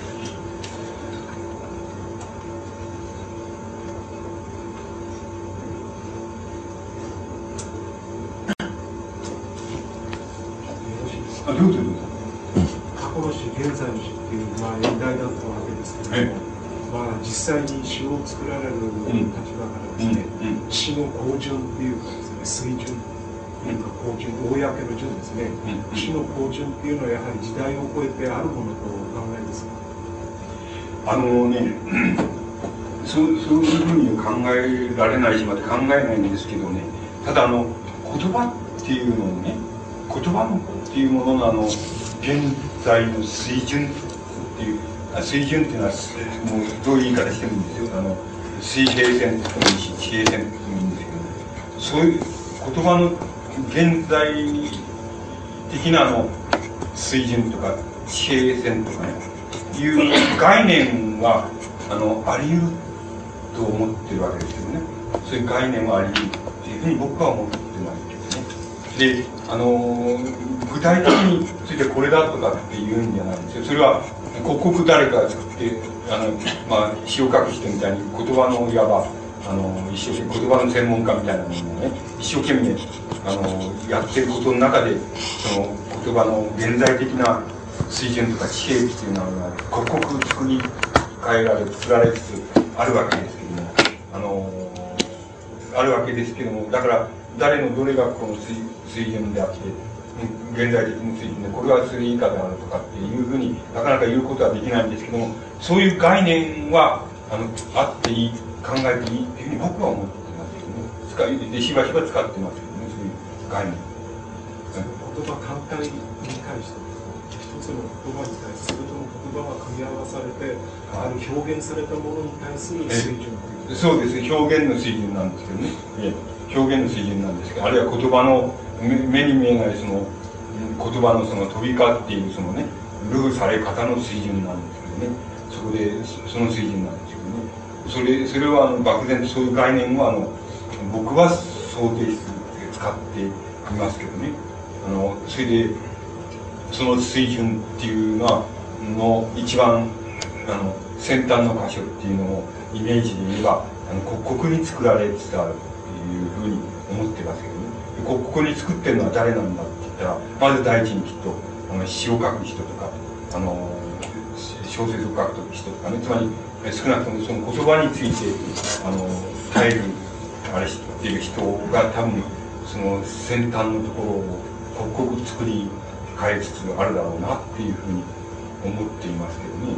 あ、どうぞどうぞ。 過去の詩、現在の詩っていう、まあ、年代だったわけですけれども、まあ、実際に詩を作られる立場からですね、うんうん、詩の高順っていうかですね、水準というか高順、公の順ですね、うん、詩の高順っていうのはやはり時代を超えてあるものとお考えですか？ あのね、そうそういうふうに考えられないしまで考えないんですけどね、ただあの言葉っていうのをね、言葉のっていうもののあの現在の水準っていう水準っていうのはもうどういう言い方してもいいんですよ。あの水平線ともいいし地平線ともいいんですけど、そういう言葉の現在的なあの水準とか地平線とかねいう概念はあのあり得ると思ってるわけですけどね。そういう概念はあり得るっていうふうに僕は思ってますけどね。で、あの具体的についてこれだとかっていうんじゃないんですよ。それは刻々誰かが作ってあの、まあ、詩を書く人みたいに言葉のいわばあの一生懸命言葉の専門家みたいなものをね一生懸命あのやってることの中でその言葉の現在的な水準とか地平っていうのは刻々作り変えられ作られつつあるわけですけども、あのあるわけですけども、だから誰のどれがこの 水, 水準であって現在的な水準でこれはそれ以下であるとかっていうふうになかなか言うことはできないんですけども、そういう概念はあのあっていい考えていいっていうふうに僕は思ってますけどね。使いでしばしば使ってますけどね、そういう概念。 言葉単体に対して一つの言葉に対してそれとも言葉が組み合わされてある表現されたものに対する水準というそうですね、表現の水準なんですけどね。表現の水準なんですけど、あるいは言葉の目に見えないその言葉のその飛び交っているそのねルーされ方の水準なんですけどね。そこでその水準なんですけどね。それそれはあの漠然とそういう概念をあの僕は想定して使っていますけどね。あのそれでその水準っていうのはの一番あの先端の箇所っていうのをイメージで言えばあの刻々に作られつつあるっていうふうに思ってますけどね。ここに作ってるのは誰なんだって言ったらまず第一にきっとあの詩を書く人とかあの小説を書く人とかね、つまり少なくともその言葉についてあの耐えるあれしている人が多分その先端のところを刻々作り変えつつあるだろうなっていうふうに思っていますけどね。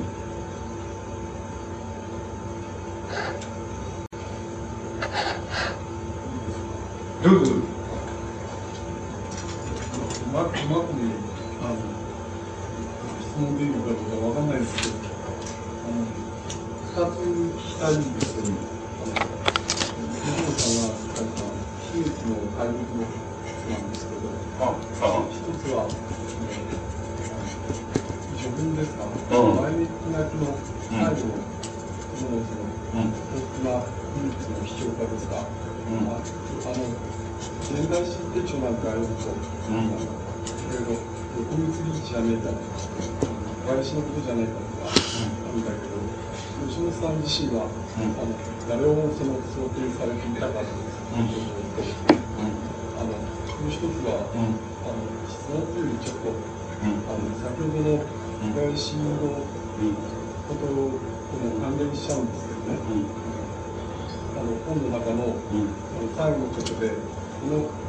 どうぞ。 うまくね、あの質問でいいのかどうかわかんないですけど、あの二つ聞きたいんですけど、藤本さんが書いた悲劇の大陸の説なんですけど、 ああ一つは、えー、序文ですか、前日泣きの最後のその大きな悲劇の批評家ですか、うん、あの現代史手帳なんか読むと、うん、いろいろ横結びじゃねえかとか、林のことじゃねえかとかあるんだけど、吉本さん自身は、うん、あの誰をその想定されていたかということと、うん、あのもう一つは、うん、あの質問というよりちょっと、うん、あの先ほどの林のこととも関連しちゃうんですけどね、うん、あの本の中の、うん、あの最後のことでこの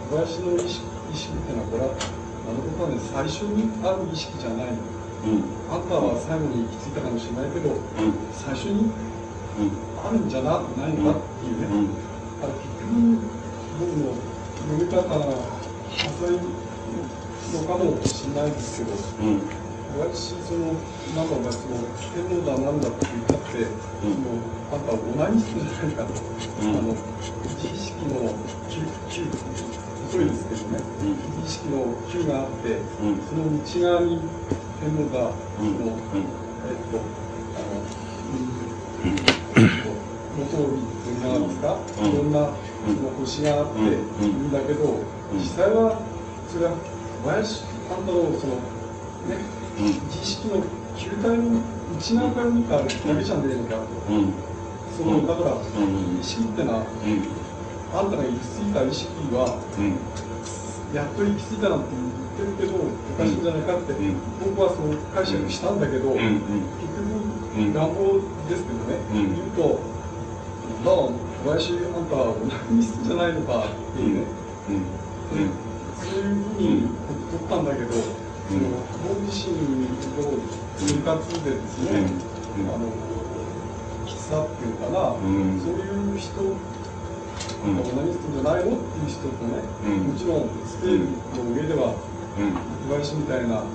小林の意識意識っていうのはこれはなるほどね、最初にある意識じゃないの、うん、あんたは最後に行き着いたかもしれないけど、うん、最初にあるんじゃなないのかっていうね、うん、あ結局僕の読み方が浅いのかもしれないですけど、うん、私そのなんだろうその天皇だなんだって言ったって、うん、そのあんたはオナニストじゃないかと、うん、あの自意識のきゅう遅いですけどね、うん、自意識のきゅうがあって、うん、その内側に天皇がその、うん、えっとあの、うん、元を言いながらですか、うん、いろんなその星があっていいんだけど、実際はそれは小林あんたのそのね、うん、自意識の球体の内側から見ただけじゃねえのかと、うん、そのだから、うん、意識ってのは、うん、あんたが行き着いた意識は、うん、やっと行き着いたなんて言ってるけどおかしいんじゃないかって、うん、僕はそう解釈したんだけど、うん、結局願望ですけどね、うん、言うとだから小林あんたはオナニストじゃないのかっていうね、うんうん、そういうふうに取ったんだけど、その僕自身の生活でですね、うん、あの喫茶っていうかな、うん、そういう人、うん、オナニストじゃないのっていう人とね、うん、もちろんスケールの上では、うん、小林みたいな、うん、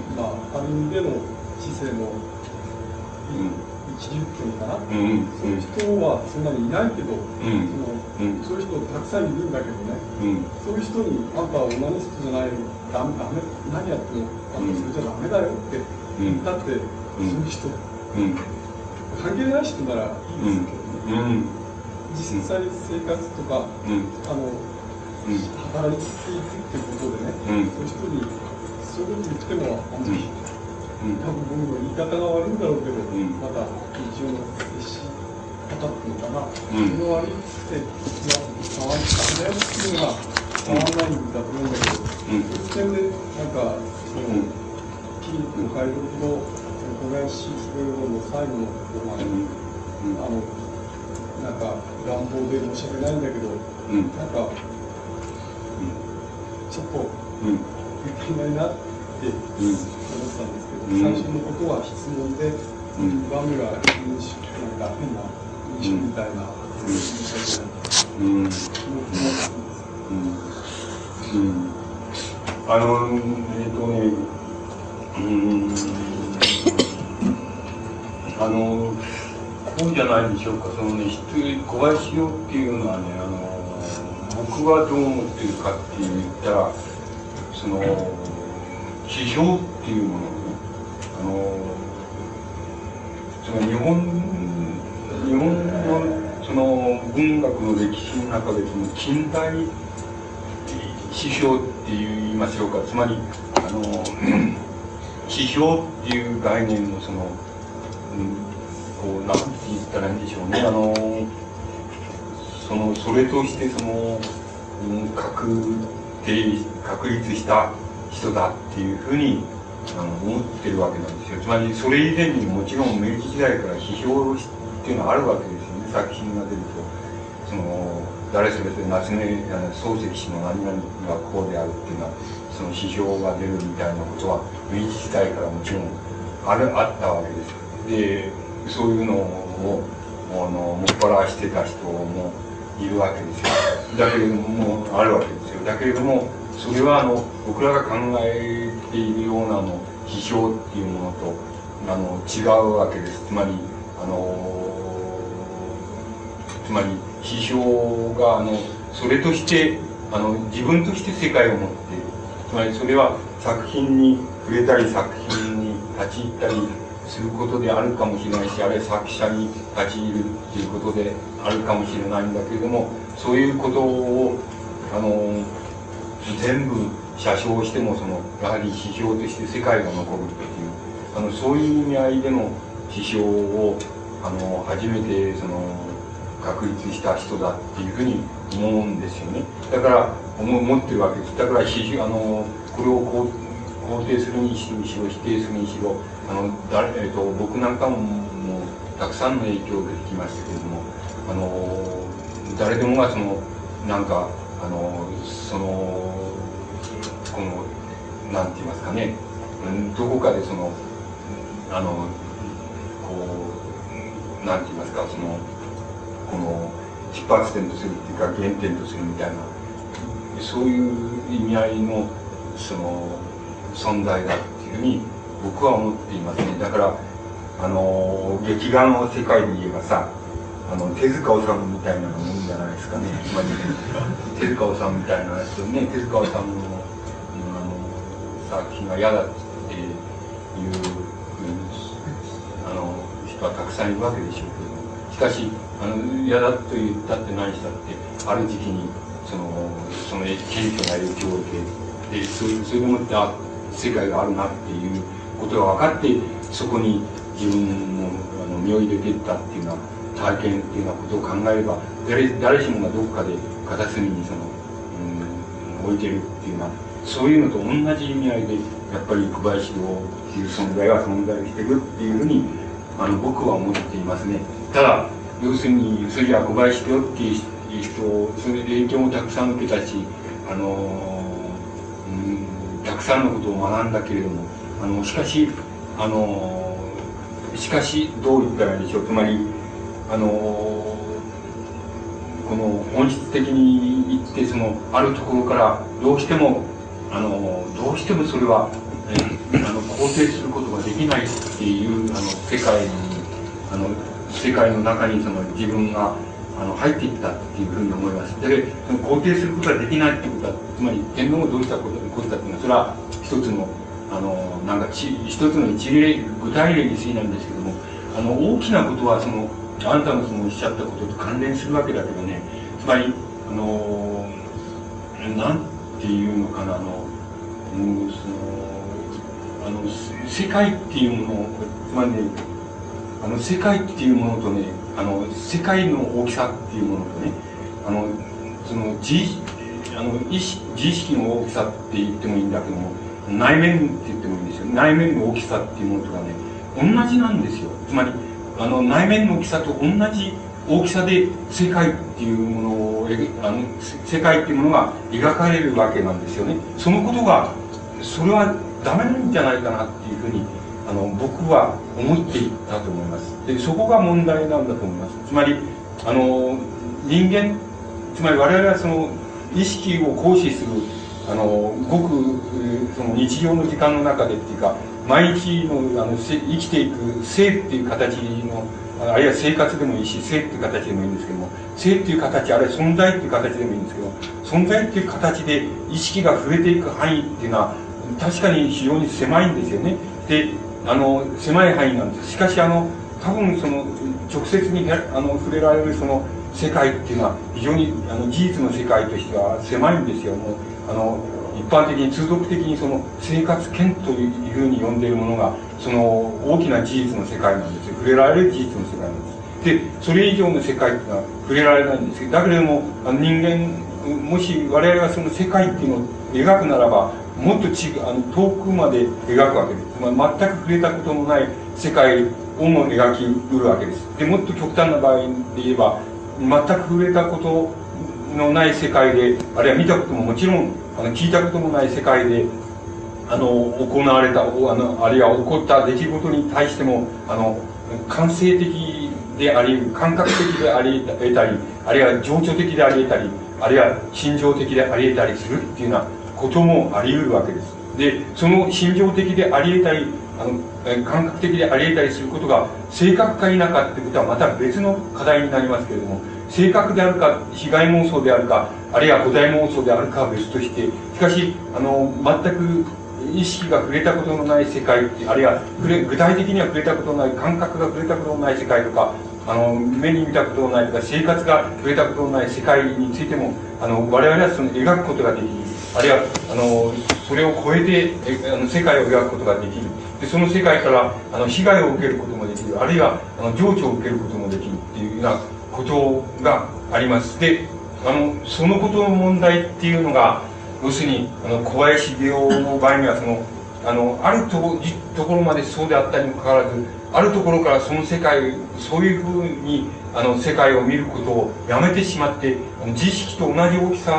まあ、ある意味での知性の、うん一流っていうのかな、うん、そういう人はそんなにいないけど、うん、そのうん、そういう人たくさんいるんだけどね、うん、そういう人にあんたはオナニストじゃないの、ダメ、ダメ、何やってもあんたそれじゃダメだよって言ったって、うん、そういう人、うん、関係ない人ならいいですけどね、うん、実際生活とか、うん、あの、うん、働いていくってことでね、うん、そういう人にそういうこと言ってもあんまり、多分僕の言い方が悪いんだろうけど、うん、また日常の接し方っていうのかな、それが悪いって伝わんないよっていうのが伝わらないんだと思うんだけど、うん、そういう点でなんかそのキリの解読の小林秀郎の最後のところが、うん、あのなんか乱暴で申し訳ないんだけど、うん、なんか、うん、ちょっと言っていないなって思ったんですけど。最初のことは質問で、うん、場面が印象なんか変な印象みたいな印象で、うん、うん、 あのえっとね、うん、あのこうじゃないでしょうか。そのね、小林洋っていうのはね、あの僕はどう思ってるかって言ったら、その批評っていうものをね。あのその日本日本のその文学の歴史の中でその近代批評って言いましょうか、つまりあの批評っていう概念のその、うん、こうなんて言ったらいいんでしょうね、あのそのそれとしてその、うん、確定確立した人だっていうふうにあの思ってるわけなんですよ。つまりそれ以前にもちろん明治時代から批評っていうのはあるわけですよね。作品が出るとその誰それと夏目漱石氏の何々がこうであるっていうのはその批評が出るみたいなことは明治時代からもちろんあるあったわけです。でそういうのをあのもっぱらしてた人もいるわけですよ。だけれどももあるわけですよ。だけれどもそれはあの僕らが考えているようなあの批評っていうものとあの違うわけです。つまりあのつまり批評があのそれとしてあの自分として世界を持っている。つまりそれは作品に触れたり作品に立ち入ったりすることであるかもしれないし、あるいは作者に立ち入るということであるかもしれないんだけれども、そういうことをあの全部写生してもそのやはり批評として世界が残るっていうあのそういう意味合いでの批評をあの初めてその確立した人だっていうふうに思うんですよね。だから思ってるわけです。だから批評あのこれをこう肯定するにしろ否定するにしろあの誰、えー、と僕なんかももうたくさんの影響を受けてきましたけれども、あの誰でもがそのなんかあのそのこのなんて言いますかね、どこかでそのあのこうなんて言いますか、そのこの出発点とするっていうか原点とするみたいな、そういう意味合いのその存在だっていうふうに僕は思っていますね。だからあの劇画の世界で言えばさ、あの手塚治虫みたいなもんじゃないですかね。つまり手塚治虫みたいな人ね、手塚治虫の、うん、あの作品が嫌だっていうあの人はたくさんいるわけでしょうけど、しかしあの嫌だと言ったって何したってある時期にそのその謙虚な影響を受けて、それそれでもってあ世界があるなっていうことが分かって、そこに自分のあの身を入れていったっていうような体験っていうようなことを考えれば、誰誰しもがどこかで片隅にその、うん、置いてるっていうような、そういうのと同じ意味合いでやっぱり小林陵っていう存在は存在してるっていうふうにあの僕は思っていますね。ただ要するにそれじゃ小林陵っていう人をそれで影響もたくさん受けたし、あの、うん、たくさんのことを学んだけれども、あのしかしあのしかしどう言ったらいいでしょう。つまりあのこの本質的に言って、そのあるところからどうしてもあのどうしてもそれは、えあの肯定することができないっていうあの世界にあの世界の中にその自分があの入っていったっていうふうに思います。で、その肯定することができないっていうことは、つまり天皇がどうしたことかっていうのは、それは一つのあのなんかち一つの一例具体例に過ぎないんですけども、あの大きなことはそのあなたのそのおっしゃったことと関連するわけだけどね、つまりあのなんていうのかな、あの、うん、そのあの世界っていうものを、つまりね、あの世界っていうものとね、あの世界の大きさっていうものとね、あのその自あの意識自意識の大きさって言ってもいいんだけども、内面って言ってもいいんですよ。内面の大きさっていうものとかね、同じなんですよ。つまりあの内面の大きさと同じ大きさで世界っていうものをあの世界っていうものが描かれるわけなんですよね。そのことがそれはダメなんじゃないかなっていうふうにあの僕は思っていったと思います。でそこが問題なんだと思います。つまりあの人間、つまり我々はその意識を行使するあのごくその日常の時間の中でっていうか、毎日のあの生きていく生っていう形の、あるいは生活でもいいし、生っていう形でもいいんですけども、生っていう形、あるいは存在っていう形でもいいんですけど、存在っていう形で意識が触れていく範囲っていうのは確かに非常に狭いんですよね。であの狭い範囲なんです。しかしあの多分その直接にあの触れられるその世界っていうのは非常にあの事実の世界としては狭いんですよ。もうあの一般的に通俗的にその生活圏というふうに呼んでいるものがその大きな事実の世界なんですよ。触れられる事実の世界なんです。でそれ以上の世界っていうのは触れられないんですけど、だけれどもあの人間もし我々がその世界っていうのを描くならば、もっとちあの遠くまで描くわけです。まあ、全く触れたことのない世界をも描きうるわけです。でもっと極端な場合で言えば、全く触れたことのない世界で、あるいは見たことももちろんあの聞いたこともない世界であの行われたあのあるいは起こった出来事に対してもあの感性的であり感覚的であり得たり、あるいは情緒的であり得たり、あるいは心情的であり得たりするっていうようなこともあり得るわけです。でその心情的であり得たりあの感覚的であり得たりすることが正確か否かってことはまた別の課題になりますけれども、正確であるか被害妄想であるか、あるいは古代妄想であるかは別として、しかしあの全く意識が触れたことのない世界、あるいは具体的には触れたことのない感覚が触れたことのない世界とか、あの目に見たことのないとか生活が触れたことのない世界についてもあの我々はその描くことができる、あるいはあのそれを超えてあの世界を描くことができる。でその世界からあの被害を受けることもできる、あるいはあの情緒を受けることもできるっていうようなことがあります。であのそのことの問題っていうのが、要するにあの小林陵の場合にはそのあのあるとところまでそうであったにもかかわらず、あるところからその世界、そういうふうにあの世界を見ることをやめてしまって、自意識と同じ大きさ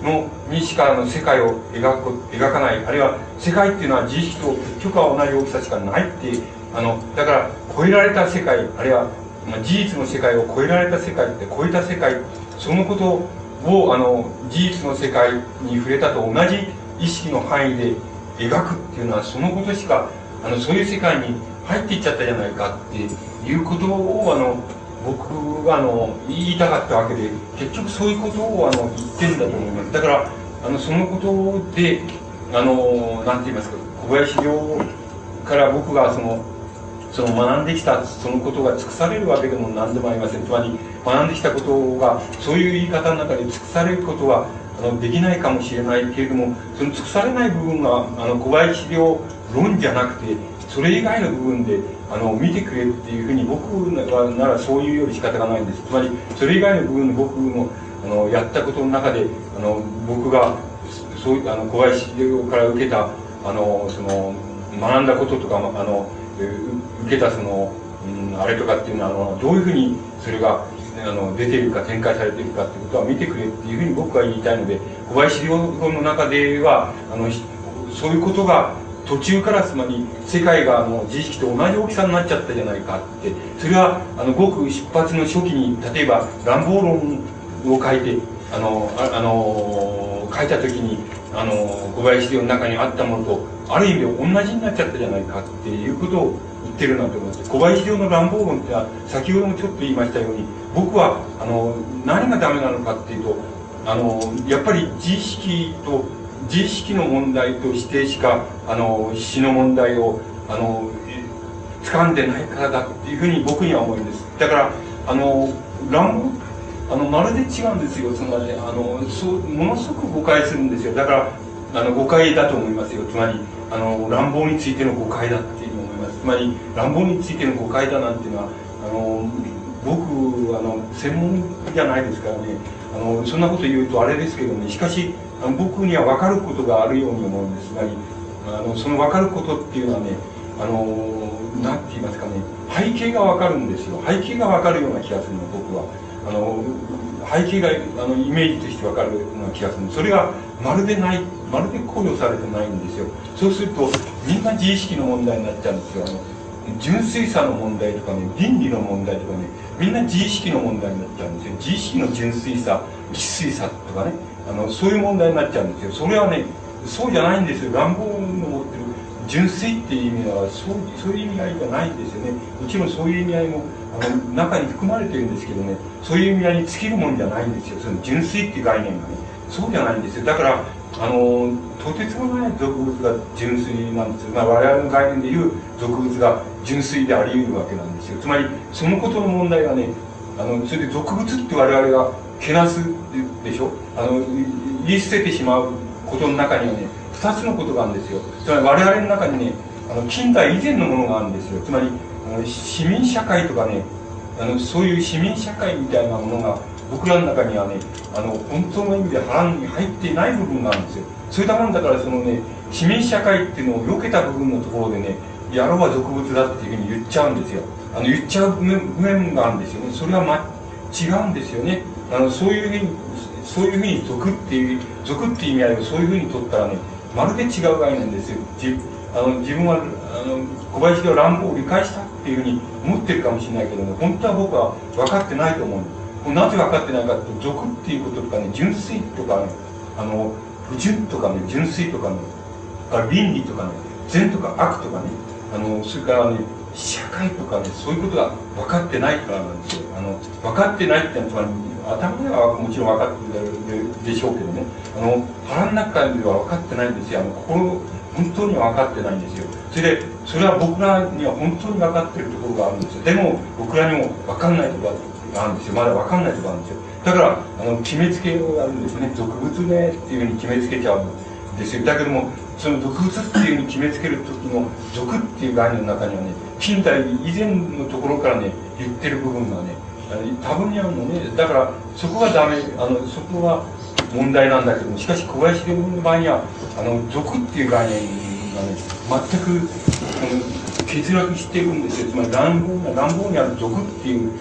のにしかあの世界を描く描かない、あるいは世界っていうのは自意識と結局は同じ大きさしかないっていう、あのだから超えられた世界、あるいは事実の世界を超えられた世界って、超えた世界、そのことをあの事実の世界に触れたと同じ意識の範囲で描くっていうのは、そのことしかあのそういう世界に入っていっちゃったじゃないかっていうことをあの僕があの言いたかったわけで、結局そういうことをあの言ってるんだと思います。だからあのそのことであのなんて言いますか、小林陵から僕がそのその学んできたそのことが尽くされるわけでも何でもありません。つまり学んできたことがそういう言い方の中で尽くされることはあのできないかもしれないけれども、その尽くされない部分があの小林陵論じゃなくて、それ以外の部分であの見てくれっていうふうに僕はならそういうより仕方がないんです。つまりそれ以外の部分の僕のあのやったことの中であの僕がそうあの小林陵から受けたあのその学んだこととかあの受けたその、うん、あれとかっていうのはあのどういうふうにそれがあの出ているか展開されているかっていうことは見てくれっていうふうに僕は言いたいので、小林陵の中ではあのそういうことが途中から、つまり世界があの自意識と同じ大きさになっちゃったじゃないかって、それはあのごく出発の初期に例えば乱暴論を書いてあのああの書いた時にあの小林陵の中にあったものとある意味で同じになっちゃったじゃないかっていうことを言ってるなと思います。小林陵の乱暴論ってのは先ほどもちょっと言いましたように、僕はあの何がダメなのかっていうと、あのやっぱり自意識と自意識の問題としてしかあの死の問題をあの掴んでないからだっていうふうに僕には思うんです。だからあの乱暴あのまるで違うんですよ。つまりあのそうものすごく誤解するんですよ。だからあの誤解だと思いますよ。つまりあの乱暴についての誤解だっていうふうに思います。つまり乱暴についての誤解だなんていうのはあの僕あの専門じゃないですからね、あのそんなこと言うとあれですけどね、しかし僕には分かることがあるように思うんです。つまりあのその分かることっていうのはね、あのなんて言いますかね、背景が分かるんですよ。背景が分かるような気がするの、僕は。あの背景があのイメージとして分かるような気がする。それがまるでない、まるで考慮されてないんですよ。そうするとみんな自意識の問題になっちゃうんですよ。あの純粋さの問題とかね、倫理の問題とかね、みんな自意識の問題になっちゃうんですよ。自意識の純粋さ、既粋さとかね、あのそういう問題になっちゃうんですよ。それはね、そうじゃないんですよ。乱暴の持ってる純粋っていう意味はそう、そういう意味合いじゃないんですよね。もちろんそういう意味合いもあの中に含まれてるんですけどね、そういう意味合いに尽きるもんじゃないんですよ。その純粋っていう概念がね、そうじゃないんですよ。だからあのとてつもない俗物が純粋なんですよ。まあ、我々の概念でいう俗物が純粋であり得るわけなんですよ。つまりそのことの問題がね、あのそれで俗物って我々がけなすでしょ、あの言い捨ててしまうことの中にはね、二つのことがあるんですよ。つまり我々の中にね、あの近代以前のものがあるんですよ。つまりあの市民社会とかね、あのそういう市民社会みたいなものが僕らの中にはね、あの本当の意味で腹に入っていない部分があるんですよ。そういったもんだから、そのね、市民社会っていうのを避けた部分のところでね、やろうは俗物だっていうふうに言っちゃうんですよ。あの言っちゃう面があるんですよね。それは、ま、違うんですよね。あのそういうふうにそういうふうに俗っていう俗っていう意味合いをそういうふうに取ったらね、まるで違う概念ですよ。自あの自分はあの小林では乱暴を理解したっていうふうに思ってるかもしれないけども、本当は僕は分かってないと思うんです。なぜ分かってないかっていうと、俗っていうこととかね、純粋とかね、あの不純とかね、純粋とかね、倫理とかね、善とか悪とかね、あのそれからね、社会とかね、そういうことが分かってないからなんですよ。あの分かってないってのは、つまり頭ではもちろん分かってるでしょうけどね、あの腹の中では分かってないんですよ。あの心本当には分かってないんですよ。それでそれは僕らには本当に分かってるところがあるんですよ。でも僕らにも分かんないところがあるんですよ。まだ分かんないところがあるんですよ。だからあの決めつけをやるんですね。俗物ねっていうふうに決めつけちゃうんですよ。だけどもその俗物っていうふうに決めつける時の俗っていう概念の中にはね、近代以前のところからね言ってる部分がね多分にあるのね。だからそこがダメ、あのそこは問題なんだけども、しかし小林陵の場合にはあの俗っていう概念がね全くあの欠落しているんですよ。つまり乱暴な乱暴にある俗っていう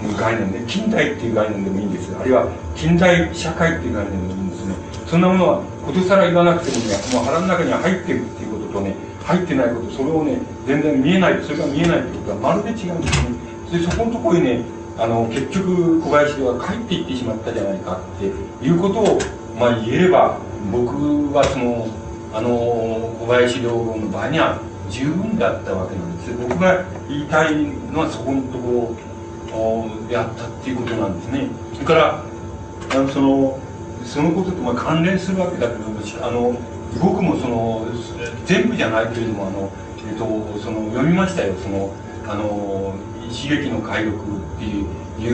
概念ね、近代っていう概念でもいいんです。あるいは近代社会っていう概念でもいいんですね。そんなものはことさら言わなくてもね、もう腹の中には入ってるっていうこととね、入ってないこと、それをね、全然見えない、それが見えないってことはまるで違うんですね。それそこのところにね、あの、結局小林では帰っていってしまったじゃないかっていうことを、まあ言えれば、僕はその、あの、小林陵の場合には十分だったわけなんです。僕が言いたいのはそこのところであったっていうことなんですね。それから、あの、その、そのこととまあ関連するわけだけども、あの、僕もその、全部じゃないけれども、あの、えっと、その、読みましたよ、その、あの、刺激の解読っていう、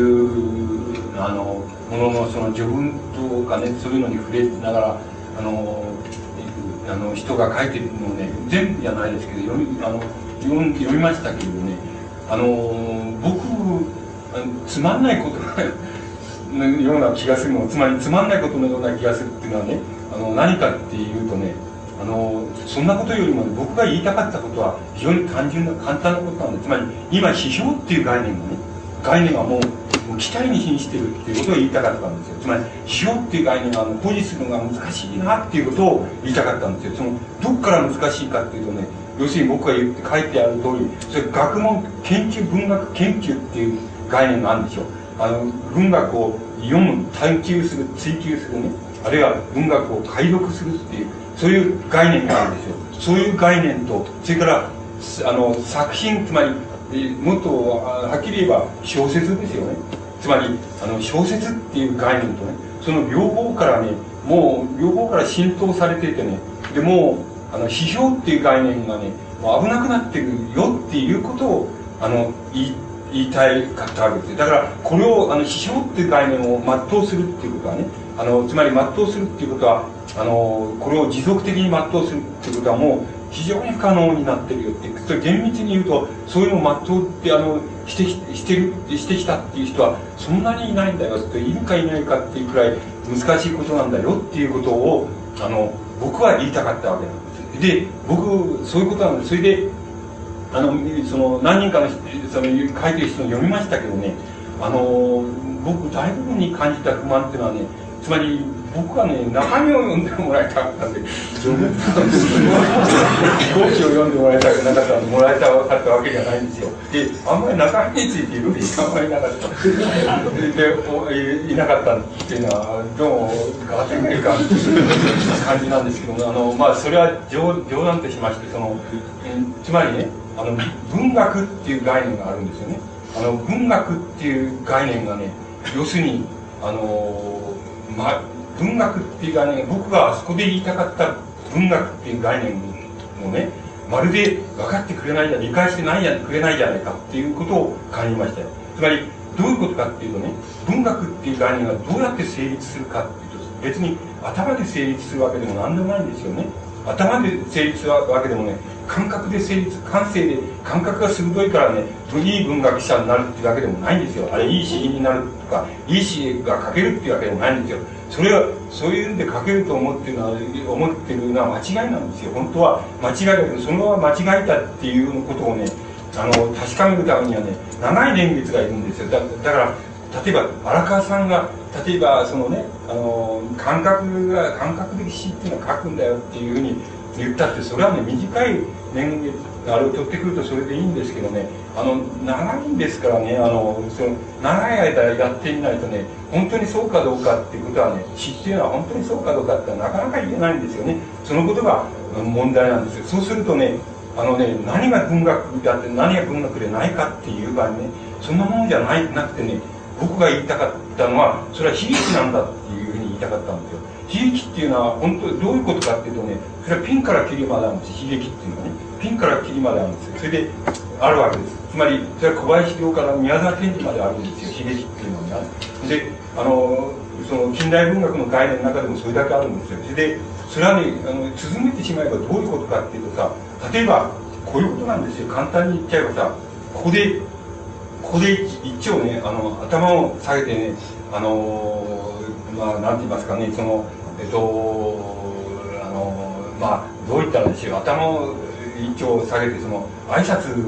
あの、ものの、その、序文とかね、そういうのに触れながら、あの、あの、人が書いてるのをね、全部じゃないですけど、読み、あの、読み、読みましたけれどね、あの、僕、あのつまんないことのような気がするの、つまりつまんないことのような気がするっていうのはね、あの、何かっていうとね、あの、そんなことよりも、ね、僕が言いたかったことは非常に単純な、簡単なことなんで、つまり今、批評っていう概念がね、概念がもう、もう期待に瀕してるっていうことを言いたかったんですよ。つまり、批評っていう概念が、あの、保持するのが難しいなっていうことを言いたかったんですよ。その、どっから難しいかっていうとね、要するに僕が言って書いてある通り、それ学問、研究、文学研究っていう概念があるんでしょう。あの、文学を読む、探求する、追求するね、あるいは文学を解読するっていう、そういう概念があるんですよ。そういう概念と、それから、あの、作品、つまり、もっとはっきり言えば小説ですよね。つまり、あの、小説っていう概念とね、その両方からね、もう両方から浸透されていてね、でもう、あの、批評っていう概念がね、もう危なくなってるよっていうことを、あの、言い、言いたいかったわけです。だから、これを、あの、批評っていう概念を全うするっていうことはね、あの、つまり全うするっていうことは、あの、これを持続的に全うするっていうことはもう非常に不可能になってるよって、それ厳密に言うと、そういうのを全うって、あの、してき、してる、してきたっていう人はそんなにいないんだよって、いるかいないかっていうくらい難しいことなんだよっていうことを、あの、僕は言いたかったわけなんです。で、僕、そういうことなんです。それで、あの、その、何人かの人、その、書いてる人に読みましたけどね、あの、僕、大部分に感じた不満っていうのはね、つまり、僕はね、中身を読んでもらいたかったんで、序文飛行機を読んでもらいたくなかった、もらいたかったわけじゃないんですよ。で、あんまり中身についていろいろあんまりなかった。で、いなかったっていうのは、どうも、ガテンがいかんっていう感じなんですけども、あの、まあ、それは冗冗談としまして、その、つまりね、あの、文学っていう概念があるんですよね。あの、文学っていう概念がね、要するに、あの、まあ、文学っていう概念、僕があそこで言いたかった文学っていう概念をね、まるで分かってくれないじゃ、理解してないや、くれないじゃないかっていうことを感じましたよ。つまり、どういうことかっていうとね、文学っていう概念がどうやって成立するかっていうと、別に頭で成立するわけでも何でもないんですよね。頭で成立するわけでもね、感覚で成立、感性で、感覚が鋭いからね、いい文学者になるっていうわけでもないんですよ。あれ、いい詩人になるとか、いい詩が書けるっていうわけでもないんですよ。それは、そういうんで書けると思ってるのは、思ってるのは間違いなんですよ。本当は間違いだけど、そのまま間違えたっていうことをね、あの、確かめるためにはね、長い年月がいるんですよ。だ、だから、例えば、荒川さんが、例えば、そのね、あの、感覚が、感覚的詩っていうのは書くんだよっていうふうに言ったって、それはね、短い年月、あれを取ってくるとそれでいいんですけどね、あの、長いんですからね、あの、その、長い間やってみないとね、本当にそうかどうかっていうことはね、詩っていうのは本当にそうかどうかってなかなか言えないんですよね。そのことが問題なんですよ。そうするとね、あのね、何が文学だって何が文学でないかっていう場合ね、そんなものじゃない、なくてね、僕が言いたかったのは、それは悲劇なんだっていうふうに言いたかったんですよ。悲劇っていうのは本当どういうことかっていうとね、それはピンからキリまであるんです。悲劇っていうのはね、ピンからキリまであるんですよ。それであるわけです。つまりそれは小林陵から宮沢賢治まであるんですよ。悲劇っていうのはね。で、あのその近代文学の概念の中でもそれだけあるんですよ。それでそれはね、あの続めてしまえばどういうことかっていうとさ、例えばこういうことなんですよ。簡単に言っちゃえばさ、ここでここで一応ね、あの頭を下げてね、あのまあなんて言いますかね、そのえっとあのまあどう言ったらいいでしょう、頭を一応下げてその挨拶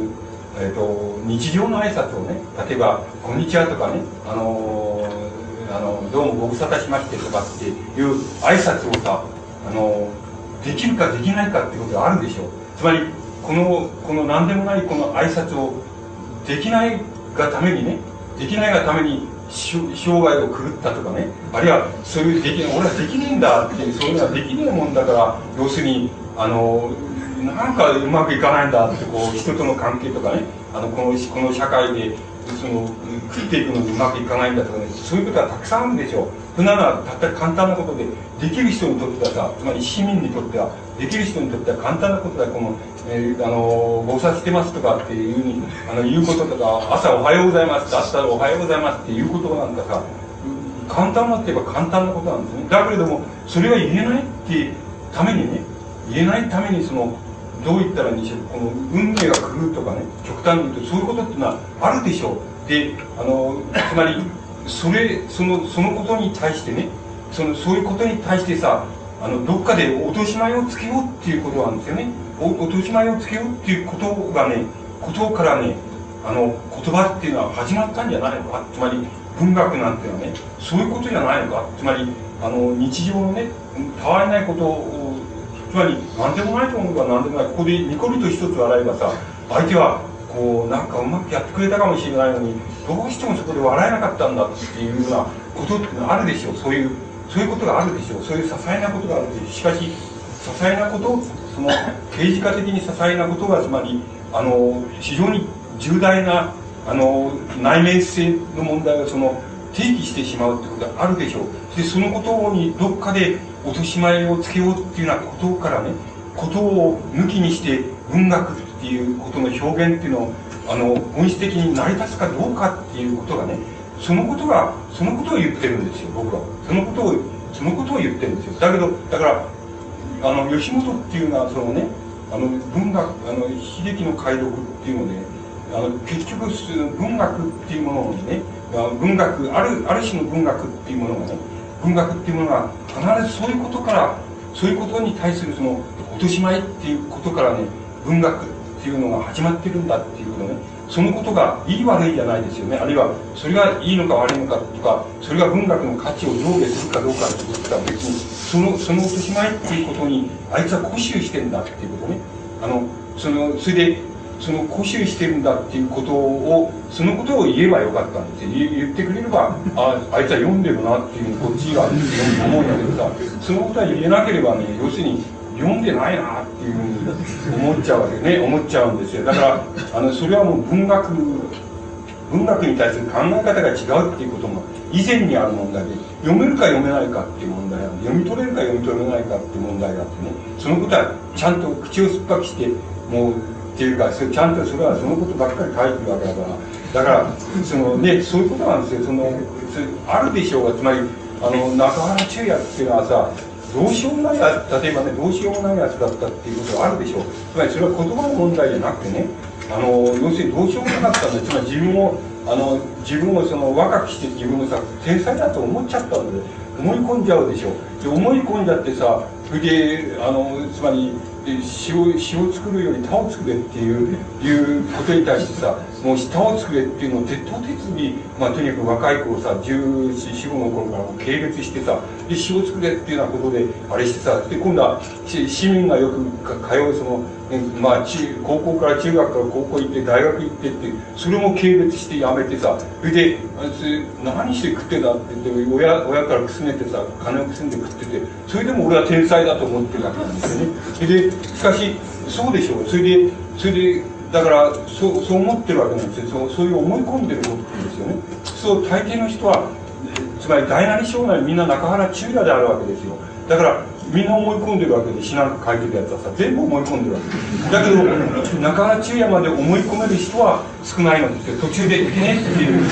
えっと、日常の挨拶をね、例えば、こんにちはとかね、あのー、あの、どうもご無沙汰しましてとかっていう挨拶をさ、あのー、できるかできないかっていうことがあるでしょう。つまり、この、この何でもないこの挨拶をできないがためにね、できないがために生涯を狂ったとかね、あるいはそういうできない、俺はできねえんだっていう、そういうのはできねえもんだから、要するに、あの、なんかうまくいかないんだって、こう、人との関係とかね、あの、この、この社会で、その、食っていくのにうまくいかないんだとかね、そういうことはたくさんあるんでしょう。そんなのはたった簡単なことで、できる人にとってはさ、つまり市民にとっては、できる人にとっては簡単なことだ。この、えー、あの、ご無沙汰してますとかっていうふうに、あの、言うこととか、朝おはようございます、朝おはようございますっていうことなんかさ、簡単なって言えば簡単なことなんですね。だけれども、それが言えないっていうためにね、言えないためにその、どう言ったらいいんでしょう、この運命が狂うとかね、極端に言うとそういうことっていうのはあるでしょう。で、あの、つまり、それ、その、そのことに対してね、その、そういうことに対してさ、あの、どっかで落とし前をつけようっていうことなんですよね。お落とし前をつけようっていうことがね、ことからね、あの、言葉っていうのは始まったんじゃないのか。つまり、文学なんていうのはね、そういうことじゃないのか。つまり、あの、日常のね、たわいないことを、つまり、何でもないと思うが何でもない。ここでニコリと一つ笑えばさ、相手は、こう、なんかうまくやってくれたかもしれないのに、どうしてもそこで笑えなかったんだっていうようなことってのはあるでしょう。そういう、そういうことがあるでしょう。そういう些細なことがあるでしょう。しかし、些細なこと、その、刑事化的に些細なことが、つまり、あの、非常に重大な、あの、内面性の問題をその、提起してしまうってことがあるでしょう。で、そのことにどっかで落とし前をつけようっていうようなことからね、ことを抜きにして文学っていうことの表現っていうのを、あの、本質的に成り立つかどうかっていうことがね、そのことが、そのことを言ってるんですよ、僕は。そのことを、そのことを言ってるんですよ。だけど、だから、あの、吉本っていうのは、そのね、あの、文学、あの、秀樹の解読っていうので、あの、結局、文学っていうものにね、文学、ある、ある種の文学っていうものがね、文学っていうものが必ずそういうことから、そういうことに対するその、落とし前っていうことからね、文学っていうのが始まってるんだっていうことね、そのことがいい悪いじゃないですよね。あるいは、それがいいのか悪いのかとか、それが文学の価値を上下するかどうかっていうことは別に、その、その落とし前っていうことに、あいつは固執してるんだっていうことね。あの、その、それで、その固執してるんだっていうことを、そのことを言えばよかったんですよ。言ってくれれば、あ、あいつは読んでるなっていうこっちが思うんだけどさ、そのことは言えなければね、要するに読んでないなっていうふうに思っちゃうわけね、思っちゃうんですよ。だから、あの、それはもう文学、文学に対する考え方が違うっていうことも以前にある問題で、読めるか読めないかっていう問題なんで、読み取れるか読み取れないかっていう問題があってね、そのことはちゃんと口を酸っぱくして、もう、っていうか、それちゃんとそれはそのことばっかり書いてるわけだから、だから、そのね、そういうことなんですよ。その、それあるでしょうが、つまり、あの、中原中也っていうのはさ、どうしようもないやつ、例えばね、どうしようもないやつだったっていうことがあるでしょう。つまり、それは言葉の問題じゃなくてね、あの、要するにどうしようもなかったんで、つまり自分を、あの、自分をその若くして自分をさ、天才だと思っちゃったんで、思い込んじゃうでしょう。で、思い込んじゃってさ、それで、あの、つまり、詩を、詩を作るより他を作れっていう、いうことに対してさ、もう他を作れっていうのを徹頭徹尾、まあとにかく若い頃さ、じゅうよん、ごの頃から軽蔑してさ、で、詩を作れっていうようなことで、あれしてさ、で、今度は市民がよく通うその、まあ中、高校から中学から高校行って、大学行ってって、それも軽蔑してやめてさ、それで、何して食ってんだって言って、親、親からくすねてさ、金をくすんで食ってて、それでも俺は天才だと思ってるわけなんですよね。それで、しかし、そうでしょう。それで、それで、だから、そう、そう思ってるわけなんですよ。そう、そういう思い込んでることですよね。そう、大抵の人は、つまり大なり小なりみんな中原中也であるわけですよ。だから、みんな思い込んでるわけで、詩なんか書いてるやつはさ、全部思い込んでるわけだけど、中原中也まで思い込める人は少ないのですよ。途中でいけねっていう。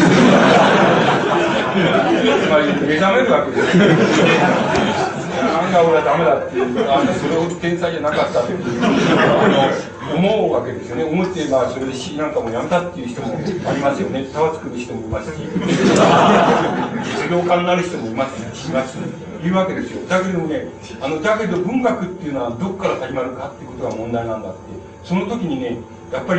つまり、目覚めるわけですよ。案外俺はダメだっていう、あんたそれほど天才じゃなかったっていう、思うわけですよね。思って、まあ、それで詩なんかもやめたっていう人もありますよね。タワ作る人もいますし、実業家になる人もいますし、いますいうわけですよ。だけどね、あの、だけど文学っていうのはどこから始まるかっていうことが問題なんだって。その時にね、やっぱり、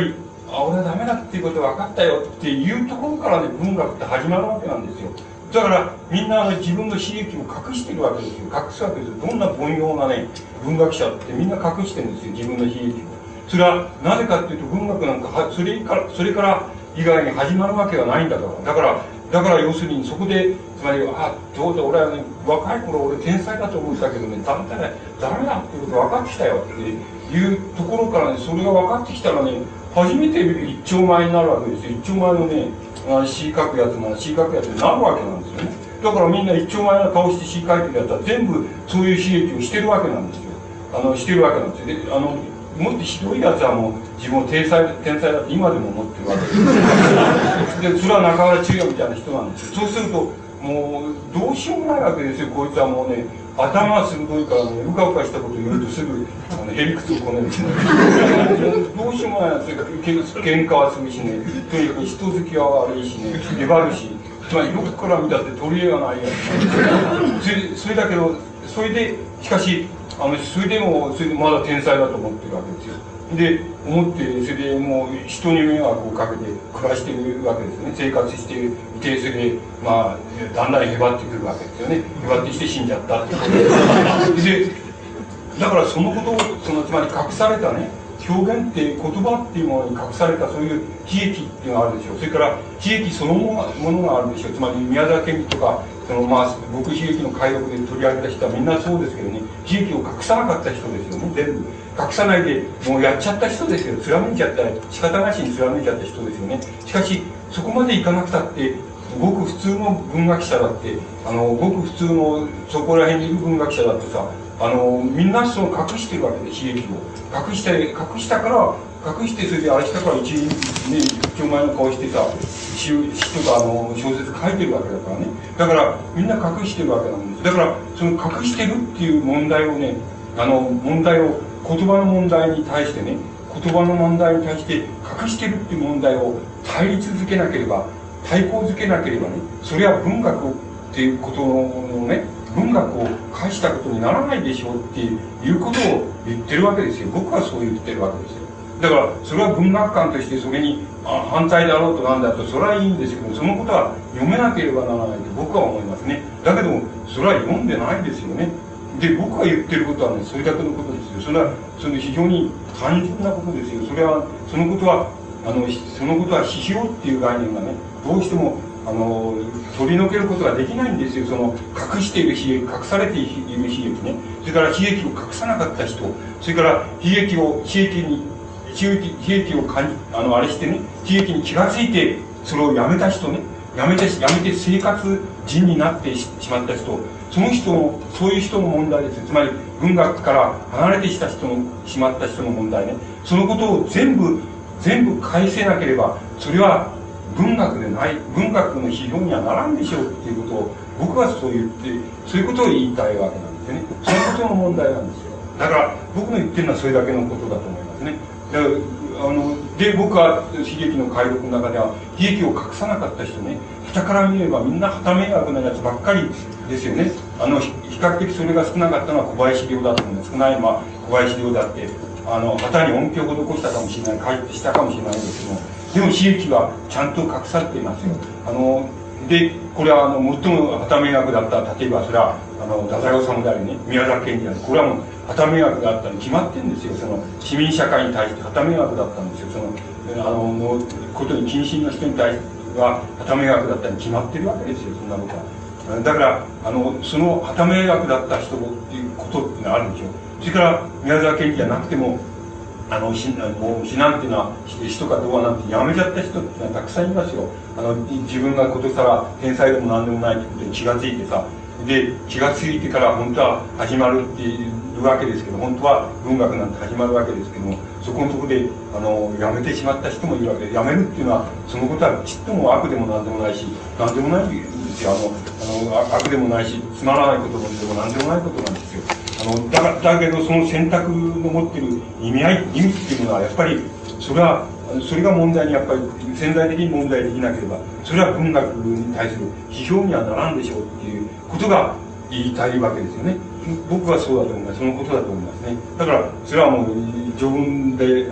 あ、俺はダメだっていうことが分かったよっていうところからね、文学って始まるわけなんですよ。だからみんなあの自分の悲劇を隠してるわけですよ。隠すわけですよ。どんな凡庸なね、文学者ってみんな隠してるんですよ、自分の悲劇を。それはなぜかっていうと、文学なんかはそれからそれから以外に始まるわけがないんだから。だからだから要するにそこで、つまり、あ、どうだ、俺はね、若い頃俺天才だと思ったけどね、だめだね、ダメだっていうことが分かってきたよっていうところからね、それが分かってきたらね、初めて一丁前になるわけですよ。一丁前のね、詩書くやつなら詩書くやつになるわけなんですよね。だからみんな一丁前な顔して詩書いてるやつは全部そういう悲劇をしてるわけなんですよ。あの、してるわけなんですよ。で、あの、もっとひどいやつはもう自分を天才、天才だって今でも思ってるわけです。で、それは中原中也みたいな人なんですよ。そうすると、もう、どうしようもないわけですよ。こいつはもうね、頭が鋭いからね、うかうかしたことを言うとすぐ、あの、へりくつをこねるしね。どうしようもないやつで、喧嘩はするしね、とにかく人付きは悪いしね、粘るし、つまりよくから見たって取り柄がないやつ。それそれだけど、それで、しかし、あの、それでも、それでまだ天才だと思ってるわけですよ。で、思って、それでもう人に迷惑をかけて暮らしているわけですよね。生活していて、それで、まあ、だんだんへばってくるわけですよね。へばってして死んじゃったってことで。で、だからそのことを、その、つまり隠されたね、表現って言葉っていうものに隠されたそういう悲劇っていうのがあるでしょう。それから悲劇そのものがあるでしょう。つまり宮沢賢治とかそのまあ僕悲劇の解読で取り上げた人はみんなそうですけどね、悲劇を隠さなかった人ですよね。全部隠さないでもうやっちゃった人ですよ。貫いちゃった仕方なしに貫いちゃった人ですよね。しかしそこまでいかなくたってごく普通の文学者だってあのごく普通のそこら辺にいる文学者だってさあのみんなその隠してるわけで悲劇を隠して隠したから隠してそれであれしたから一ね一丁前の顔してさ詩とかあの小説書いてるわけだからね。だからみんな隠してるわけなんです。だからその隠してるっていう問題をねあの問題を言葉の問題に対してね言葉の問題に対して隠してるっていう問題を対立づけなければ対抗づけなければねそれは文学っていうことのね文学を返したことにならないでしょうっていうことを言ってるわけですよ。僕はそう言ってるわけですよ。だからそれは文学観としてそれに反対だろうとなんだとそれはいいんですけどそのことは読めなければならないと僕は思いますね。だけどそれは読んでないですよね。で僕が言ってることはねそれだけのことですよ。それはその非常に単純なことですよ。それはそのことはあのそのことは批評っていう概念がねどうしてもあの取り除けることができないんですよ。その隠している悲劇隠されている悲劇ねそれから悲劇を隠さなかった人それから悲劇を悲劇に悲劇悲劇をかんあのあれしてね悲劇に気がついてそれをやめた人ねやめてやめて生活人になってしまった人その人のそういう人の問題です。つまり文学から離れてした人のしまった人の問題ねそのことを全部全部返せなければそれは文学でない文学の批評にはならんでしょうっていうことを僕はそう言ってそういうことを言いたいわけなんですよね。そのことの問題なんですよ。だから僕の言ってるのはそれだけのことだと思いますね。であので僕は悲劇の解読の中では悲劇を隠さなかった人ね傍から見ればみんな旗迷惑なやつばっかりですよね。あの比較的それが少なかったのは小林陵だと思うんです。少ないまあ小林陵だってあの旗に音響を施したかもしれない書いてしたかもしれないんですけどもでも悲劇はちゃんと隠されていますよ。あのでこれはあの最も旗迷惑だった例えばそれはあの太宰治でありね宮沢賢治でありこれはもう旗迷惑だったに決まってるんですよ。その市民社会に対して旗迷惑だったんですよ。そのあののことに近親の人に対しては旗迷惑だったに決まってるわけですよ。そんなことはだからあのその旗迷惑だった人っていうことっていうのはあるんでしょう。それから宮沢賢治じゃなくてもあの死もう死なんていうのは死とか童話なんてやめちゃった人っていうのはたくさんいますよ。あの自分がことさら天才でも何でもないってことに気がついてさで気がついてから本当は始まるっていうわけですけど本当は文学なんて始まるわけですけどもそこのところであのやめてしまった人もいるわけでやめるっていうのはそのことはちっとも悪でも何でもないし何でもないんですよ。あのあの悪でもないしつまらないことでも何でもないことなんですよ。あのだがだけどその選択の持っている意味合い意味っていうのはやっぱりそれはそれが問題にやっぱり潜在的に問題できなければそれは文学に対する批評にはならんでしょうっていうことが言いたいわけですよね。僕はそうだと思います。そのことだと思いますね。だからそれはもう序文であ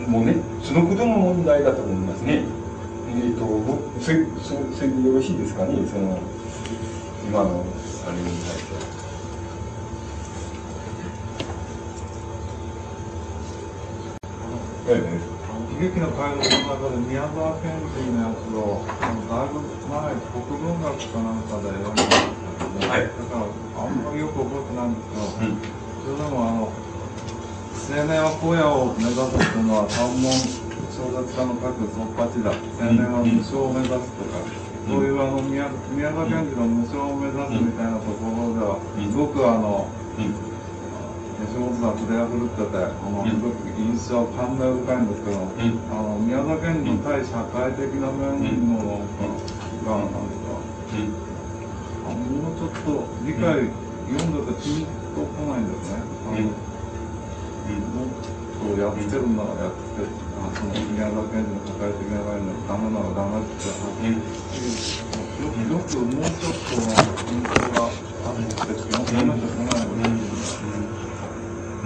もうね、そのことの問題だと思いますね。えっ、ー、と、それ、それ、それでよろしいですかね、その、今の、あれに対しては。ええ、 喜劇の回路の中で宮沢賢治のやつを、あのだいぶ前、国文学かなんかで読みましたけど、はい、だからあんまりよく覚えてないんですけど、うん、それでもあの、青年は荒野を目指すというのは、三文小説家の書くそっぱちだ、青年は無償を目指すとか、うん、そういうあの宮宮沢賢治の無償を目指すみたいなところでは、すごくあの、うん吉本さん筆が振るってて、あのすごく印象、感慨深いんですけど、うん、あの宮沢賢治の対社会的な面のなんか、がなんか、うん、あもうちょっと理解、うん、読んでてピンとこないんですね。あのうん、もっとやってるならやって、あその宮沢賢治の社会的な面のダメならダメって話、うん、よくよくもうちょっとなんか印象があるんですけど、読めてこないので。 うん、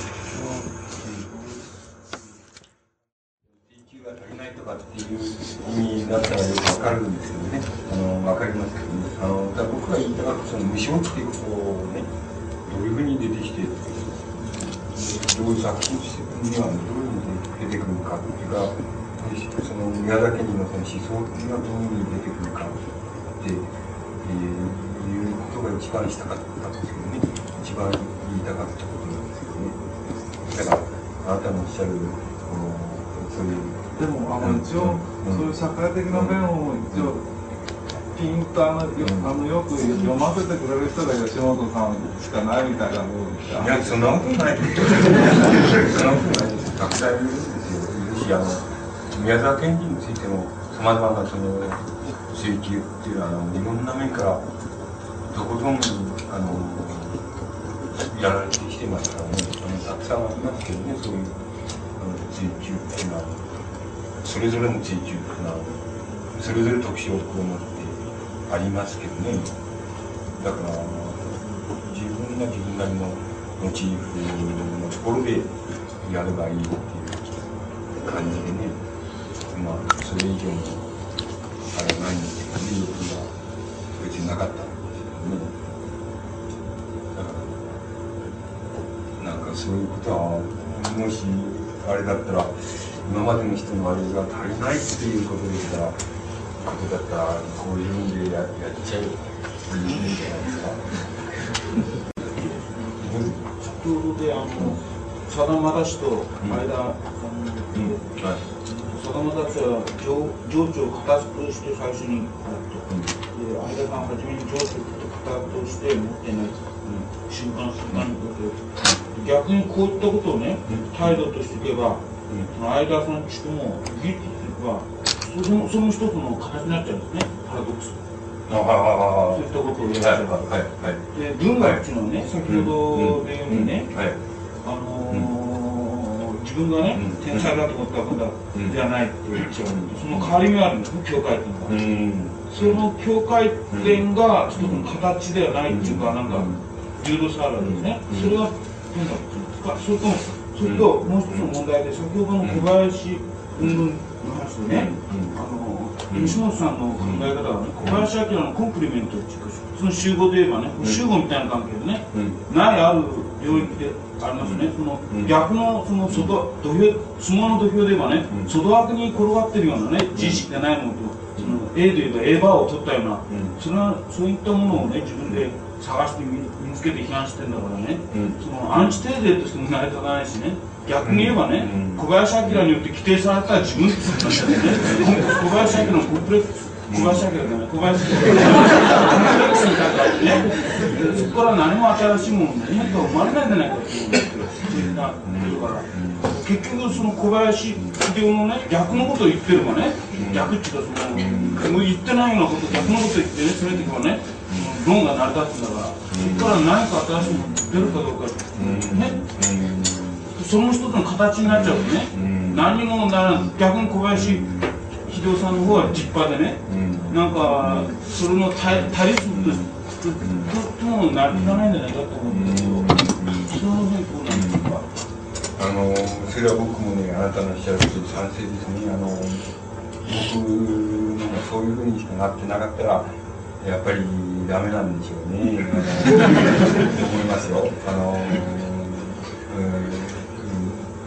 追求が足りないとかっていう意味だったらよくわかるんですけどね、あのわかりますけどね、あのだから僕が言いたかったその無償っていうことをね、どういうふうに出てきて、どういう作品にはどういうふうに出てくるかっていうか、その宮崎にのその思想がどういうふうに出てくるかって、えー、いうことが一番したかったんですけどね、一番言いたかったことなんですけどね。だから、あなたのおっしゃる、そういう。 でも、あの、一応、うん、そういう社会的な面を一応、ピンとあの、よ、あの、よく読ませてくれる人が吉本さんしかないみたいな部分ってある。 いや、そんなことないですよ。そんなことないですよ。たくさんいるんですよ。いるし、あの、宮沢賢治についても、さまざまなその、追求っていうのは、あの、いろんな面から、とことん、あの、やられてきてますからね、あのたくさんありますけどね、そういうあの追求っていうのは、それぞれの追求っていうのは、それぞれ特徴を持ってありますけどね、だから、自分が自分なりのモチーフのところでやればいいっていう感じでね、まあ、それ以上のあれはないんですけどね、欲が別になかったんですけどね。そういうことは、もしあれだったら、今までの人のあれが足りないっていうことでしたら、ことだったら、こういう意味でや、やっちゃうっていうんじゃないですか。 ちょっとで、あの、さだまだしと間、さだまだしは情緒を形として最初にあると。で、相田さんはじめに情緒と形として持ってない瞬間瞬間のことを。逆にこういったことをね、態度としていけば、その相田さんちとも技術はその、その一つの形になっちゃうんですね、パラドックス。そういったことをやっちゃうから。で、文学っていうのはね、先ほどで言うようにね、あのー、自分がね、天才だと思ったことじゃないって言っちゃうんで、その代わりがあるんですね、境界点が。その境界点が一つの形ではないっていうか、なんか、柔道サーラーですね。それは文学っていうんですか、それとも、それともう一つの問題で、先ほどの小林云々の話でね、あの、吉本さんの考え方はね、小林明のコンプリメントっていうか、その集合で言えばね、集合みたいな関係でね、ないある領域でありますね、その逆のその外、土俵、相撲の土俵で言えばね、外枠に転がってるようなね、自意識がないものと、その A で言えば A バーを取ったような、それはそういったものをね、自分で探して見つけて批判してるんだからね、うん、そのアンチテーゼとしても成り立たないしね、逆に言えばね、うん、小林明によって規定された自分って言ってましたよね、小林明のコンプレックス、小林明じゃない、小林明のコンプレックスにかかってね、そこから何も新しいもの何か生まれないんじゃないかっていうんですけど、だから結局その小林秀夫のね、逆のことを言ってればね、逆っていうかその、もう言ってないようなこと、逆のこと言ってね、それでいけばね、論が成り立つんだから、そこから何か新しいものが出るかどうかね、その一つの形になっちゃうとね、何にもならん、逆に小林秀夫さんの方は立派でね、なんかそれの対立物とも成り立たないんじゃないかと思うんですけど、その辺どうなんですか。 あのそれは僕もね、あなたのおっしゃることに賛成ですね。あの僕のもそういうふうにしかなってなかったら、やっぱりダメなんでしょうね。あの思いますよ。あの、うん、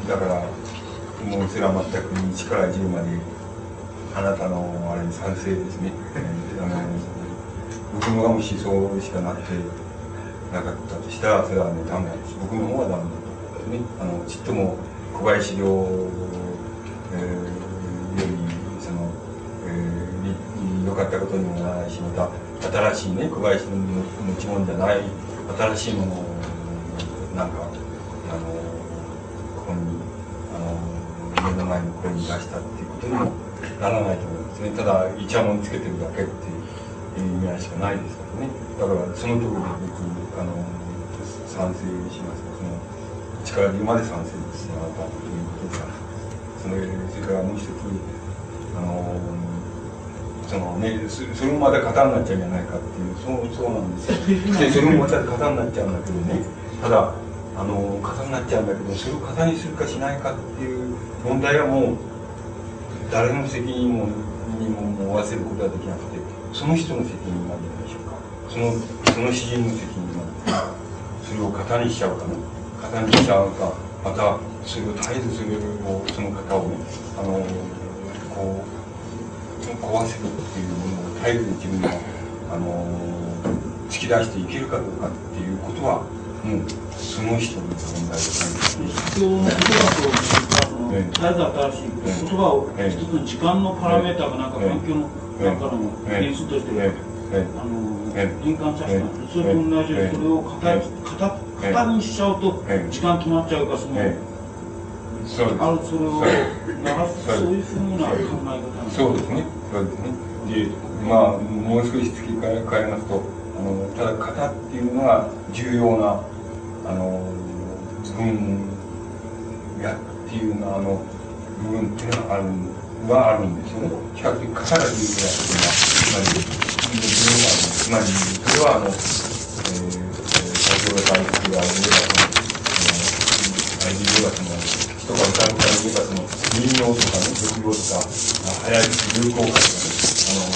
だからもうそれは全くいちからじゅうまであなたのあれに賛成ですね。あの僕のがもしそうしかなってなかったとしたら、それはね、ダメなんです。僕の方はダメなんですね。あのちっとも小林陵、えー、よりその、えー、に良かったことにもならないし、また新しいね、小林の持ち物じゃない新しいものをなんかあのここにあの目の前のこれに出したっていうことにもならないと思いますね。ただイチャモンつけてるだけっていう意味合いしかないですからね。だからその通りで僕あの賛成します。その力理由まで賛成ですね。あなたということですから。それそれからもう一つあのそのね、それもまた型になっちゃうんじゃないかっていう、そうそうなんですよ。でそれもまた型になっちゃうんだけどね。ただあの型になっちゃうんだけど、それを型にするかしないかっていう問題はもう誰の責任もにも負わせることはできなくて、その人の責任なんじゃないでしょうか。そのその詩人の責任なんで、それを型にしちゃうかね、型にしちゃうか、またそれを絶えずそれをその型をね、あのこう壊せるっていうものを絶えず自分があの突き出していけるかどうかっていうことはもうその人の問題じゃないですね。 必要なことだと、絶えず新しい言葉を一つの時間のパラメーターがなんか環境の中の変数としてあの変換させたんです。それと同じでそれを型型にしちゃうと時間決まっちゃうから、そのそうです。 あるそれを流すそういうふうな考え方なんです。 そうですね。そうですね。で、まあもう少し付け替え変えますと、あのただ型っていうのは重要なあの部分やっていうのはあの部分っていうのがあるはあるんですよね。比較的型が重要だっていうのはつまり重要がある。つまりそれはあの、えー、先ほどから言って言われればそのあれで言えばその人が歌うから言えばその民謡とかね、俗語とか流行り流行歌とかね、あの、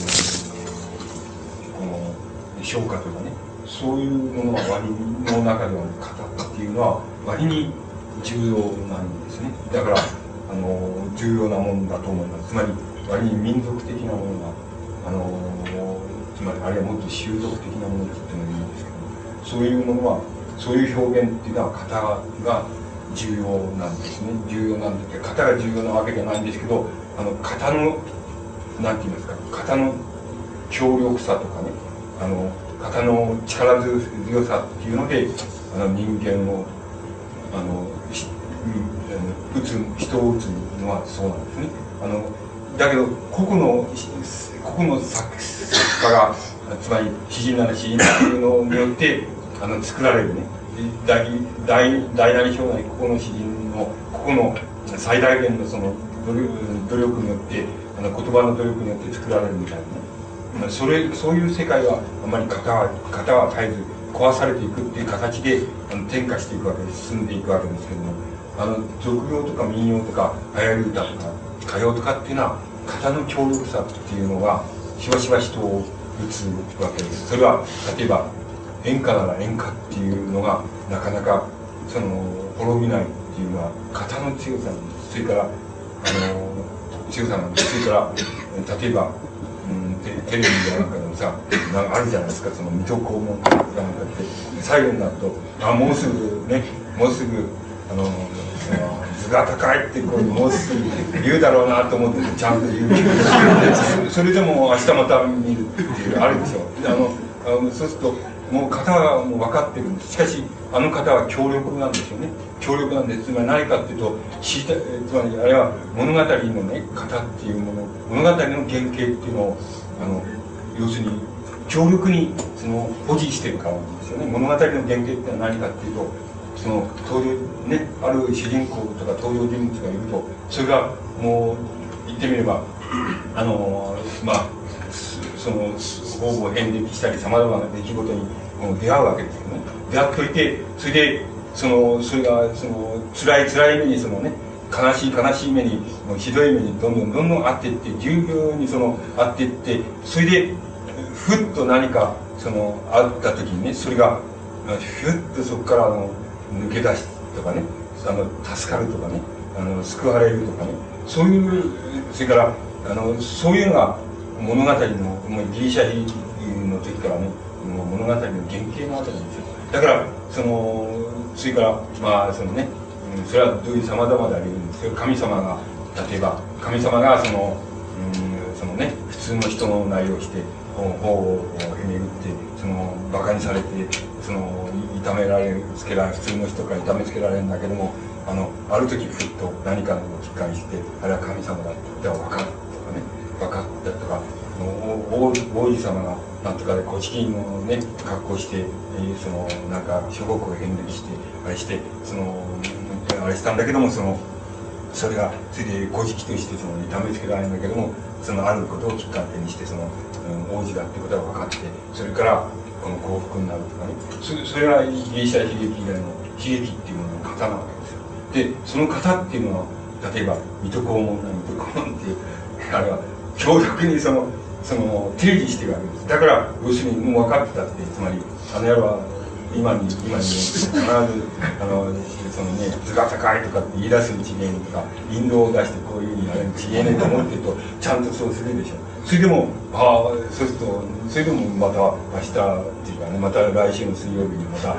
この唱歌とかね、そういうものは割の中では型っていうのは割に重要なんですね。だからあの重要なものだと思います。つまり割に民族的なものがあのつまりあるいはもっと習俗的なものって言ってもいいんですけど、そういうものはそういう表現っていうのは型が重要なんですね。重要なんですけど、型が重要なわけじゃないんですけど、あの型のなんて言いますか、型の強力さとかね、あの型の力強さっていうので、あの人間をあの打つ人を打つのはそうなんですね。あのだけど個々の個々の作家が、つまり詩人なら詩人っていうのによってあの作られるね。大大大なり小なりここの詩人のここの最大限のその努力、努力によってあの言葉の努力によって作られるみたいなね、それそういう世界はあまり型は型は絶えず壊されていくっていう形であの転化していくわけです。進んでいくわけですけども、あの俗語とか民謡とか流行り歌とか歌謡とかっていうのは型の強力さっていうのがしばしば人を打つわけです。それは例えば演歌なら演歌っていうのがなかなかその滅びないっていうのは型の強さなんです。それからあの強さなんです。それから例えば、うん、テ, テレビやなんかでもさなんかあるじゃないですか、その水戸黄門とかなんかって最後になるとあもうすぐねもうすぐあの図が高いってこうもうすぐ言うだろうなと思ってちゃんと言うそれでも明日また見るっていうあるでしょ。あのあのそうするともう型はもう分かってるんです。しかしあの方は強力なんですよね。強力なんです。つまり何かっていうとつまりあれは物語のね型っていうもの物語の原型っていうのをあの要するに強力にその保持してるからなんですよね。物語の原型っていうのは何かっていうとその登場ねある主人公とか登場人物がいるとそれがもう言ってみればあのまあその方々変歴したりさまざまな出来事に出会うわけですよね。出会っといてそれでそのそれがその辛い辛い目にそのね悲しい悲しい目にもうひどい目にどんどんどんどんあっていって従業にそのあっていってそれでふっと何かそのあった時にねそれがふっとそこからあの抜け出すとかねあの助かるとかねあの救われるとかねそういうそれからあのそういうのが物語のもうギリシャ悲劇の時からねもう物語の原型なわけなんですよ。だからそのそれからまあそのねそれはどういう様々でありるんですけど神様が例えば神様がそのうんそのね普通の人のなりをして法を巡ってその馬鹿にされてその痛められるつけられ普通の人から痛めつけられるんだけどもあのある時ふっと何かの機会してあれは神様だって分かったとかね分かったとか王王子様がなんとかで古式のね格好して、えー、そのなんか諸国を遍歴してあれしてそのあれしたんだけどもそのそれがそれで古事記としてその痛めつけられるんだけどもそのあることをきっかけにしてその、うん、王子だってことが分かってそれからこの幸福になるとかね そ, それがギリシャ悲劇以外の悲劇っていうものの型なわけですよ。でその型っていうのは例えば水戸黄門な水戸黄門っていうあれは強力にそのその提示してるわけです。だから要するにもう分かってたってつまりあの野郎は今に今に必ずあのそのね図が高いとかって言い出す一面とか引導を出してこういうふうにあれちげえねえと思ってるとちゃんとそうするでしょ。それでもああそうするとそれでもまた明日っていうかねまた来週の水曜日にまた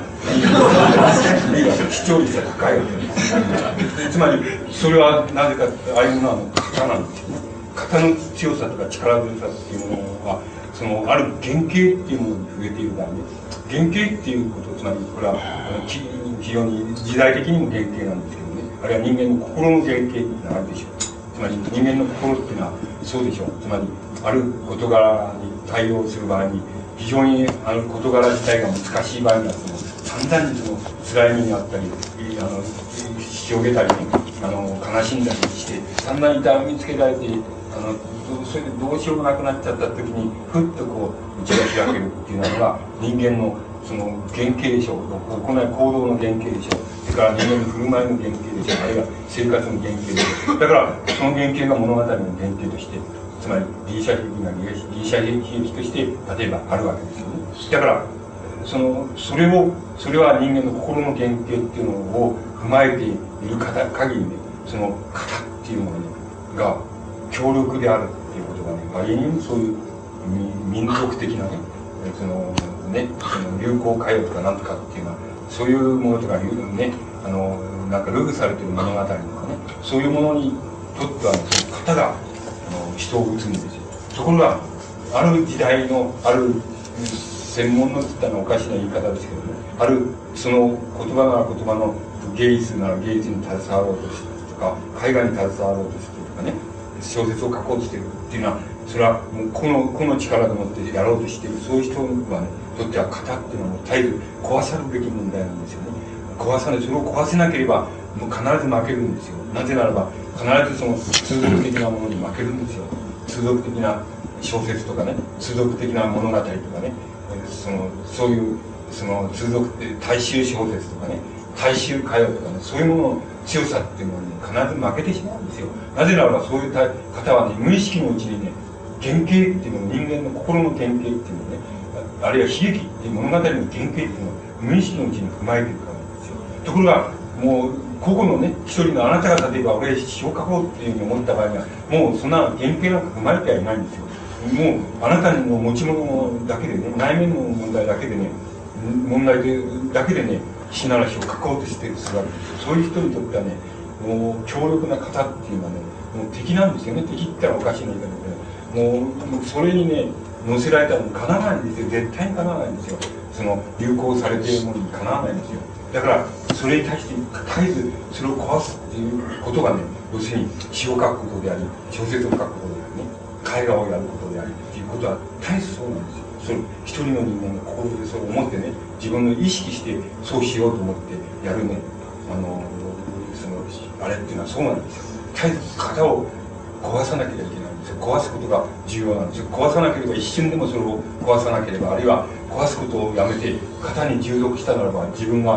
視聴率が高いわけです。つまりそれはなぜかああいうものは型なんですよね。型の強さとか力強さっていうものはそのある原型っていうものに触れているからね原型っていうことつまりこれは非常に時代的にも原型なんですけどねあるいは人間の心の原型っていうのがあるでしょう。つまり人間の心っていうのはそうでしょう。つまりある事柄に対応する場合に非常にあの事柄自体が難しい場合にはその散々にその辛い目にあったりあのしおげたりねあの悲しんだりして散々痛みつけられてあのそれでどうしようもなくなっちゃった時にふっとこう道が開けるっていうのが人間のその原型でしょう。行い行動の原型でしょう。それから人間の振る舞いの原型でしょう。あるいは生活の原型でしょう。だからその原型が物語の原型としてつまりギリシャ悲劇がギリシャ悲劇として例えばあるわけですよね。だからそのそれをそれは人間の心の原型っていうのを踏まえている限りねその型っていうものが強力であるっていうことがねありにそういう民族的なねそのねその流行歌謡とかなんとかっていうのはそういうものとかいうねあのなんかルフされてる物語とかねそういうものにとっては、ね、その型があの人を打つんですよ。ところがある時代のある専門のって言ったのはおかしな言い方ですけどねあるその言葉なら言葉の芸術なら芸術に携わろうとしてとか絵画に携わろうとしてとかね小説を書こうとしてるっていうのはそれはもう個の個の力でもってやろうとしているそういう人はねとっては型っていうのはもう絶えず壊さるべき問題なんですよね。壊さないそれを壊せなければもう必ず負けるんですよ。なぜならば必ずその通俗的なものに負けるんですよ。通俗的な小説とかね通俗的な物語とかねそのそういうその通俗大衆小説とかね大衆歌謡とかねそういうものの強さっていうのに必ず負けてしまうんですよ。なぜならばそういう方はね無意識のうちにね原型っていうのを人間の心の原型っていうのをねあるいは悲劇っていう物語の原型っていうのを無意識のうちに踏まえているからなんですよ。ところがもう個々のね一人のあなたが例えば俺詩を書こうっていうふうに思った場合にはもうそんな原型なんか踏まれてはいないんですよ。もうあなたの持ち物だけでね内面の問題だけでね問題でだけでね詩なら詩を書こうとしてするわけですよ。そういう人にとってはねもう強力な型っていうのはねもう敵なんですよね。敵って言ったらおかしいんだけどねもうもうそれにね乗せられたらかなわないんですよ。絶対にかなわないんですよ。その流行されているものにかなわないんですよ。だからそれに対して絶えずそれを壊すっていうことがね要するに詩を書くことであり小説を書くことでありね絵画をやることでありっていうことは絶えずそうなんですよ。それ一人の人間の心でそう思ってね自分の意識してそうしようと思ってやるねあのそのあれっていうのはそうなんですよ。絶えず型を壊さなければいけないんですよ。壊すことが重要なんですよ。壊さなければ一瞬でもそれを壊さなければあるいは壊すことをやめて型に従属したならば自分が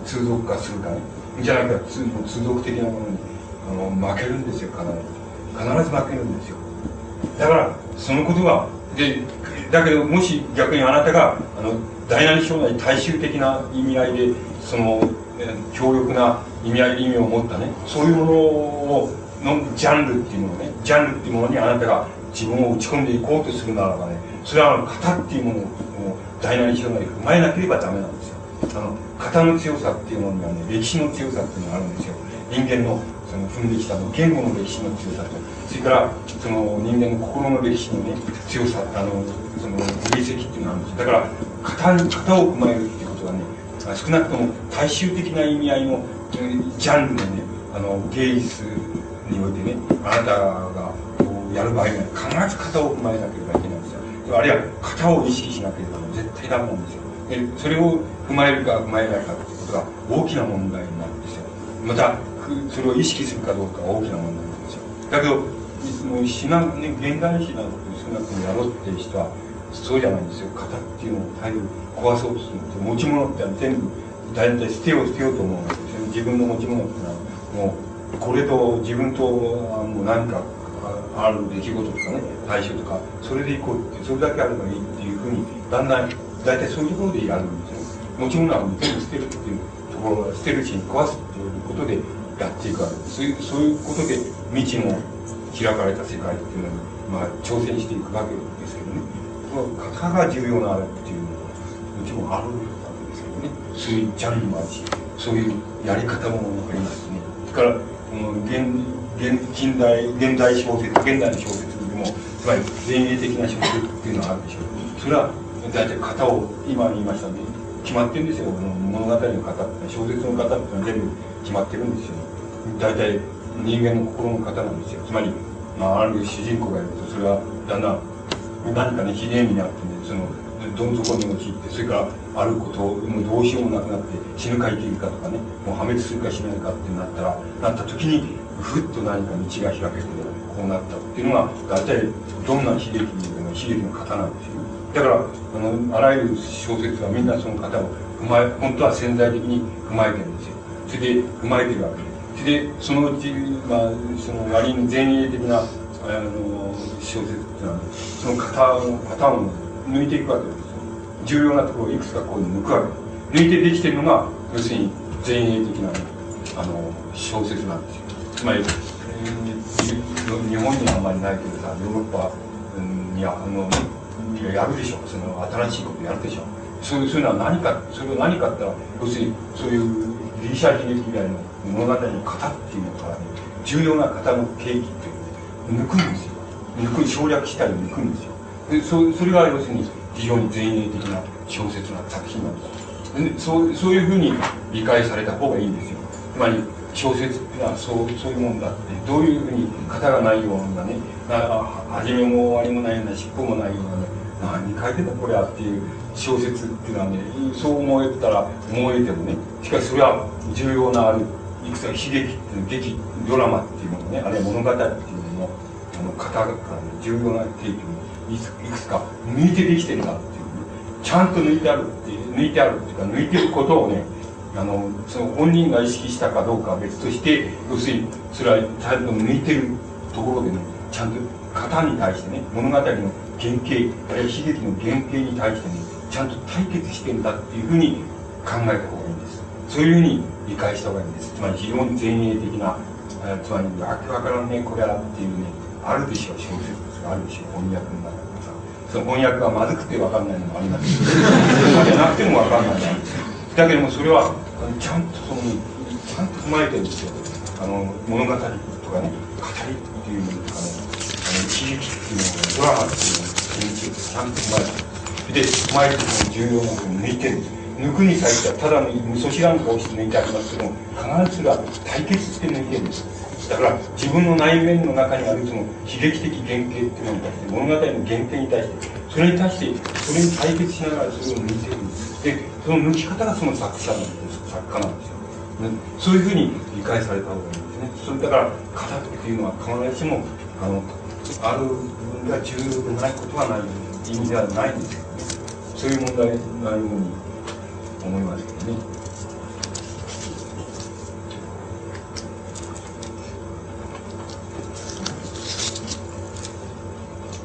通俗化するかね、じゃなくて通通俗的なものにあの負けるんですよ。必ず必ず負けるんですよ。だからそのことはで、だけどもし逆にあなたがあの大なり小なり大衆的な意味合いでその強力な意味合い意味を持ったね、そういうものをのジャンルっていうものね、ジャンルっていうものにあなたが自分を打ち込んでいこうとするならばね、それはあの型っていうものを大なり小なり踏まえなければダメなんですよ。あの型の強さっていうものにはね、歴史の強さっていうのがあるんですよ。人間のその踏んできたの言語の歴史の強さと、それからその人間の心の歴史のね強さ、あのその累積っていうのがあるんですよ。だから型に型を踏まえるっていうことはね、少なくとも大衆的な意味合いのジャンルのね、あの芸術においてね、あなたがこうやる場合には必ず型を踏まえなければいけないんですよ。あるいは型を意識しなければ絶対ダメなんですよ。でそれを踏まえるか踏まえないかっていうことが大きな問題になるんですよ。またそれを意識するかどうかが大きな問題なんですよ。だけどもう詩なんね、現代詩なんて少なくともやろうっていう人はそうじゃないんですよ。型っていうのを大変壊そうとするんですよ。持ち物って全部大体捨てよう捨てようと思うんですよ。自分の持ち物っていうのはもうこれと自分ともう何かある出来事とかね、対象とかそれでいこうって、それだけあればいいっていうふうにだんだん大体そういうところでやるんですよ。持ち物は全部捨てるっていうところ、捨てるうちに壊すっていうことでやっていくわけです。そういうそういうことで未知の開かれた世界っていうのに、まあ、挑戦していくわけですけどね、その型が重要なあれっていうのはもちろんあるわけですけどね、そういうジャンルもあるし、そういうやり方もありますね。それからこの現現近代現代小説、現代の小説でもつまり前衛的な小説っていうのがあるでしょう。それは大体型を今言いましたね、決まってるんですよ。物語の型、小説の型っていうのは全部決まってるんですよ。大体人間の心の型なんですよ。つまり、まあ、ある主人公がいると、それはだんだん何かね、ひでえ目にあってね、そのどん底に陥って、それからあることをもうどうしようもなくなって死ぬか生きるかとかね、もう破滅するかしないかってなったらなった時にふっと何か道が開けてこうなったっていうのが大体どんな悲劇でも悲劇の型なんですよ。だからあのあらゆる小説はみんなその型を踏まえ、本当は潜在的に踏まえてるんですよ。それで踏まえてるわけで。それでそのうち、まあ、その割に前衛的なあの小説っていうのは、その型のパターンを抜いていくわけですよ。重要なところをいくつかこう抜くわけです。抜いてできてるのが要するに前衛的なあの小説なんですよ。つまり、えー、日本にはあんまりないけどさ、ヨーロッパにはあのやるでしょ。その新しいことやるでしょ。そういうそういうのは何か、それを何かって言ったら、要するにそういうギリシャ悲劇以来の物語の型っていうのからね、重要な型の契機っていうのを抜くんですよ。抜く、省略したり抜くんですよ。で そ, それが要するに非常に前衛的な小説な作品なんです。でそうそういうふうに理解された方がいいんですよ。つまり小説っていうのはそうそういうもんだって、どういうふうに型がないようなね、始めも終わりもないような尻尾もないようなね、何書いてたこれはっていう小説っていうのはね、そう思えたら思えてもね、しかしそれは重要なあるいくつか悲劇っていう劇ドラマっていうものね、あるいは物語っていうののあの型からね、重要な提供にいくつか抜いてできてるんだっていうね、ちゃんと抜いてあるって抜いてあるっていうか抜いてることをね、あのその本人が意識したかどうかは別として、要するにそれはちゃんと抜いてるところでね、ちゃんと型に対してね、物語の原型、あるいは悲劇の原型に対してね、ちゃんと対決してんだっていうふうに考えた方がいいんです。そういうふうに理解した方がいいんです。つまり非常に前衛的な、つまりわけわからんねこれはっていうね、あるでしょう、小説があるでしょう、翻訳の中でさ。その翻訳がまずくてわかんないのもありますけど、そうじゃなくてもわかんないのもあるんですよ。だけどもそれはちゃんとそのちゃんと踏まえてるんですよ。あの物語とかね、語りっていうのとかね、あの喜劇っていうのをドラマっていうのをちゃんと踏まえてる。で、踏まえてその重要なものを抜いてるんです。抜くに際してはただの味噌汁なんかをして抜いてありますけども、必ずそれは対決して抜いてるんです。だから自分の内面の中にあるその悲劇的原型っていうのに対して、物語の原型に対して、それに対してそれに対決しながらそれを抜いてるんです。で、その抜き方がその作者なんです、作家なんですよ。そういうふうに理解された方がいいんですね。それだから型っていうのは必ずしもあのある部分が重要でないことはない意味ではないんですけどね。そういう問題のように思いますけどね。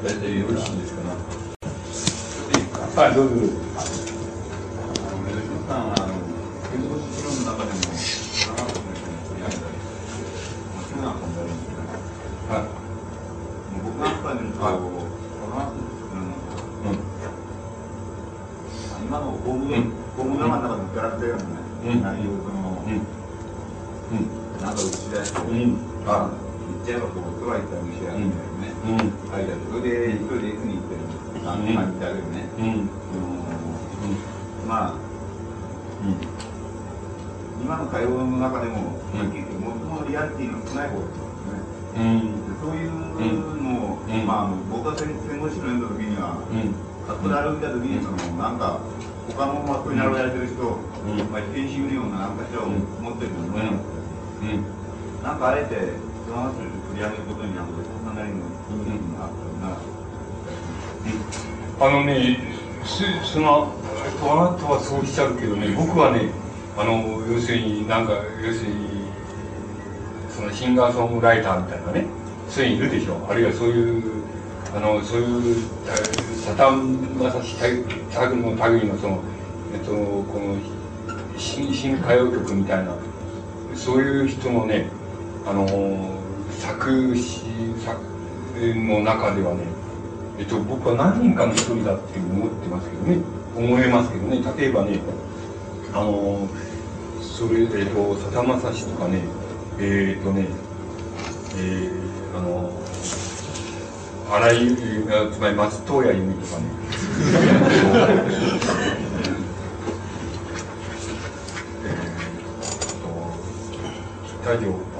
大体よろしいですかな。はい、どうぞどうぞ。 さんはあの建築資料の中でも科学の人に取り上げたり、中学もやるんですけど、はい、僕なんかでもこう、科学の作るのと、今のホームホームドラマの中でもキャラクターよりもね、内容その、なんか打ち出して、言っちゃえばこう、トライったら虫やるみたいなね、書いてある。それで一人でいつに行ってるのか、言ってあげるね。まあ、うん、今の会話の中でも、うん、最もリアリティの少ない方ですよね、うん、そういうのを、うん、まあ、僕が戦後史の読んだ時には、カットで歩いた時にその、なんか他のマスコミに並べられてる人、うん、まあ、編集用な何かしらを持ってるのも思えなかったし、うん、なんかあえてその話を取り上げることになるとそんななりの意味があったな、 うん、あのね、そのあなたはそうおっしゃるけどね、僕はね、あの要するになんか要するにそのシンガーソングライターみたいなね、そういうのいるでしょ。あるいはそういうあのそういうサタンまさし類の類のそのえっとこの新新歌謡曲みたいなそういう人のね、あの作詞作の中ではね、えっと僕は何人かの一人だっていう思ってますけどね。思いますけどね、例えばね、あのそれ、えっと、さだまさしとかね、えー、っとね、えー、あの、荒井、つまり松任谷由実とかね、北条話、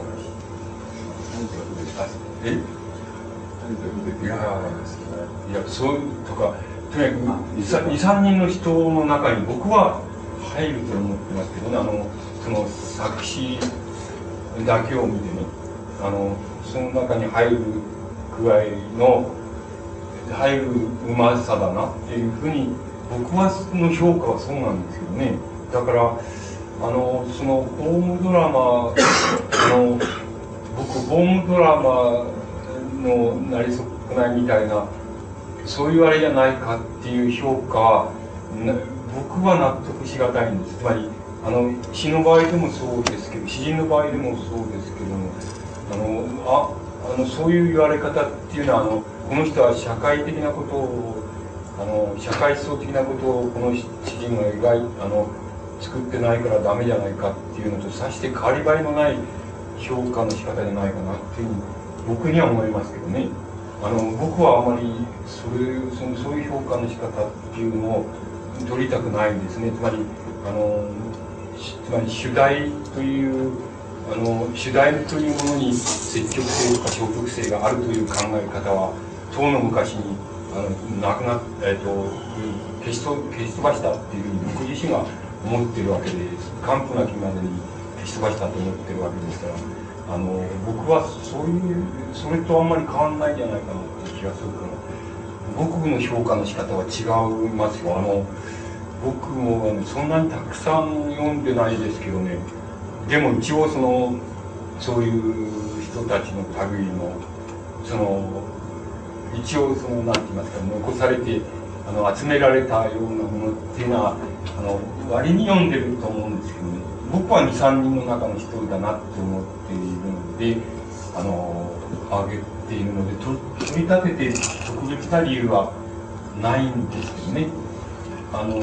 えいやいや、そういうとか、とにかくに、さんにんの人の中に僕は入ると思ってますけどね、あのその作詞だけを見てね、あのその中に入る具合の入るうまさだなっていうふうに僕はの評価はそうなんですけどね。だからあのそのホームドラマの僕ホームドラマのなり損ないみたいなそういうあれじゃないかっていう評価は僕は納得しがたいんです。つまりあの詩の場合でもそうですけど、詩人の場合でもそうですけども、あのああのそういう言われ方っていうのはあのこの人は社会的なことをあの社会思想的なことをこの詩人が描いあの作ってないからダメじゃないかっていうのとさして変わり映えのない評価の仕方じゃないかなっていうふうに僕には思いますけどね。あの僕はあまりそれそのそういう評価の仕方っていうのを取りたくないんですね。つまりあのつまり主題というあの主題というものに積極性とか消極性があるという考え方は遠の昔にあのなくなっ、えー、と消しと消し飛ばしたっていうふうに僕自身が思ってるわけで、完膚なきまでに消し飛ばしたと思ってるわけですから。あの僕はそういうそれとあんまり変わんないんじゃないかなという気がするから、僕の評価の仕方は違いますよ。あの僕も、ね、そんなにたくさん読んでないですけどね、でも一応そのそういう人たちの類のその一応その何て言いますか、残されてあの集められたようなものっていうのはあの割に読んでると思うんですけどね。僕はに、さんにんの中の一人だなって思っているので、あの、挙げているので、取り立てて特別な理由はないんですけどね。あの、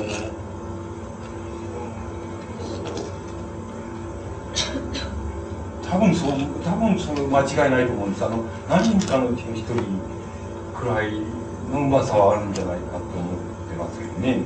多分そう、多分それ間違いないと思うんです。あの、何人かのうちの一人くらいのうまさはあるんじゃないかと思ってますけどね。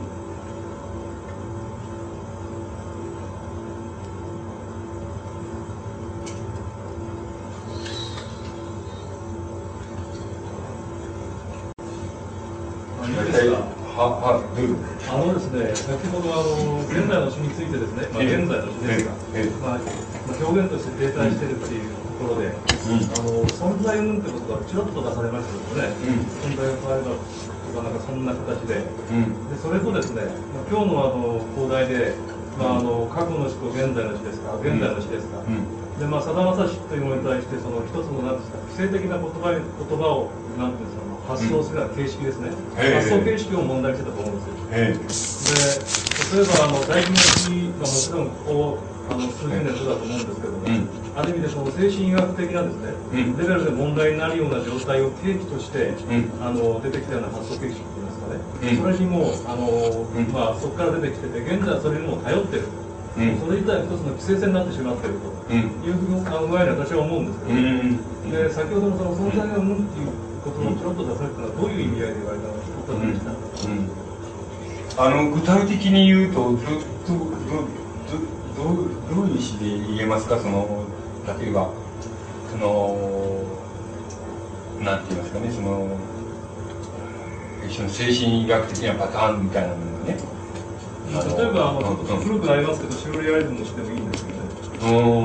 あのですね、先ほどあの現代の詩についてですね、まあ、現在の詩ですが、まあ、表現として停滞しているっていうところで、うん、あの存在云々ってことがちらっと出されましたけどね、うん、存在が変わればとかなんかそんな形で、うん、でそれとですね、まあ、今日のあの講題で、まあ、あの過去の詩と現在の詩ですか、現在の詩ですか、うん、でまあさだまさしというものに対してその一つのなんですか、不正的な言葉言葉をなんていうんですか、 発想するような形式ですね、 えー、 発想形式を問題にしてたと思うんですよ。えー、で例えばあの大気の日はもちろんこうあの数十年のことだと思うんですけども、うん、ある意味でその精神医学的なですね、うん、レベルで問題になるような状態を契機として、うん、あの出てきたような発想形式といいますかね、うん、それにもあの、うん、まあ、そこから出てきてて現在はそれにも頼ってる、うん、それ自体は一つの規制線になってしまっているというふうに考える私は思うんですけど、ね、うん、で先ほどのその存在が生むっていうことをちょろっと出されたのはどういう意味合いで言われたのかお伺いしたんですか。 あの具体的に言うとどどどどうどういう意思で言えますか。その例えばそのなんて言いますかね、その一種の精神医学的なパターンみたいなものがね、 例えばあのちょっと古くなりますけどシューレアリズムをしてもいいんですけどね。 うんうん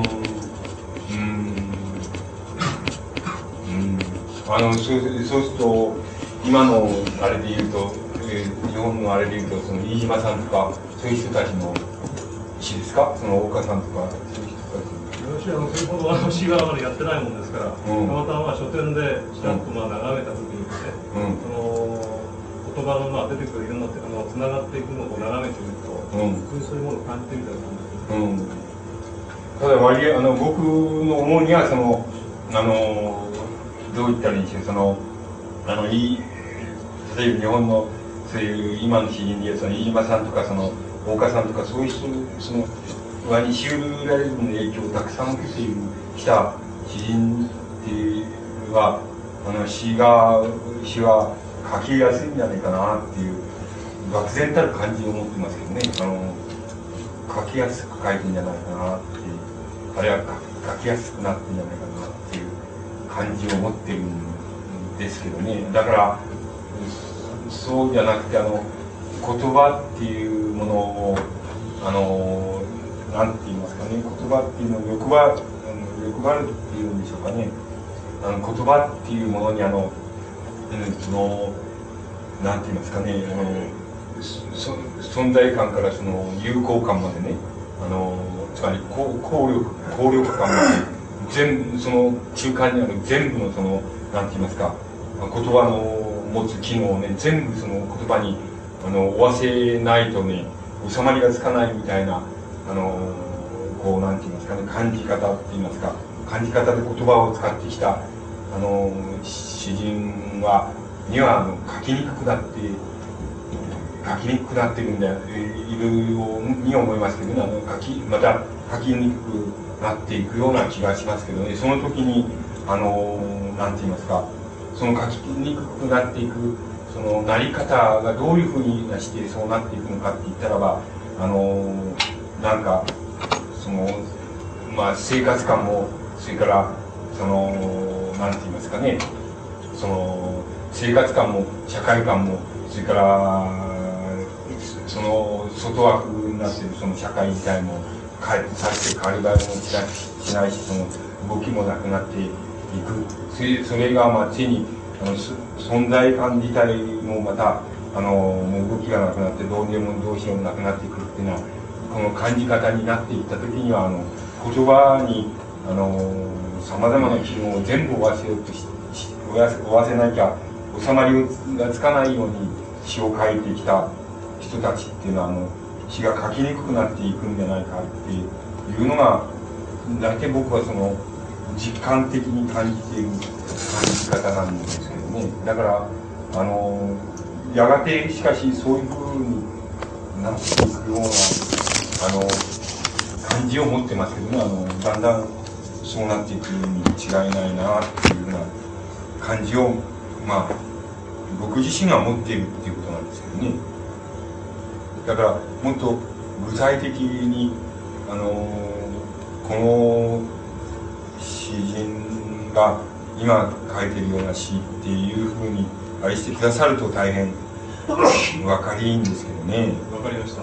うんあのそうそうすると今のあれで言うと、えー、日本のあれで言うとその飯島さんとかそういう人たちの詩ですか、その大岡さんとかそういう人たち。 私はそれほどあの詩はまだやってないもんですから、たまたま書店でちらっとまあ眺めたときにですね、うん、その言葉のまあ出てくるいろんなあのつながっていくのを眺めてみると、うん、そういうものを感じてみたいな感じです。うん、 ただ割合あの僕の思うにはそのあのどう言ったらいいんでしょう、そのあのい例えば日本のそういう今の詩人でいうその飯島さんとかその大岡さんとかそういう人その割にシュールレアリズムの影響をたくさん受けているきた詩人っていうのはあの詩が詩は書きやすいんじゃないかなっていう漠然たる感じを持ってますけどね。あの書きやすく書いてんじゃないかなっていうあるいは書きやすくなってんじゃないかなっていう感じを持ってるんですけどね。だからそうじゃなくてあの言葉っていうものをあのなんて言いますかね、言葉っていうのを欲張欲張るっていうんでしょうかね。あの言葉っていうものにあの、うん、そのなんて言いますかね、あのそ存在感からその有効感までね、あのつまり効力効力感まで全部その中間にある全部のそのなんて言いますか言葉の持つ機能をね全部その言葉にあの負わせないとね収まりがつかないみたいなあのこうなんて言いますかね感じ方って言いますか感じ方で言葉を使ってきたあの詩人はにはあの書きにくくなって書きにくくなってるんでいるように思いますけどね。あの書きまた書きにくくなっていくような気がしますけどね。その時にあのなんて言いますかその書きにくくなっていくそのなり方がどういうふうにしてそうなっていくのかって言ったらばあのなんかそのまあ生活感もそれからそのなんて言いますかねその生活感も社会感もそれからその外枠になっているその社会自体も変えさして変わり映えもしないしその動きもなくなっていくそれ、それがまあついにあの存在感自体もまたあのもう動きがなくなってどうにもどうしようもなくなってくるっていうのはこの感じ方になっていった時にはあの言葉にあのさまざまな機能を全部負わせようとし負わせなきゃ収まりがつかないように詩を書いてきた人たちっていうのはあの詩が書きにくくなっていくんじゃないかっていうのが大体僕はその実感的に感じている感じ方なんですけどね。だからあのやがてしかしそういうふうになっていくようなあの感じを持ってますけどね。あのだんだんそうなっていくに違いないなっていうような感じをまあ僕自身が持っているっていうことなんですけどね。だからもっと具体的にあのこの詩人が今書いてるような詩っていうふうにあれしてくださると大変分かりいいんですけどね。 分かりました。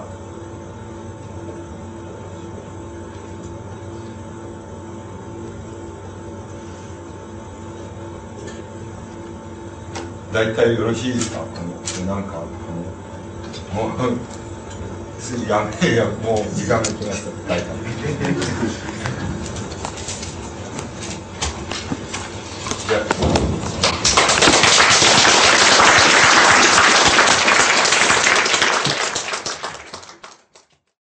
大体よろしいですか。あのなんかあのもうやめやもう時間が来ました。大体